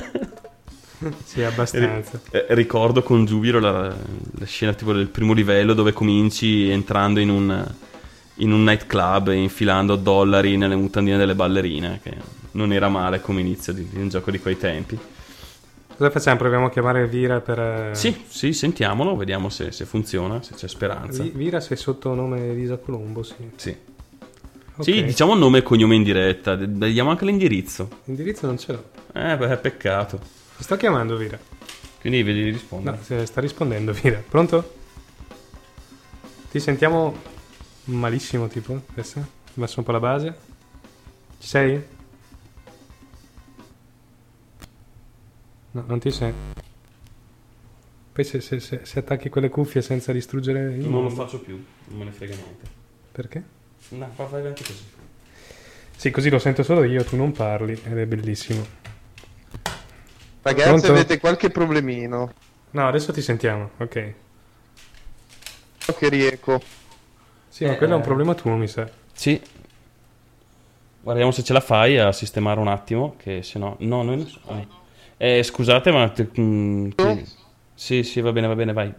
[SPEAKER 2] Sì, abbastanza.
[SPEAKER 4] Ricordo con giubilo la scena tipo del primo livello, dove cominci entrando in un nightclub e infilando dollari nelle mutandine delle ballerine, che non era male come inizio di un gioco di quei tempi.
[SPEAKER 2] Cosa facciamo? Proviamo a chiamare Vira per...
[SPEAKER 4] Sì, sentiamolo, vediamo se funziona, se c'è speranza.
[SPEAKER 2] Vira, sei sotto nome Elisa Colombo, sì.
[SPEAKER 4] Sì.
[SPEAKER 2] Okay.
[SPEAKER 4] Sì, diciamo nome e cognome in diretta, diamo anche l'indirizzo.
[SPEAKER 2] L'indirizzo non ce l'ho.
[SPEAKER 4] Beh, peccato.
[SPEAKER 2] Ti sto chiamando, Vira.
[SPEAKER 4] Quindi vedi di rispondere.
[SPEAKER 2] No, sta rispondendo, Vira. Pronto? Ti sentiamo malissimo, tipo, adesso? Ti ho messo un po' la base. Ci sei? No, non ti sei. Poi se attacchi quelle cuffie senza distruggere il
[SPEAKER 4] non
[SPEAKER 2] mondo.
[SPEAKER 4] lo faccio più, non me ne frega niente.
[SPEAKER 2] Perché?
[SPEAKER 4] No, fai anche così.
[SPEAKER 2] Sì, così lo sento solo io, tu non parli ed è bellissimo.
[SPEAKER 8] Ragazzi,
[SPEAKER 2] Pronto?
[SPEAKER 8] avete qualche problemino?
[SPEAKER 2] No, adesso ti sentiamo, ok.
[SPEAKER 8] Che rieco.
[SPEAKER 2] Sì, ma quello è un problema tuo, mi sa.
[SPEAKER 4] Sì. Guardiamo se ce la fai a sistemare un attimo, che se no... No, noi non so. Scusate, ma... Sì, va bene, vai.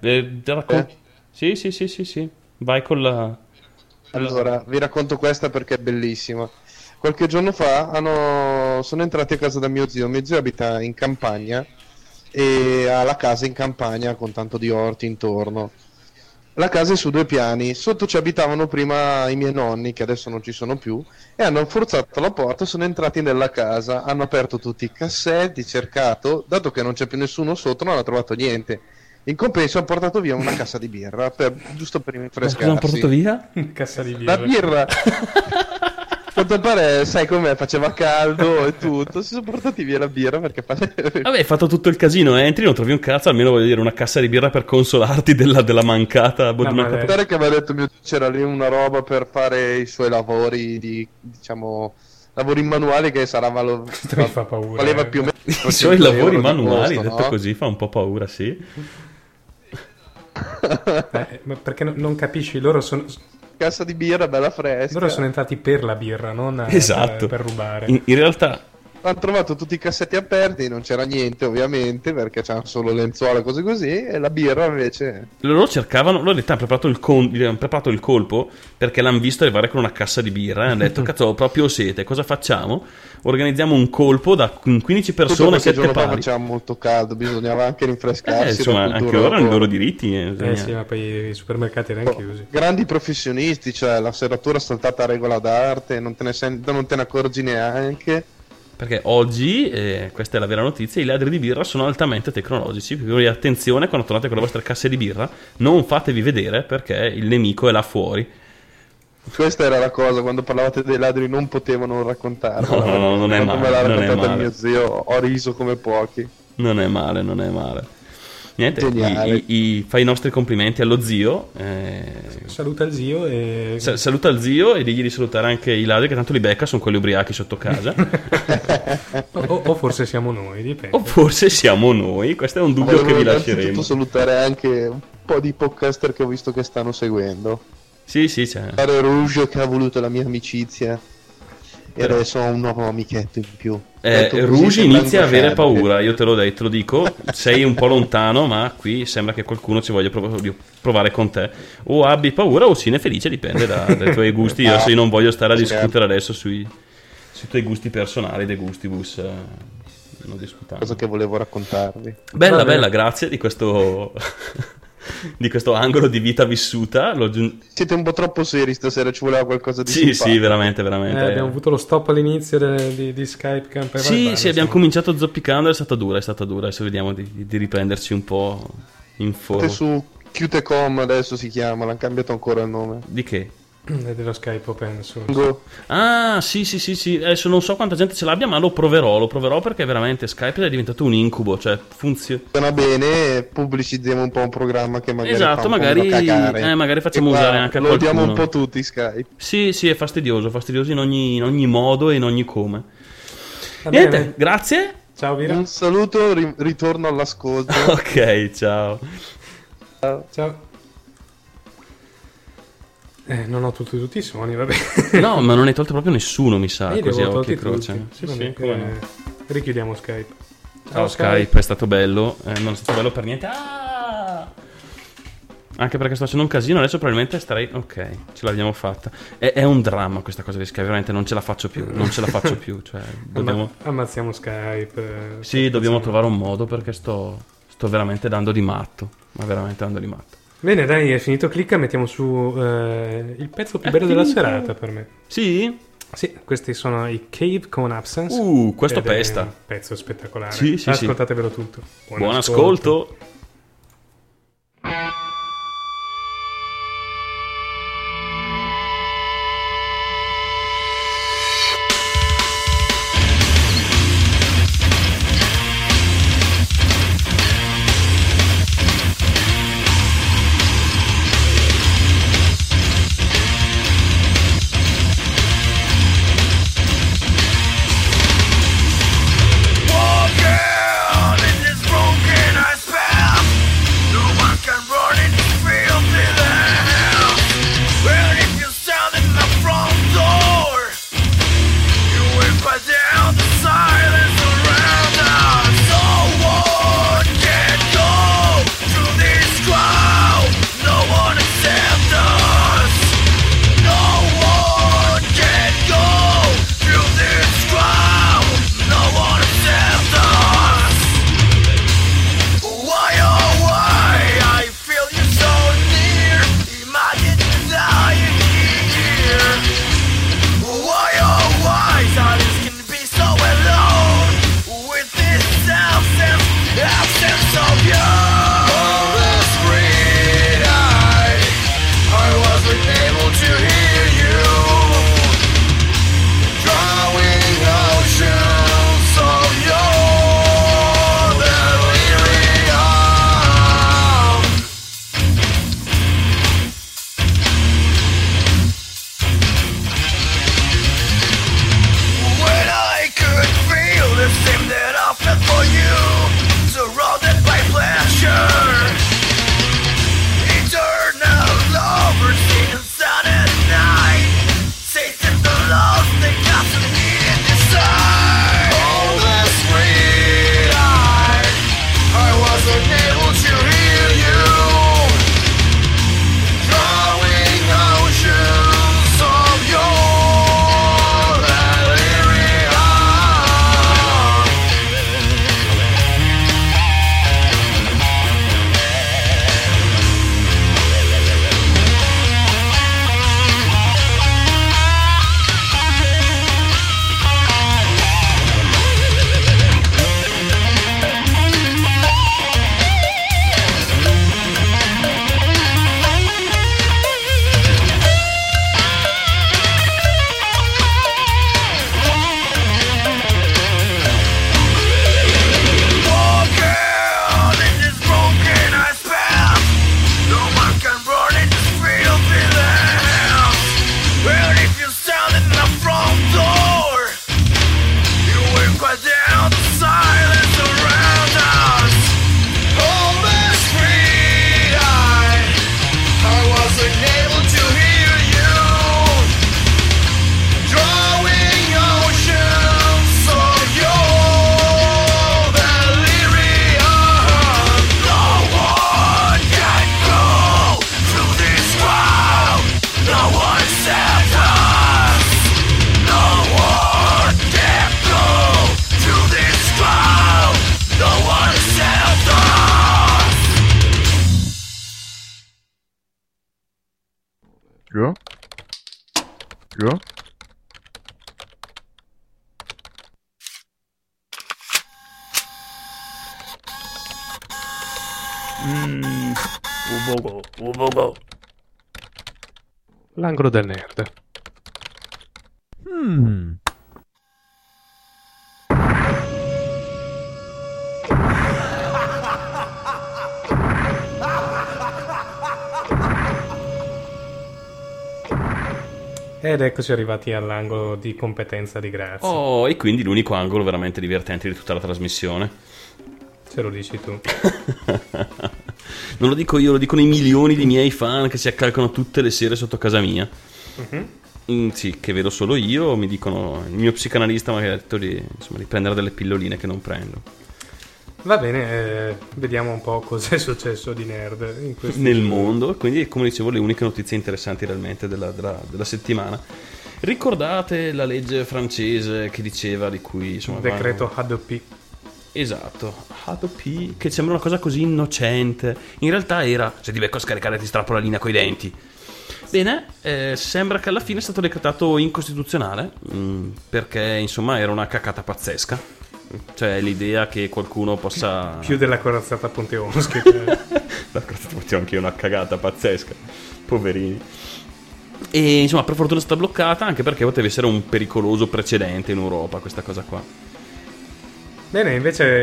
[SPEAKER 4] Sì. Vai con la...
[SPEAKER 8] Allora, vi racconto questa perché è bellissima. Qualche giorno fa sono entrati a casa da mio zio. Mio zio abita in campagna e ha la casa in campagna con tanto di orti intorno. La casa è su 2 piani, sotto ci abitavano prima i miei nonni, che adesso non ci sono più, e hanno forzato la porta, sono entrati nella casa, hanno aperto tutti i cassetti, cercato, dato che non c'è più nessuno sotto, non hanno trovato niente. In compenso hanno portato via una cassa di birra, giusto per rinfrescarsi.
[SPEAKER 4] Cosa hanno portato via?
[SPEAKER 2] Cassa di birra.
[SPEAKER 8] La birra! Quanto pare, sai com'è, faceva caldo e tutto, si sono portati via la birra perché
[SPEAKER 4] Vabbè, hai fatto tutto il casino, entri, non trovi un cazzo, almeno voglio dire una cassa di birra per consolarti della mancata...
[SPEAKER 2] No, ma
[SPEAKER 8] Guardare che aveva detto mio Dio, c'era lì una roba per fare i suoi lavori diciamo lavori manuali che sarà
[SPEAKER 2] mi fa paura.
[SPEAKER 8] valeva più o meno
[SPEAKER 4] I suoi lavori manuali,
[SPEAKER 8] costo,
[SPEAKER 4] detto
[SPEAKER 8] no?
[SPEAKER 4] così, fa un po' paura, sì.
[SPEAKER 2] Ma perché non capisci? Loro sono
[SPEAKER 8] Cassa di birra bella fresca.
[SPEAKER 2] Loro sono entrati per la birra, non
[SPEAKER 4] Esatto.
[SPEAKER 2] per rubare.
[SPEAKER 4] In realtà...
[SPEAKER 8] Hanno trovato tutti i cassetti aperti, non c'era niente ovviamente perché c'erano solo lenzuola e cose così, e la birra invece...
[SPEAKER 4] Loro cercavano, loro in realtà hanno preparato il colpo perché l'hanno visto arrivare con una cassa di birra e hanno detto cazzo ho proprio sete, cosa facciamo? Organizziamo un colpo da 15 persone,
[SPEAKER 8] Tutto perché
[SPEAKER 4] 7
[SPEAKER 8] il giorno fa
[SPEAKER 4] pali.
[SPEAKER 8] faceva molto caldo, bisognava anche rinfrescarsi.
[SPEAKER 4] Insomma,
[SPEAKER 8] era
[SPEAKER 4] anche
[SPEAKER 8] cultura
[SPEAKER 4] loro hanno i
[SPEAKER 8] lavoro.
[SPEAKER 4] loro diritti.
[SPEAKER 2] Sì, ma poi i supermercati erano chiusi.
[SPEAKER 8] Grandi professionisti, cioè la serratura saltata a regola d'arte, non te ne accorgi neanche.
[SPEAKER 4] Perché oggi, questa è la vera notizia, i ladri di birra sono altamente tecnologici. Quindi attenzione, quando tornate con le vostre casse di birra, non fatevi vedere perché il nemico è là fuori.
[SPEAKER 8] Questa era la cosa, quando parlavate dei ladri non potevano raccontarlo.
[SPEAKER 4] No, non è
[SPEAKER 8] Quando
[SPEAKER 4] male,
[SPEAKER 8] me l'ha
[SPEAKER 4] non è
[SPEAKER 8] raccontato il
[SPEAKER 4] male.
[SPEAKER 8] mio zio, ho riso come pochi.
[SPEAKER 4] Non è male, non è male. Niente,
[SPEAKER 8] Geniale.
[SPEAKER 4] fai i nostri complimenti allo zio.
[SPEAKER 2] Saluta il zio e...
[SPEAKER 4] Saluta il zio e digli di salutare anche i ladri che tanto li becca, sono quelli ubriachi sotto casa.
[SPEAKER 2] o forse siamo noi, dipende.
[SPEAKER 4] O forse siamo noi, questo è un dubbio che vi
[SPEAKER 8] Innanzitutto
[SPEAKER 4] lasceremo.
[SPEAKER 8] salutare anche un po' di podcaster che ho visto che stanno seguendo.
[SPEAKER 4] Sì, c'è.
[SPEAKER 8] Fare Rouge che ha voluto la mia amicizia. E adesso ho un nuovo amichetto in più. Detto così
[SPEAKER 4] Rouge
[SPEAKER 8] sembra
[SPEAKER 4] inizia a avere
[SPEAKER 8] angosciante.
[SPEAKER 4] paura, io te lo dico, sei un po' lontano, ma qui sembra che qualcuno ci voglia provare con te. O abbi paura o sine felice, dipende dai tuoi gusti. Io se non voglio stare a discutere adesso sui tuoi gusti personali, dei gustibus, non discutiamo.
[SPEAKER 8] Cosa che volevo raccontarvi.
[SPEAKER 4] Bella, grazie di questo di questo angolo di vita vissuta.
[SPEAKER 8] Siete un po' troppo seri stasera, ci voleva qualcosa di
[SPEAKER 4] Sì,
[SPEAKER 8] simpatico.
[SPEAKER 4] veramente.
[SPEAKER 2] Abbiamo avuto lo stop all'inizio di Skype Camp.
[SPEAKER 4] Sì, abbiamo cominciato zoppicando, è stata dura. Adesso vediamo di riprenderci un po' in forma.
[SPEAKER 8] Su Qtecom adesso si chiama, l'hanno cambiato ancora il nome.
[SPEAKER 4] Di che?
[SPEAKER 2] È dello Skype Open Source.
[SPEAKER 4] Ah, sì. Adesso non so quanta gente ce l'abbia, ma lo proverò perché veramente Skype è diventato un incubo, cioè funziona
[SPEAKER 8] bene, pubblicizziamo un po' un programma che magari
[SPEAKER 4] esatto,
[SPEAKER 8] fa un po'
[SPEAKER 4] magari,
[SPEAKER 8] meno cagare.
[SPEAKER 4] magari facciamo
[SPEAKER 8] E qua
[SPEAKER 4] usare anche a
[SPEAKER 8] lo
[SPEAKER 4] qualcuno.
[SPEAKER 8] diamo un po' tutti Skype.
[SPEAKER 4] Sì, è fastidioso in ogni modo e in ogni come.
[SPEAKER 2] Va
[SPEAKER 4] Niente,
[SPEAKER 2] bene.
[SPEAKER 4] grazie.
[SPEAKER 2] Ciao Vira.
[SPEAKER 8] Un saluto, ritorno all'ascolto.
[SPEAKER 4] Ok, ciao.
[SPEAKER 2] Ciao. Non ho tolto tutti i suoni, vabbè.
[SPEAKER 4] No, ma non hai tolto proprio nessuno, mi sa,
[SPEAKER 2] Io
[SPEAKER 4] così
[SPEAKER 2] li
[SPEAKER 4] a
[SPEAKER 2] avevo
[SPEAKER 4] occhio e
[SPEAKER 2] tolti
[SPEAKER 4] croce.
[SPEAKER 2] tutti.
[SPEAKER 4] Sì,
[SPEAKER 2] Vabbè,
[SPEAKER 4] come no.
[SPEAKER 2] richiudiamo Skype.
[SPEAKER 4] Ciao Skype, è stato bello. Non è stato bello per niente. Anche perché sto facendo un casino, adesso probabilmente starei... Ok, ce l'abbiamo fatta. È un dramma questa cosa di Skype, veramente non ce la faccio più. Cioè, dobbiamo...
[SPEAKER 2] Ammazziamo Skype.
[SPEAKER 4] Sì, dobbiamo trovare un modo perché sto veramente dando di matto. Ma veramente dando di matto.
[SPEAKER 2] Bene, dai, è finito. Clicca, mettiamo su il pezzo più bello della serata per me.
[SPEAKER 4] Sì?
[SPEAKER 2] Sì, questi sono i Cave con Absence.
[SPEAKER 4] Questo
[SPEAKER 2] ed è
[SPEAKER 4] pesta.
[SPEAKER 2] un pezzo spettacolare.
[SPEAKER 4] Sì.
[SPEAKER 2] Ascoltatevelo tutto.
[SPEAKER 4] Buon ascolto.
[SPEAKER 7] Walking in this broken earth spell.
[SPEAKER 6] esempio.
[SPEAKER 2] L'angolo del nerd. Ed eccoci arrivati all'angolo di competenza di Grazia.
[SPEAKER 4] Oh, e quindi l'unico angolo veramente divertente di tutta la trasmissione.
[SPEAKER 2] Se lo dici tu.
[SPEAKER 4] Non lo dico io, lo dicono i milioni di miei fan che si accalcano tutte le sere sotto casa mia. Sì, che vedo solo io. Mi dicono, il mio psicanalista mi ha detto di prendere delle pilloline che non prendo.
[SPEAKER 2] Va bene, vediamo un po' cosa è successo di nerd in
[SPEAKER 4] nel mondo. Quindi, come dicevo, le uniche notizie interessanti realmente della settimana. Ricordate la legge francese che diceva di cui
[SPEAKER 2] decreto Hadopi.
[SPEAKER 4] Esatto, Hadopi, che sembra una cosa così innocente. In realtà era, se ti becco a scaricare ti strappo la linea coi denti. Bene, sembra che alla fine è stato decretato incostituzionale, perché insomma era una cacata pazzesca. Cioè l'idea che qualcuno possa...
[SPEAKER 2] Più della corazzata Ponteonschi.
[SPEAKER 4] La corazzata Ponteonschi è anche una cagata pazzesca. Poverini. E insomma, per fortuna è stata bloccata, anche perché poteva essere un pericoloso precedente in Europa questa cosa qua.
[SPEAKER 2] Bene, invece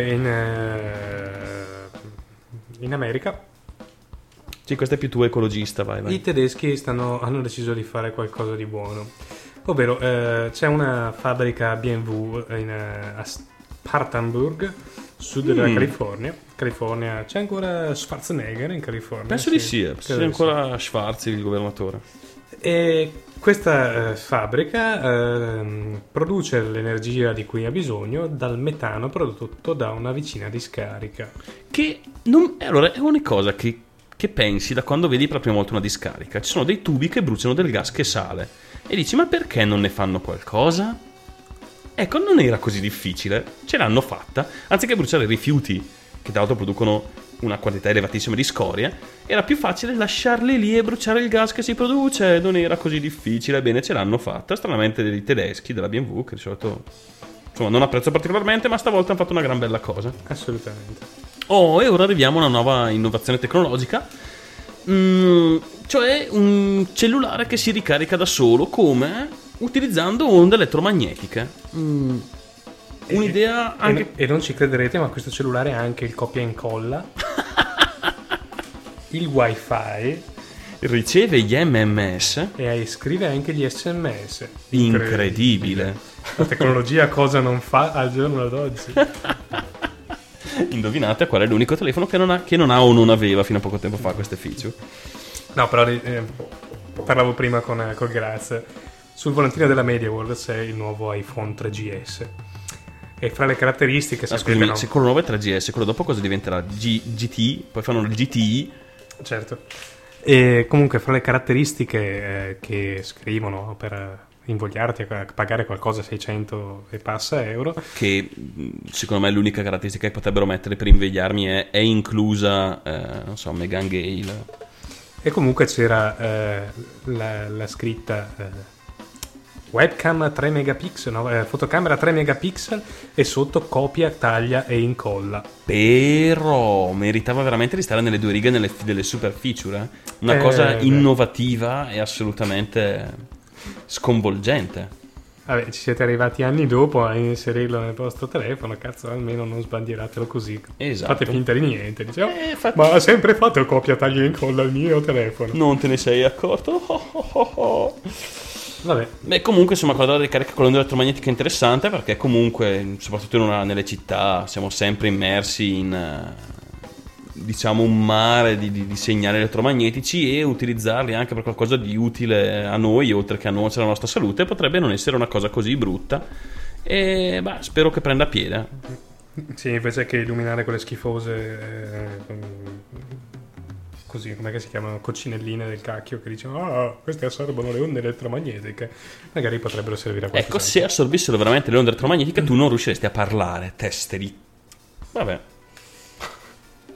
[SPEAKER 2] in America...
[SPEAKER 4] Sì, questo è più tu ecologista, vai.
[SPEAKER 2] I tedeschi hanno deciso di fare qualcosa di buono. Ovvero, c'è una fabbrica BMW a Spartanburg, sud della California. C'è ancora Schwarzenegger in California?
[SPEAKER 4] Penso di sì, c'è ancora Schwarz, il governatore.
[SPEAKER 2] E questa fabbrica produce l'energia di cui ha bisogno dal metano prodotto da una vicina discarica.
[SPEAKER 4] Che non... Allora, è una cosa che pensi da quando vedi per la prima volta una discarica. Ci sono dei tubi che bruciano del gas che sale. E dici, ma perché non ne fanno qualcosa? Ecco, non era così difficile. Ce l'hanno fatta. Anziché bruciare i rifiuti, che tra l'altro producono una quantità elevatissima di scorie, era più facile lasciarli lì e bruciare il gas che si produce. Non era così difficile. Bene, ce l'hanno fatta. Stranamente dei tedeschi, della BMW, che di solito insomma non apprezzo particolarmente, ma stavolta hanno fatto una gran bella cosa.
[SPEAKER 2] Assolutamente.
[SPEAKER 4] Oh, e ora arriviamo a una nuova innovazione tecnologica. Cioè un cellulare che si ricarica da solo, come? Utilizzando onde elettromagnetiche. Un'idea anche...
[SPEAKER 2] E non ci crederete, ma questo cellulare ha anche il copia e incolla, il wifi,
[SPEAKER 4] riceve gli MMS
[SPEAKER 2] e scrive anche gli SMS.
[SPEAKER 4] Incredibile.
[SPEAKER 2] La tecnologia cosa non fa al giorno d'oggi.
[SPEAKER 4] Indovinate qual è l'unico telefono che non ha o non aveva fino a poco tempo fa queste feature.
[SPEAKER 2] No, però parlavo prima con Graz. Sul volantino della MediaWorld c'è il nuovo iPhone 3GS. E fra le caratteristiche...
[SPEAKER 4] Scusami, se quello nuovo è 3GS, quello dopo cosa diventerà? GT? Poi fanno il GTI?
[SPEAKER 2] Certo. E comunque fra le caratteristiche che scrivono per invogliarti a pagare qualcosa 600 e passa euro,
[SPEAKER 4] che secondo me l'unica caratteristica che potrebbero mettere per invegliarmi è inclusa non so, Megan Gale.
[SPEAKER 2] E comunque c'era la scritta webcam 3 megapixel, no, fotocamera 3 megapixel e sotto copia, taglia e incolla.
[SPEAKER 4] Però meritava veramente di stare nelle due righe delle super feature. Una cosa innovativa e assolutamente sconvolgente.
[SPEAKER 2] Vabbè, ci siete arrivati anni dopo a inserirlo nel vostro telefono, cazzo, almeno non sbandieratelo così.
[SPEAKER 4] Esatto.
[SPEAKER 2] Fate finta di niente, diciamo. Ma ha sempre fatto copia, taglia e incolla al mio telefono.
[SPEAKER 4] Non te ne sei accorto?
[SPEAKER 2] Vabbè.
[SPEAKER 4] Beh, comunque insomma, quella della ricarica con l'onda elettromagnetica è interessante, perché comunque soprattutto nelle città siamo sempre immersi in diciamo un mare di segnali elettromagnetici, e utilizzarli anche per qualcosa di utile a noi, oltre che a nuocere alla nostra salute, potrebbe non essere una cosa così brutta. E spero che prenda piede.
[SPEAKER 2] Sì, invece che illuminare quelle schifose così, com'è che si chiamano, coccinelline del cacchio che dicono queste assorbono le onde elettromagnetiche, magari potrebbero servire a qualcosa.
[SPEAKER 4] Ecco, se assorbissero veramente le onde elettromagnetiche tu non riusciresti a parlare, testeri. Vabbè.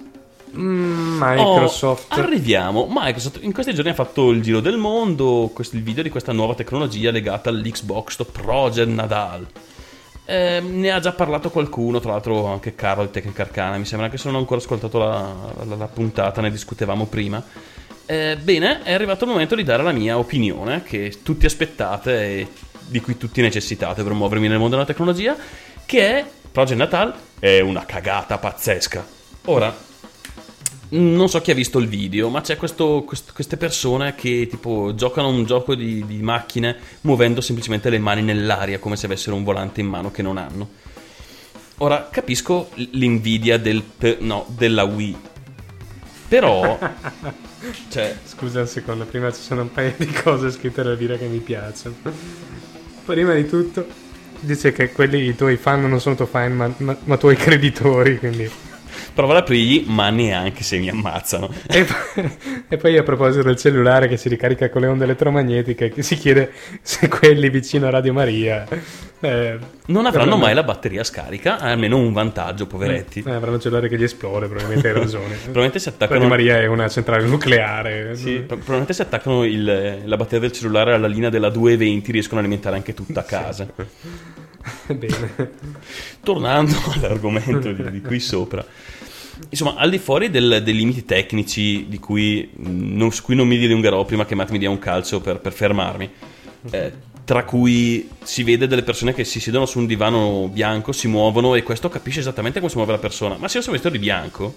[SPEAKER 2] Microsoft.
[SPEAKER 4] Arriviamo. Microsoft in questi giorni ha fatto il giro del mondo, il video di questa nuova tecnologia legata all'Xbox, sto Project Nadal. Ne ha già parlato qualcuno, tra l'altro anche Carlo di Tecnica Arcana, mi sembra, anche se non ho ancora ascoltato la puntata, ne discutevamo prima. Bene, è arrivato il momento di dare la mia opinione, che tutti aspettate e di cui tutti necessitate per muovermi nel mondo della tecnologia, che è Project Natal è una cagata pazzesca. Ora, non so chi ha visto il video, ma c'è queste persone che tipo giocano un gioco di macchine muovendo semplicemente le mani nell'aria come se avessero un volante in mano che non hanno. Ora, capisco l'invidia della Wii, però cioè,
[SPEAKER 2] Scusa un secondo, prima ci sono un paio di cose scritte da dire che mi piacciono. Prima di tutto dice che quelli i tuoi fan non sono tuoi fan ma tuoi creditori, quindi...
[SPEAKER 4] Prova ad aprirgli, ma neanche se mi ammazzano.
[SPEAKER 2] E poi a proposito del cellulare che si ricarica con le onde elettromagnetiche, che si chiede se quelli vicino a Radio Maria
[SPEAKER 4] non avranno mai la batteria scarica, almeno un vantaggio, poveretti.
[SPEAKER 2] Avranno un cellulare che gli esplode, probabilmente hai ragione.
[SPEAKER 4] Probabilmente si attaccano...
[SPEAKER 2] Radio Maria è una centrale nucleare.
[SPEAKER 4] Sì, probabilmente se attaccano la batteria del cellulare alla linea della 220 riescono a alimentare anche tutta casa.
[SPEAKER 2] Sì. Bene.
[SPEAKER 4] Tornando all'argomento di qui sopra, insomma, al di fuori dei limiti tecnici su cui non mi dilungherò prima che Matt mi dia un calcio per fermarmi, tra cui si vede delle persone che si siedono su un divano bianco, si muovono e questo capisce esattamente come si muove la persona. Ma se io sono vestito di bianco,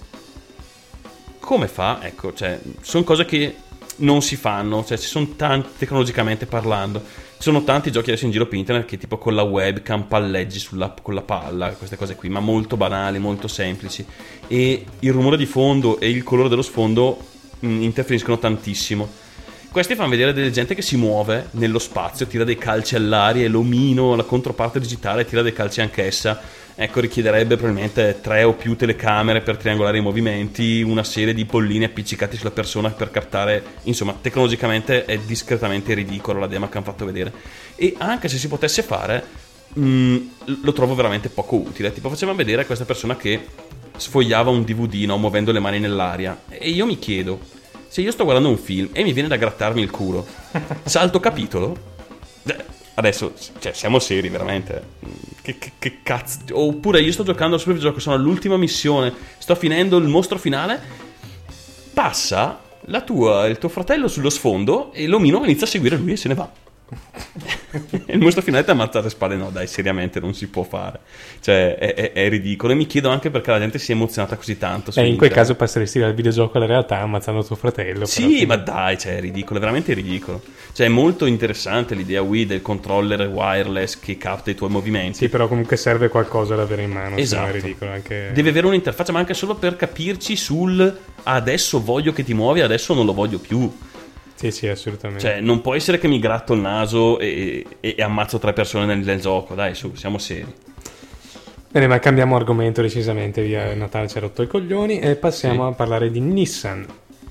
[SPEAKER 4] come fa? Ecco, cioè, sono cose che non si fanno, cioè ci sono tanti, tecnologicamente parlando, ci sono tanti giochi adesso in giro per internet che tipo con la webcam palleggi con la palla, queste cose qui, ma molto banali, molto semplici, e il rumore di fondo e il colore dello sfondo interferiscono tantissimo. Questi fanno vedere delle gente che si muove nello spazio, tira dei calci all'aria, e l'omino, la controparte digitale, tira dei calci anch'essa. Ecco, richiederebbe probabilmente 3 o più telecamere per triangolare i movimenti, una serie di pollini appiccicati sulla persona per captare. Insomma, tecnologicamente è discretamente ridicolo la demo che hanno fatto vedere. E anche se si potesse fare, lo trovo veramente poco utile. Tipo, facevano vedere questa persona che sfogliava un DVD, no, muovendo le mani nell'aria. E io mi chiedo, se io sto guardando un film e mi viene da grattarmi il culo, salto capitolo? Adesso, cioè, siamo seri, veramente. Che cazzo? Oppure io sto giocando al super videogioco, sono all'ultima missione, sto finendo il mostro finale, passa il tuo fratello sullo sfondo e l'omino inizia a seguire lui e se ne va. E il mostro finale ti ammazza alle spalle. No dai, seriamente non si può fare, cioè è ridicolo. E mi chiedo anche perché la gente si è emozionata così tanto
[SPEAKER 2] in quel caso passeresti dal videogioco alla realtà ammazzando tuo fratello.
[SPEAKER 4] Sì, ma dai, cioè è ridicolo, è veramente ridicolo. Cioè è molto interessante l'idea Wii del controller wireless che capta i tuoi movimenti.
[SPEAKER 2] Sì, però comunque serve qualcosa da avere in mano.
[SPEAKER 4] Esatto.
[SPEAKER 2] È ridicolo anche...
[SPEAKER 4] Deve avere un'interfaccia, ma anche solo per capirci sul adesso voglio che ti muovi, adesso non lo voglio più.
[SPEAKER 2] Sì, assolutamente.
[SPEAKER 4] Cioè, non può essere che mi gratto il naso e ammazzo 3 persone nel gioco. Dai, su, siamo seri.
[SPEAKER 2] Bene, ma cambiamo argomento decisamente. Via Natale ci ha rotto i coglioni e passiamo a parlare di Nissan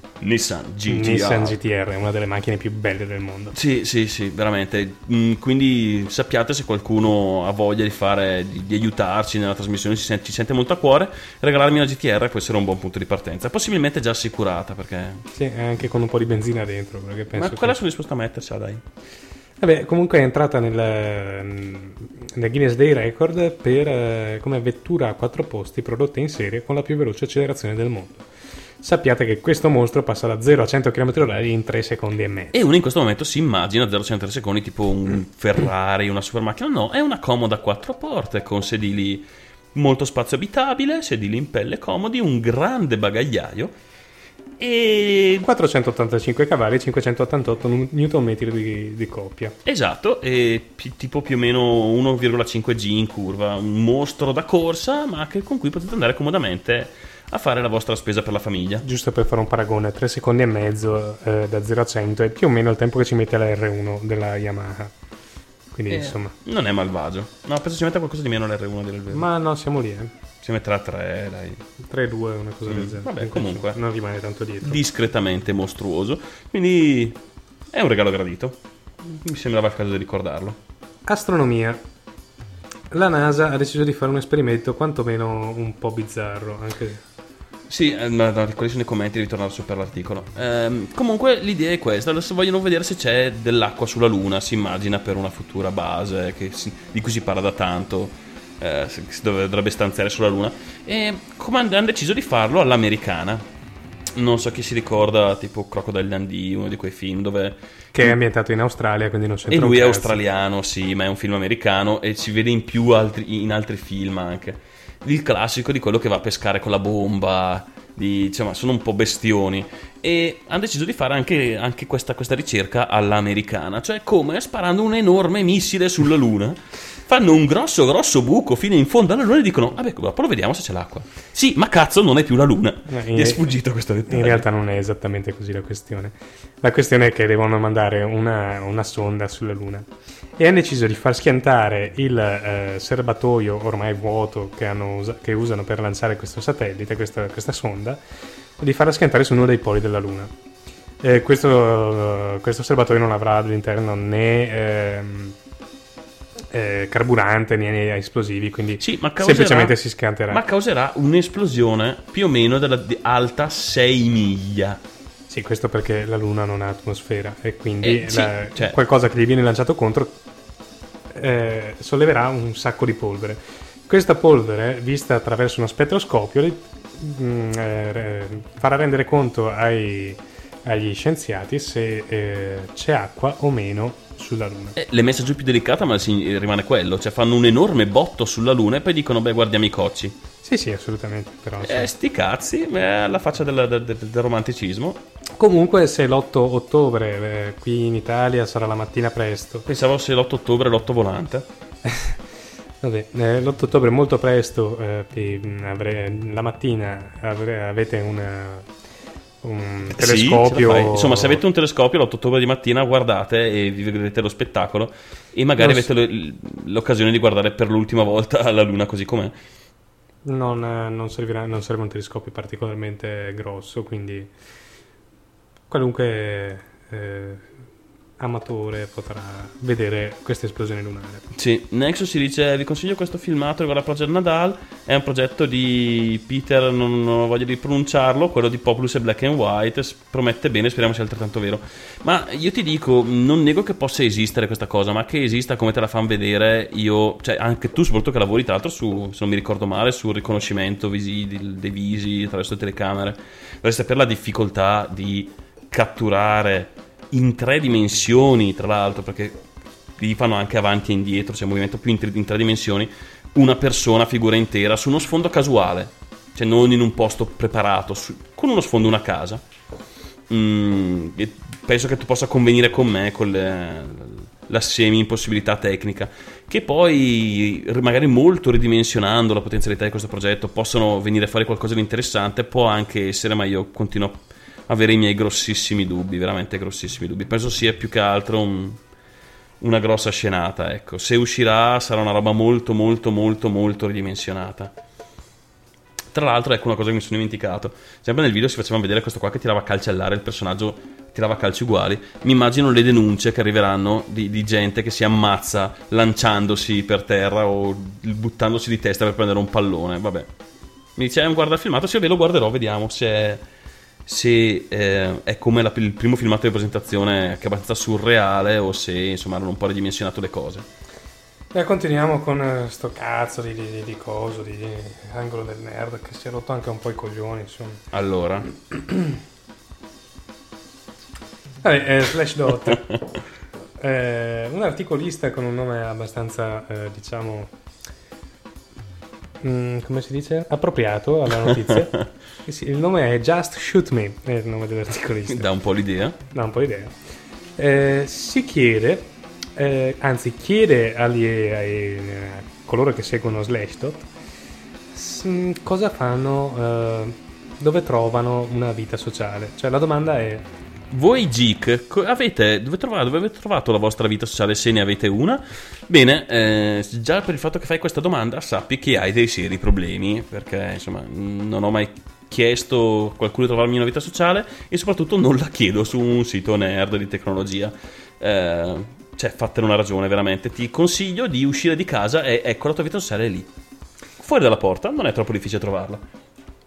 [SPEAKER 2] GT-R, è una delle macchine più belle del mondo.
[SPEAKER 4] Sì, veramente. Quindi sappiate, se qualcuno ha voglia di aiutarci nella trasmissione, ci sente molto a cuore, regalarmi una GT-R può essere un buon punto di partenza, possibilmente già assicurata, perché
[SPEAKER 2] sì, anche con un po' di benzina dentro, perché penso
[SPEAKER 4] ma quella sono disposto a mettercela, dai.
[SPEAKER 2] Vabbè, comunque è entrata nel Guinness Day Record per come vettura a 4 posti prodotta in serie con la più veloce accelerazione del mondo. Sappiate che questo mostro passa da 0 a 100 km/h in 3 secondi e mezzo.
[SPEAKER 4] E uno in questo momento si immagina 0 a 103 secondi tipo un Ferrari, una super macchina. No, è una comoda 4 porte con sedili, molto spazio abitabile, sedili in pelle comodi, un grande bagagliaio e
[SPEAKER 2] 485 cavalli e 588 Nm di coppia.
[SPEAKER 4] Esatto, e tipo più o meno 1,5 G in curva, un mostro da corsa, ma con cui potete andare comodamente a fare la vostra spesa per la famiglia.
[SPEAKER 2] Giusto per fare un paragone, 3 secondi e mezzo da 0 a 100 è più o meno il tempo che ci mette la R1 della Yamaha. Quindi insomma
[SPEAKER 4] non è malvagio. No, penso ci metta qualcosa di meno l'R1 a dire il vero.
[SPEAKER 2] Ma no, siamo lì,
[SPEAKER 4] si metterà a 3, dai.
[SPEAKER 2] 3-2, una cosa del genere.
[SPEAKER 4] Vabbè, comunque
[SPEAKER 2] non rimane tanto dietro.
[SPEAKER 4] Discretamente mostruoso. Quindi è un regalo gradito. Mi sembrava il caso di ricordarlo.
[SPEAKER 2] Astronomia. La NASA ha deciso di fare un esperimento quantomeno un po' bizzarro, anche
[SPEAKER 4] Sì, quelli sono i commenti, devi tornare su per l'articolo. Comunque l'idea è questa, adesso vogliono vedere se c'è dell'acqua sulla Luna, si immagina per una futura base di cui si parla da tanto, si dovrebbe stanziare sulla Luna. E come hanno deciso di farlo all'americana. Non so chi si ricorda, tipo Crocodile Dundee, uno di quei film dove...
[SPEAKER 2] Che è ambientato in Australia, quindi non c'entra
[SPEAKER 4] E lui
[SPEAKER 2] un
[SPEAKER 4] è
[SPEAKER 2] cazzo.
[SPEAKER 4] australiano, sì, ma è un film americano e si vede in altri film anche. Il classico di quello che va a pescare con la bomba, insomma, sono un po' bestioni. E hanno deciso di fare anche questa ricerca all'americana, cioè come sparando un enorme missile sulla Luna. Fanno un grosso buco fino in fondo alla Luna e dicono: vabbè, dopo lo vediamo se c'è l'acqua. Sì, ma cazzo, non è più la Luna. Mi è sfuggito questo dettaglio.
[SPEAKER 2] In realtà non è esattamente così la questione. La questione è che devono mandare una sonda sulla Luna e hanno deciso di far schiantare il serbatoio ormai vuoto che usano per lanciare questo satellite, questa sonda, e di farla schiantare su uno dei poli della Luna. Questo serbatoio non avrà all'interno né carburante né esplosivi, quindi
[SPEAKER 4] sì, ma
[SPEAKER 2] semplicemente si schianterà.
[SPEAKER 4] Ma causerà un'esplosione più o meno di alta 6 miglia.
[SPEAKER 2] Sì, questo perché la Luna non ha atmosfera e quindi
[SPEAKER 4] cioè...
[SPEAKER 2] qualcosa che gli viene lanciato contro solleverà un sacco di polvere. Questa polvere, vista attraverso uno spettroscopio, farà rendere conto agli scienziati se c'è acqua o meno sulla Luna.
[SPEAKER 4] L'emessa giù più delicata, ma rimane quello, cioè fanno un enorme botto sulla Luna e poi dicono: beh, guardiamo i cocci.
[SPEAKER 2] Sì, assolutamente, però
[SPEAKER 4] sti cazzi, alla faccia del romanticismo.
[SPEAKER 2] Comunque, se l'8 ottobre qui in Italia sarà la mattina presto.
[SPEAKER 4] Pensavo se l'8 ottobre l'8 volante.
[SPEAKER 2] Vabbè, l'8 ottobre molto presto, la mattina avete un telescopio.
[SPEAKER 4] Sì, insomma, se avete un telescopio l'8 ottobre di mattina guardate e vi vedrete lo spettacolo e magari avete l'occasione di guardare per l'ultima volta la Luna così com'è.
[SPEAKER 2] Non serve un telescopio particolarmente grosso, quindi qualunque amatore potrà vedere questa esplosione lunare.
[SPEAKER 4] Sì, Nexus si dice: vi consiglio questo filmato riguarda Project Nadal, è un progetto di Peter, non ho voglia di pronunciarlo, quello di Populous e Black and White, promette bene, speriamo sia altrettanto vero. Ma io ti dico, non nego che possa esistere questa cosa, ma che esista come te la fanno vedere, cioè anche tu soprattutto che lavori tra l'altro se non mi ricordo male, sul riconoscimento dei visi attraverso le telecamere, dovresti sapere la difficoltà di catturare in 3 dimensioni, tra l'altro, perché li fanno anche avanti e indietro, c'è un movimento più in 3 dimensioni, una persona, figura intera, su uno sfondo casuale, cioè non in un posto preparato, con uno sfondo, una casa. E penso che tu possa convenire con me con la semi-impossibilità tecnica, che poi magari molto ridimensionando la potenzialità di questo progetto possono venire fuori qualcosa di interessante, può anche essere, ma io continuo a avere i miei grossissimi dubbi, veramente grossissimi dubbi. Penso sia più che altro una grossa scenata, ecco. Se uscirà sarà una roba molto molto molto molto ridimensionata. Tra l'altro, ecco una cosa che mi sono dimenticato, sempre nel video si faceva vedere questo qua che tirava calci all'aria, il personaggio tirava calci uguali. Mi immagino le denunce che arriveranno di gente che si ammazza lanciandosi per terra o buttandosi di testa per prendere un pallone. Vabbè, mi dice guarda il filmato, se io ve lo guarderò, vediamo se è come il primo filmato di presentazione, che è abbastanza surreale, o se insomma hanno un po' ridimensionato le cose.
[SPEAKER 2] Continuiamo con sto cazzo di coso, di angolo del nerd, che si è rotto anche un po' i coglioni, insomma.
[SPEAKER 4] Allora
[SPEAKER 2] Slashdot, un articolista con un nome abbastanza diciamo come si dice? Appropriato alla notizia. Sì, il nome è Just Shoot Me, è il nome dell'articolista.
[SPEAKER 4] Dà un po' l'idea.
[SPEAKER 2] Si chiede, anzi chiede a coloro che seguono Slashdot cosa fanno, dove trovano una vita sociale. Cioè la domanda è:
[SPEAKER 4] voi geek dove avete trovato la vostra vita sociale, se ne avete una? Bene, già per il fatto che fai questa domanda sappi che hai dei seri problemi, perché insomma non ho mai chiesto a qualcuno di trovarmi una vita sociale e soprattutto non la chiedo su un sito nerd di tecnologia. Cioè, fatene una ragione, veramente. Ti consiglio di uscire di casa e ecco, la tua vita sociale è lì, fuori dalla porta, non è troppo difficile trovarla.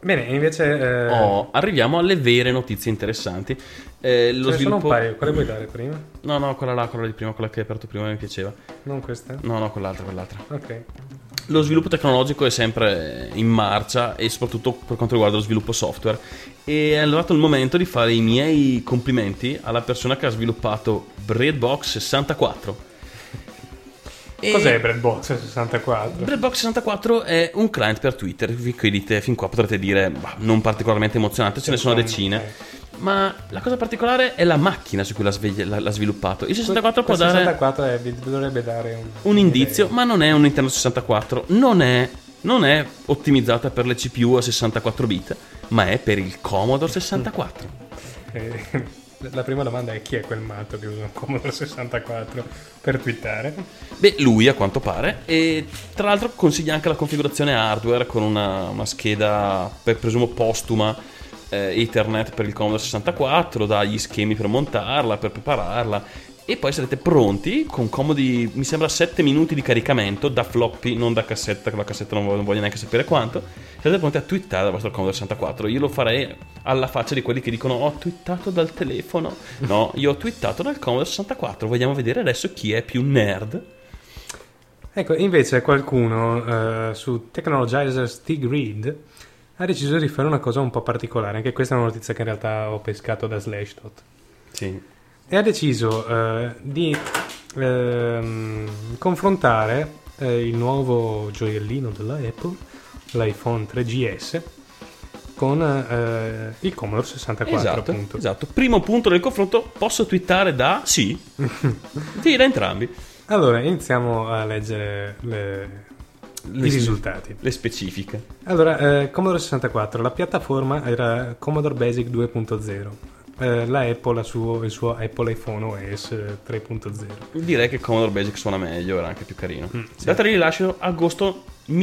[SPEAKER 2] Bene, invece...
[SPEAKER 4] arriviamo alle vere notizie interessanti. Lo
[SPEAKER 2] ce ne sono un
[SPEAKER 4] sviluppo...
[SPEAKER 2] paio, quale vuoi dare prima?
[SPEAKER 4] No, quella di prima, quella che hai aperto prima mi piaceva.
[SPEAKER 2] Non questa?
[SPEAKER 4] No, quell'altra.
[SPEAKER 2] Ok.
[SPEAKER 4] Lo sviluppo tecnologico è sempre in marcia e soprattutto per quanto riguarda lo sviluppo software. E è arrivato il momento di fare i miei complimenti alla persona che ha sviluppato Breadbox 64.
[SPEAKER 2] Cos'è Breadbox 64?
[SPEAKER 4] Breadbox 64 è un client per Twitter. Qui dite, fin qua potrete dire non particolarmente emozionante, ce ne sono decine. Ma la cosa particolare è la macchina su cui l'ha sviluppato. Il 64 può dare
[SPEAKER 2] 64 dovrebbe dare
[SPEAKER 4] un indizio, ma non è un Nintendo 64, non è ottimizzata per le CPU a 64 bit, ma è per il Commodore 64.
[SPEAKER 2] La prima domanda è: chi è quel matto che usa un Commodore 64 per twittare?
[SPEAKER 4] Beh, lui a quanto pare. E tra l'altro consiglia anche la configurazione hardware con una scheda, presumo postuma, Ethernet per il Commodore 64, dà gli schemi per montarla, per prepararla, e poi sarete pronti con comodi, mi sembra 7 minuti di caricamento da floppy, non da cassetta, che la cassetta non voglio neanche sapere quanto. Sarete pronti a twittare dal vostro Commodore 64. Io lo farei alla faccia di quelli che dicono ho twittato dal telefono. No, io ho twittato dal Commodore 64. Vogliamo vedere adesso chi è più nerd?
[SPEAKER 2] Ecco, invece qualcuno su Technologizer Stig Reed ha deciso di fare una cosa un po' particolare. Anche questa è una notizia che in realtà ho pescato da Slashdot.
[SPEAKER 4] Sì.
[SPEAKER 2] E ha deciso di confrontare il nuovo gioiellino della Apple, l'iPhone 3GS, con il Commodore 64. Appunto.
[SPEAKER 4] Esatto. Primo punto del confronto: posso twittare da? Sì. Sì, da entrambi.
[SPEAKER 2] Allora, iniziamo a leggere i risultati,
[SPEAKER 4] le specifiche.
[SPEAKER 2] Allora, Commodore 64, la piattaforma era Commodore Basic 2.0, la Apple il suo Apple iPhone OS 3.0.
[SPEAKER 4] Direi che Commodore Basic suona meglio, era anche più carino.
[SPEAKER 2] Sì.
[SPEAKER 4] Data di rilascio agosto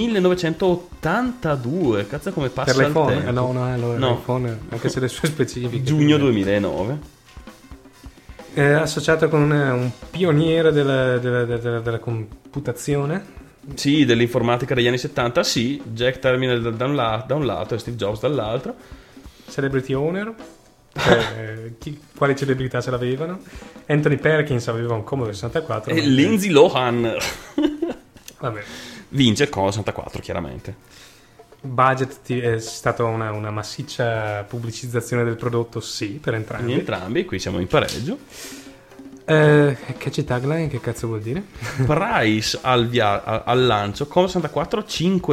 [SPEAKER 4] 1982. Cazzo, come passa
[SPEAKER 2] per
[SPEAKER 4] il
[SPEAKER 2] l'iPhone?
[SPEAKER 4] tempo.
[SPEAKER 2] No, l'iPhone, anche se le sue specifiche.
[SPEAKER 4] Giugno 2009.
[SPEAKER 2] Associato con un pioniere della computazione.
[SPEAKER 4] Sì, dell'informatica degli anni 70, sì. Jack Terminal da un lato e Steve Jobs dall'altro.
[SPEAKER 2] Celebrity owner. Quali celebrità ce l'avevano? Anthony Perkins aveva un Commodore 64.
[SPEAKER 4] E Lindsay Lohan.
[SPEAKER 2] Vabbè.
[SPEAKER 4] Vince il Commodore 64, chiaramente.
[SPEAKER 2] Budget è stata una massiccia pubblicizzazione del prodotto, sì, per entrambi. Qui siamo in pareggio. Catchy tagline, che cazzo vuol dire?
[SPEAKER 4] Price al lancio Commodore 64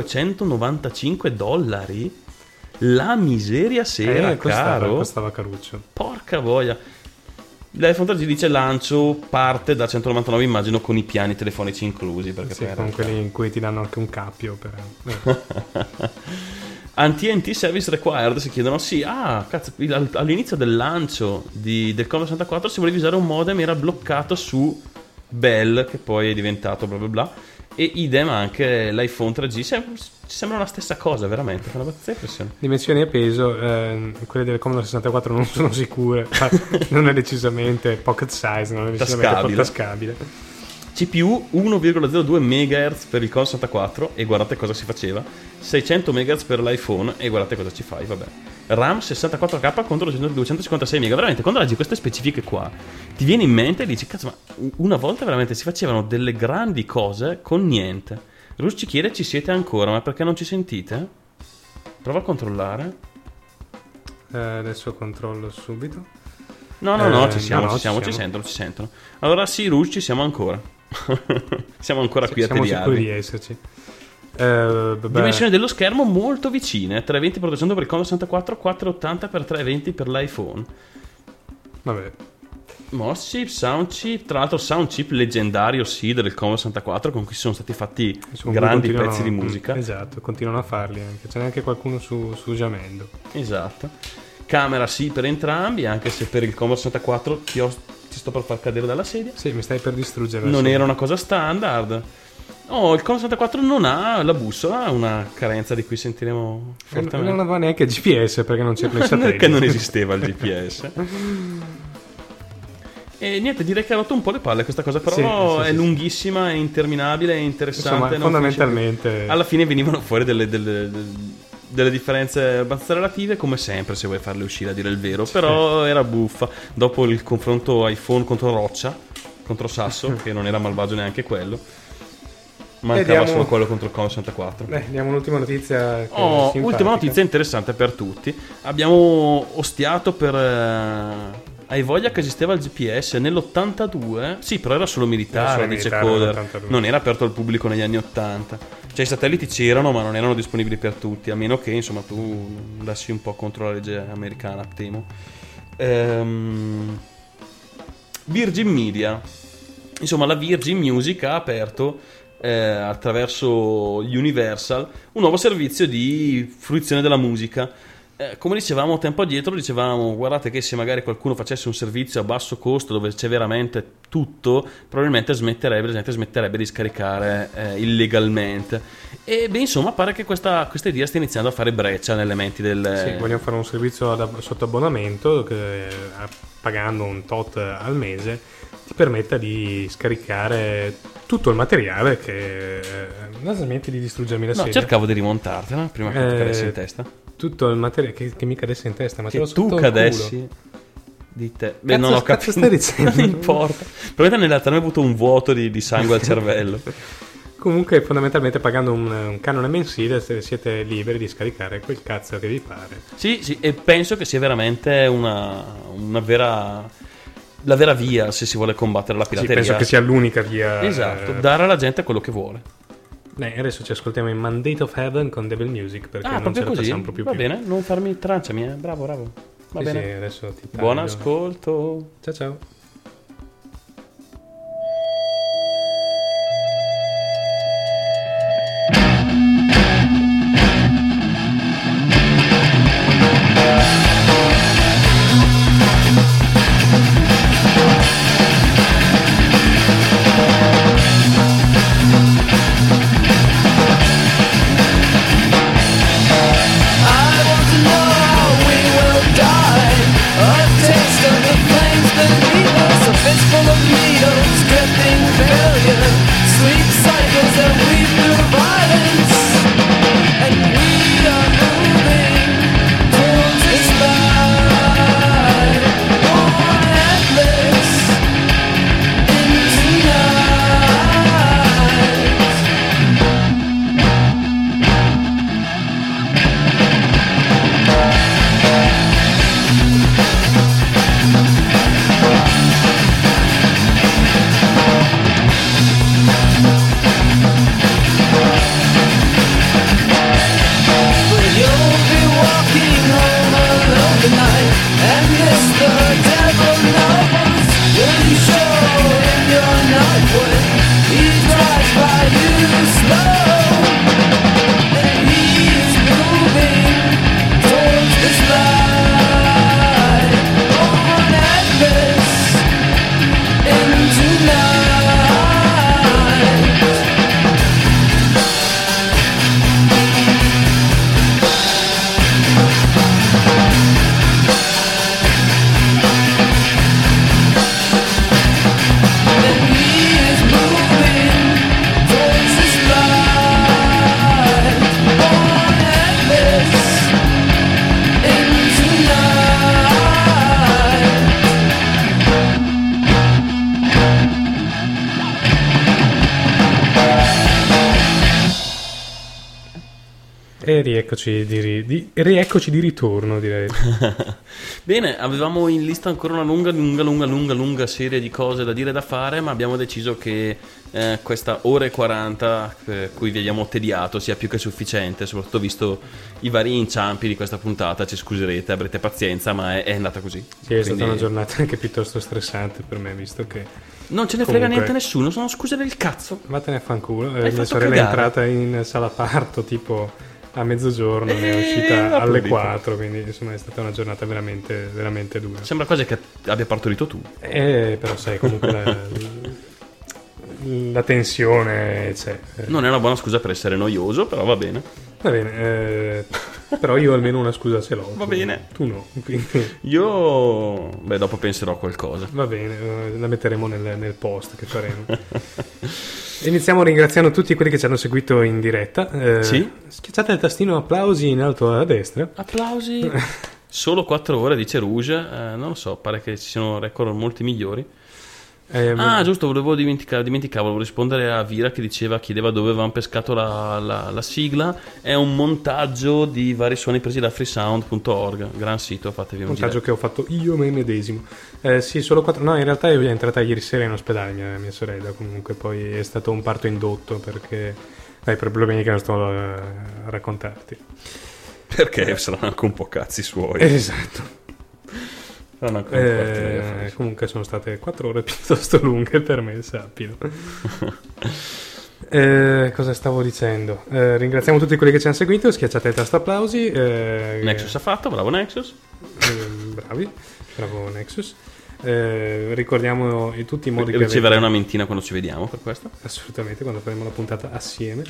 [SPEAKER 4] $595. La miseria sera, caro.
[SPEAKER 2] Costava caruccio.
[SPEAKER 4] Porca voglia. L'iPhone 3G dice lancio parte da 199, immagino con i piani telefonici inclusi, perché
[SPEAKER 2] sì, con quelli in cui ti danno anche un cappio per...
[SPEAKER 4] AT&T service required, si chiedono. Sì, cazzo, all'inizio del lancio del Commodore 64 si voleva usare un modem, era bloccato su Bell, che poi è diventato bla bla bla, e idem anche l'iPhone 3G. Sembra la stessa cosa, veramente, fa una pazzesca impressione.
[SPEAKER 2] Dimensioni e peso, quelle del Commodore 64 non sono sicure, non è decisamente pocket size, non è decisamente tascabile.
[SPEAKER 4] CPU 1,02 MHz per il Commodore 64, e guardate cosa si faceva. 600 MHz per l'iPhone, e guardate cosa ci fai, vabbè. RAM 64K contro 256 MB. Veramente, quando leggi queste specifiche qua, ti viene in mente e dici, cazzo, ma una volta veramente si facevano delle grandi cose con niente. Rush ci chiede: ci siete ancora? Ma perché non ci sentite? Prova a controllare.
[SPEAKER 2] Adesso controllo subito.
[SPEAKER 4] No, ci sentono. Allora sì, Rush, ci siamo ancora. Siamo ancora qui a tediarvi.
[SPEAKER 2] Siamo sicuri di esserci.
[SPEAKER 4] Dimensioni dello schermo molto vicine: 320 per 200 per il Commodore 64, 480 x 320 per l'iPhone.
[SPEAKER 2] Vabbè.
[SPEAKER 4] Morse chip, sound chip, tra l'altro sound chip leggendario sì del Commodore 64, con cui sono stati fatti grandi pezzi di musica.
[SPEAKER 2] Esatto, continuano a farli anche. C'è anche qualcuno su Jamendo.
[SPEAKER 4] Esatto. Camera sì per entrambi, anche se per il Commodore 64 ti sto per far cadere dalla sedia.
[SPEAKER 2] Sì, mi stai per distruggere.
[SPEAKER 4] Non era una cosa standard. Il Commodore 64 non ha la bussola, ha una carenza di cui sentiremo fortemente.
[SPEAKER 2] Non aveva neanche GPS, perché non c'era il satellite.
[SPEAKER 4] Perché non esisteva il GPS. E niente, direi che ha rotto un po' le palle questa cosa, però è lunghissima, è interminabile, è interessante.
[SPEAKER 2] Insomma, fondamentalmente
[SPEAKER 4] alla fine venivano fuori delle differenze abbastanza relative, come sempre se vuoi farle uscire, a dire il vero, però era buffa. Dopo il confronto iPhone contro Roccia, contro Sasso, che non era malvagio neanche quello, mancava solo quello contro il Commodore 64.
[SPEAKER 2] Diamo l'ultima notizia.
[SPEAKER 4] Ultima notizia interessante per tutti. Abbiamo ostiato per hai voglia che esisteva il GPS nell'82? Sì, però era solo militare, dice Coder. Non era aperto al pubblico negli anni 80. Cioè i satelliti c'erano, ma non erano disponibili per tutti, a meno che insomma tu andassi un po' contro la legge americana, temo. Virgin Media. Insomma, la Virgin Music ha aperto attraverso Universal un nuovo servizio di fruizione della musica. Come dicevamo tempo addietro, guardate che se magari qualcuno facesse un servizio a basso costo dove c'è veramente tutto, probabilmente la gente smetterebbe di scaricare illegalmente. E beh, insomma, pare che questa idea stia iniziando a fare breccia nelle menti del...
[SPEAKER 2] Sì, vogliono fare un servizio sotto abbonamento che, pagando un tot al mese, ti permetta di scaricare tutto il materiale che... non smetti di distruggermi la sedia.
[SPEAKER 4] Cercavo di rimontartela prima che ti cadessi in testa.
[SPEAKER 2] Tutto il materiale che mi cadesse in testa, ma
[SPEAKER 4] che tu cadessi di te. Beh, non ho capito.
[SPEAKER 2] Stai dicendo?
[SPEAKER 4] Non importa. Probabilmente nell'altro hai avuto un vuoto di sangue al cervello.
[SPEAKER 2] Comunque, fondamentalmente, pagando un canone mensile, siete liberi di scaricare quel cazzo che vi pare.
[SPEAKER 4] Sì, e penso che sia veramente una vera... la vera via se si vuole combattere la pirateria.
[SPEAKER 2] Sì, penso che sia l'unica via.
[SPEAKER 4] Esatto, dare alla gente quello che vuole.
[SPEAKER 2] Adesso ci ascoltiamo in Mandate of Heaven con Devil Music, perché non ce la facciamo proprio
[SPEAKER 4] più. Va bene, non farmi tranciami, bravo. Va bene.
[SPEAKER 2] Sì, adesso ti taglio.
[SPEAKER 4] Buon ascolto.
[SPEAKER 2] Ciao. E rieccoci di ritorno, direi.
[SPEAKER 4] Bene, avevamo in lista ancora una lunga serie di cose da dire e da fare, ma abbiamo deciso che questa ora e 40 cui vi abbiamo tediato sia più che sufficiente, soprattutto visto i vari inciampi di questa puntata. Ci scuserete, avrete pazienza, ma è andata così.
[SPEAKER 2] Sì, è stata una giornata anche piuttosto stressante per me, visto che
[SPEAKER 4] non ce ne frega niente a nessuno, sono scuse del cazzo.
[SPEAKER 2] Vattene a fanculo. Mia sorella è entrata in sala parto tipo a mezzogiorno e è uscita alle 4, quindi insomma è stata una giornata veramente, veramente dura.
[SPEAKER 4] Sembra quasi che abbia partorito tu.
[SPEAKER 2] Però sai, comunque la tensione c'è.
[SPEAKER 4] Non è una buona scusa per essere noioso, però va bene.
[SPEAKER 2] Va bene, Però io almeno una scusa ce l'ho.
[SPEAKER 4] Va bene.
[SPEAKER 2] Tu no, quindi
[SPEAKER 4] Io, dopo penserò a qualcosa.
[SPEAKER 2] va bene, la metteremo nel post che faremo. Iniziamo ringraziando tutti quelli che ci hanno seguito in diretta.
[SPEAKER 4] Sì.
[SPEAKER 2] Schiacciate il tastino applausi in alto a destra.
[SPEAKER 4] Applausi. Solo 4 ore, dice Rouge. Non lo so, pare che ci siano record molti migliori. Giusto, dimenticavo, volevo rispondere a Vira che chiedeva dove avevamo pescato la sigla. È un montaggio di vari suoni presi da freesound.org, gran sito, fatevi un
[SPEAKER 2] montaggio che ho fatto io me medesimo. Sì, solo 4. No, in realtà è entrata ieri sera in ospedale mia sorella, comunque poi è stato un parto indotto perché i problemi che non sto a raccontarti.
[SPEAKER 4] Perché saranno anche un po' cazzi suoi.
[SPEAKER 2] Esatto. Comunque sono state 4 ore piuttosto lunghe per me, sappilo. Cosa stavo dicendo? Ringraziamo tutti quelli che ci hanno seguito. Schiacciate il tasto applausi.
[SPEAKER 4] Nexus ha fatto, bravo Nexus.
[SPEAKER 2] Bravo Nexus. Ricordiamo tutti i modi che
[SPEAKER 4] riceverai una mentina quando ci vediamo per questo.
[SPEAKER 2] Assolutamente, quando faremo la puntata assieme.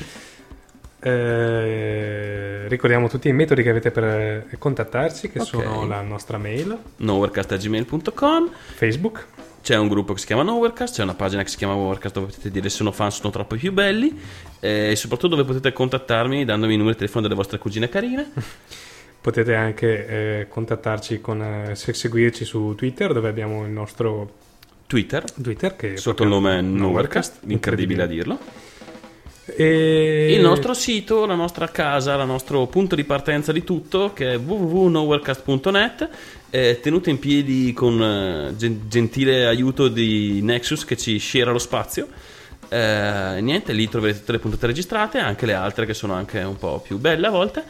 [SPEAKER 2] Ricordiamo tutti i metodi che avete per contattarci, che sono la nostra mail
[SPEAKER 4] nowherecast@gmail.com,
[SPEAKER 2] Facebook,
[SPEAKER 4] c'è un gruppo che si chiama Nowherecast, c'è una pagina che si chiama Nowherecast dove potete dire sono fan, sono troppo più belli, e soprattutto dove potete contattarmi dandomi i numeri di telefono delle vostre cugine carine.
[SPEAKER 2] Potete anche contattarci seguirci su Twitter, dove abbiamo il nostro
[SPEAKER 4] Twitter
[SPEAKER 2] che
[SPEAKER 4] sotto il nome Nowherecast, incredibile a dirlo.
[SPEAKER 2] E
[SPEAKER 4] il nostro sito, la nostra casa, il nostro punto di partenza di tutto, che è www.nowherecast.net, tenuto in piedi con gentile aiuto di Nexus che ci share lo spazio. Niente, lì troverete tutte le puntate registrate, anche le altre che sono anche un po' più belle a volte.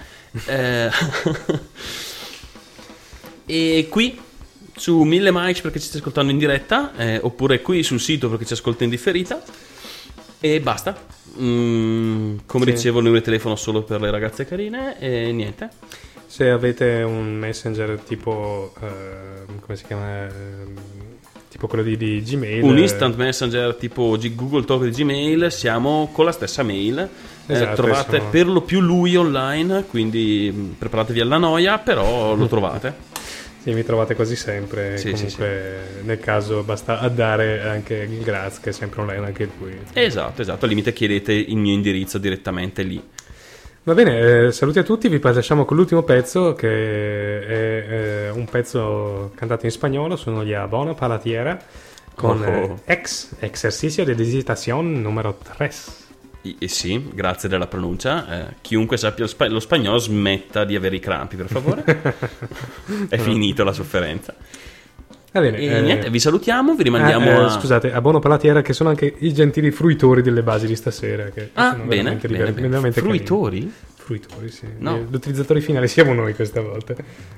[SPEAKER 4] E qui su 1000 mic perché ci stai ascoltando in diretta, oppure qui sul sito perché ci ascolta in differita, e basta. Come dicevo, il numero di telefono solo per le ragazze carine e niente.
[SPEAKER 2] Se avete un messenger tipo come si chiama, tipo quello di Gmail,
[SPEAKER 4] un instant messenger tipo Google Talk di Gmail, siamo con la stessa mail.
[SPEAKER 2] Esatto,
[SPEAKER 4] trovate per lo più lui online, quindi preparatevi alla noia, però lo trovate.
[SPEAKER 2] Sì, mi trovate quasi sempre.
[SPEAKER 4] Sì,
[SPEAKER 2] comunque sì. Nel caso basta addare anche il Graz, che è sempre online anche lui.
[SPEAKER 4] Esatto, al limite chiedete il mio indirizzo direttamente lì.
[SPEAKER 2] Va bene, saluti a tutti, vi lasciamo con l'ultimo pezzo, che è un pezzo cantato in spagnolo, sono gli Abona Palatiera con Ejercicio de Digitación numero 3.
[SPEAKER 4] Sì, grazie della pronuncia. Chiunque sappia lo spagnolo smetta di avere i crampi, per favore. È finito la sofferenza.
[SPEAKER 2] Va bene,
[SPEAKER 4] e niente, vi salutiamo, vi rimandiamo
[SPEAKER 2] scusate, Abono Palatiera, che sono anche i gentili fruitori delle basi di stasera, che sono
[SPEAKER 4] bene. Fruitori?
[SPEAKER 2] Carini. Fruitori, sì. No. Gli utilizzatori finali siamo noi questa volta.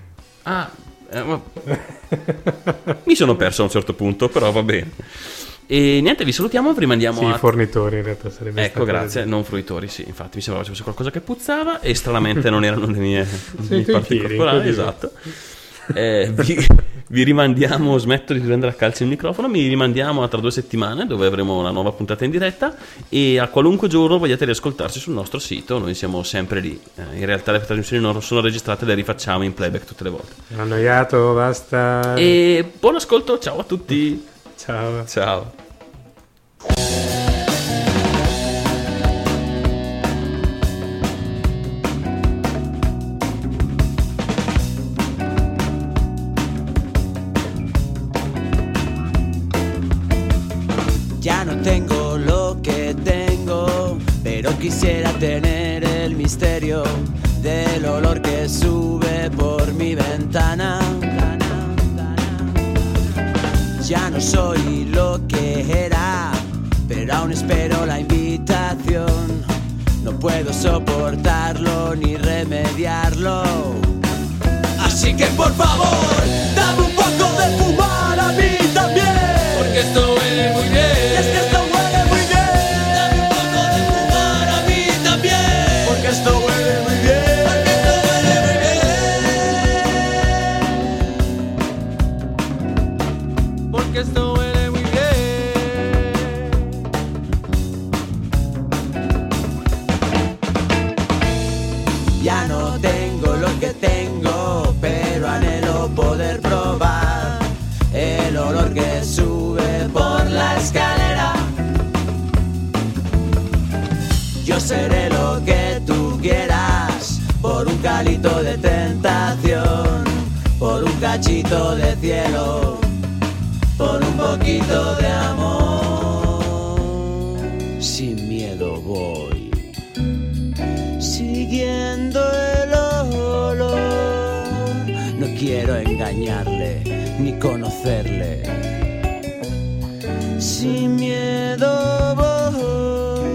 [SPEAKER 4] Mi sono perso a un certo punto, però va bene. E niente, vi salutiamo, vi rimandiamo
[SPEAKER 2] i fornitori in realtà sarebbe
[SPEAKER 4] ecco, grazie, non fruitori, sì, infatti mi sembrava ci fosse qualcosa che puzzava e stranamente non erano le mie parti corporali, esatto. Vi rimandiamo, smetto di prendere a calcio il microfono, mi rimandiamo a tra 2 settimane dove avremo una nuova puntata in diretta, e a qualunque giorno vogliate riascoltarci sul nostro sito, noi siamo sempre lì. In realtà le trasmissioni non sono registrate, le rifacciamo in playback tutte le volte.
[SPEAKER 2] Mi hanno annoiato, basta.
[SPEAKER 4] E buon ascolto, ciao a tutti.
[SPEAKER 2] Ciao.
[SPEAKER 9] Ya no tengo lo que tengo, pero quisiera tener el misterio del olor que sube por mi ventana. Ya no soy lo que era, pero aún espero la invitación. No puedo soportarlo ni remediarlo. Así que por favor, dame un poco de fumar a mí también, porque esto huele muy bien. Es que esto huele muy bien. Dame un poco de fumar a mí también, porque esto huele muy bien. Porque esto huele muy bien. Porque esto huele muy bien. Ya no no tengo lo que tengo, pero anhelo poder probar el olor que sube por la escalera. Yo seré lo que tú quieras, por un calito de tentación, por un cachito de cielo, por un poquito de amor. Sin miedo voy, siguiendo el olor. No quiero engañarle ni conocerle. Sin miedo voy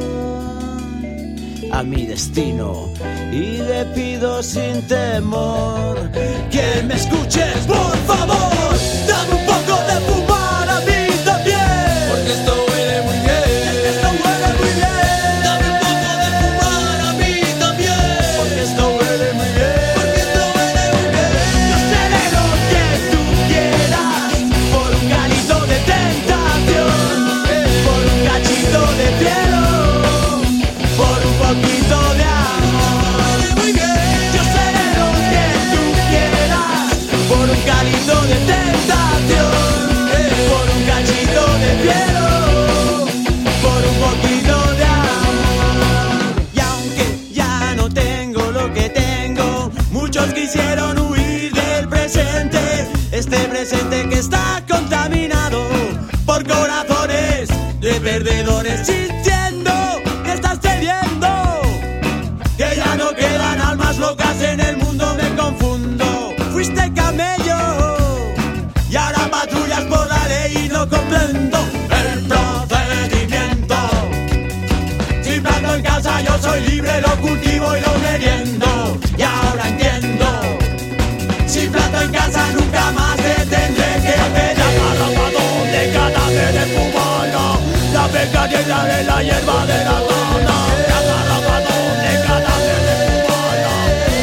[SPEAKER 9] a mi destino y le pido sin temor que me escuches, por favor. Dame un poco de fumar a mí también, porque esto huele muy bien. Esto huele muy bien. Dame un poco de fumar a mí también, porque esto huele muy bien. Porque esto huele muy bien. Yo seré lo que tú quieras, por un galito de tentación, por un cachito de cielo, por un poquito de amor. Yo seré lo que tú quieras, por un calito de tentación, por un cachito de cielo, por un poquito de amor. Y aunque ya no tengo lo que tengo, muchos quisieron huir del presente, este presente que está contaminado por corazones de perdedores, sintiendo que estás cediendo, que ya no quedan almas locas en el mundo. Me confundo, fuiste camello y ahora patrullas por la ley y no comprendo el procedimiento. Si planto en casa yo soy libre, lo cultivo y lo meriendo. Y ahora entiendo, si planto en casa nunca más te tendré que pedir. Agarrapadón de cadáveres humanos, la pecadilla de la hierba de la gana. Agarrapadón de cadáveres humanos.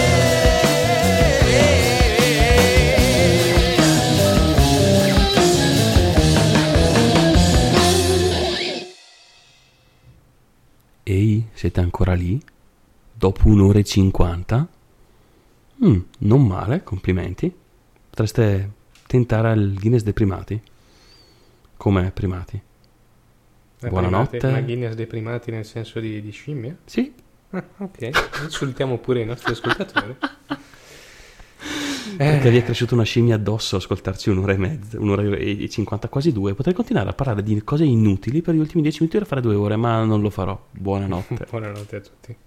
[SPEAKER 4] Ehi, siete ancora lì? Dopo 1 ora e 50? Non male, complimenti. Potreste tentare il Guinness dei primati. Come primati? Buonanotte.
[SPEAKER 2] Una Guinness dei primati nel senso di scimmia?
[SPEAKER 4] Sì.
[SPEAKER 2] Ah, ok, insultiamo pure i nostri ascoltatori.
[SPEAKER 4] Perché vi è cresciuta una scimmia addosso, ascoltarci 1 ora e mezza, 1 ora e 50, quasi 2. Potrei continuare a parlare di cose inutili per gli ultimi 10 minuti per fare 2 ore, ma non lo farò. Buonanotte.
[SPEAKER 2] Buonanotte a tutti.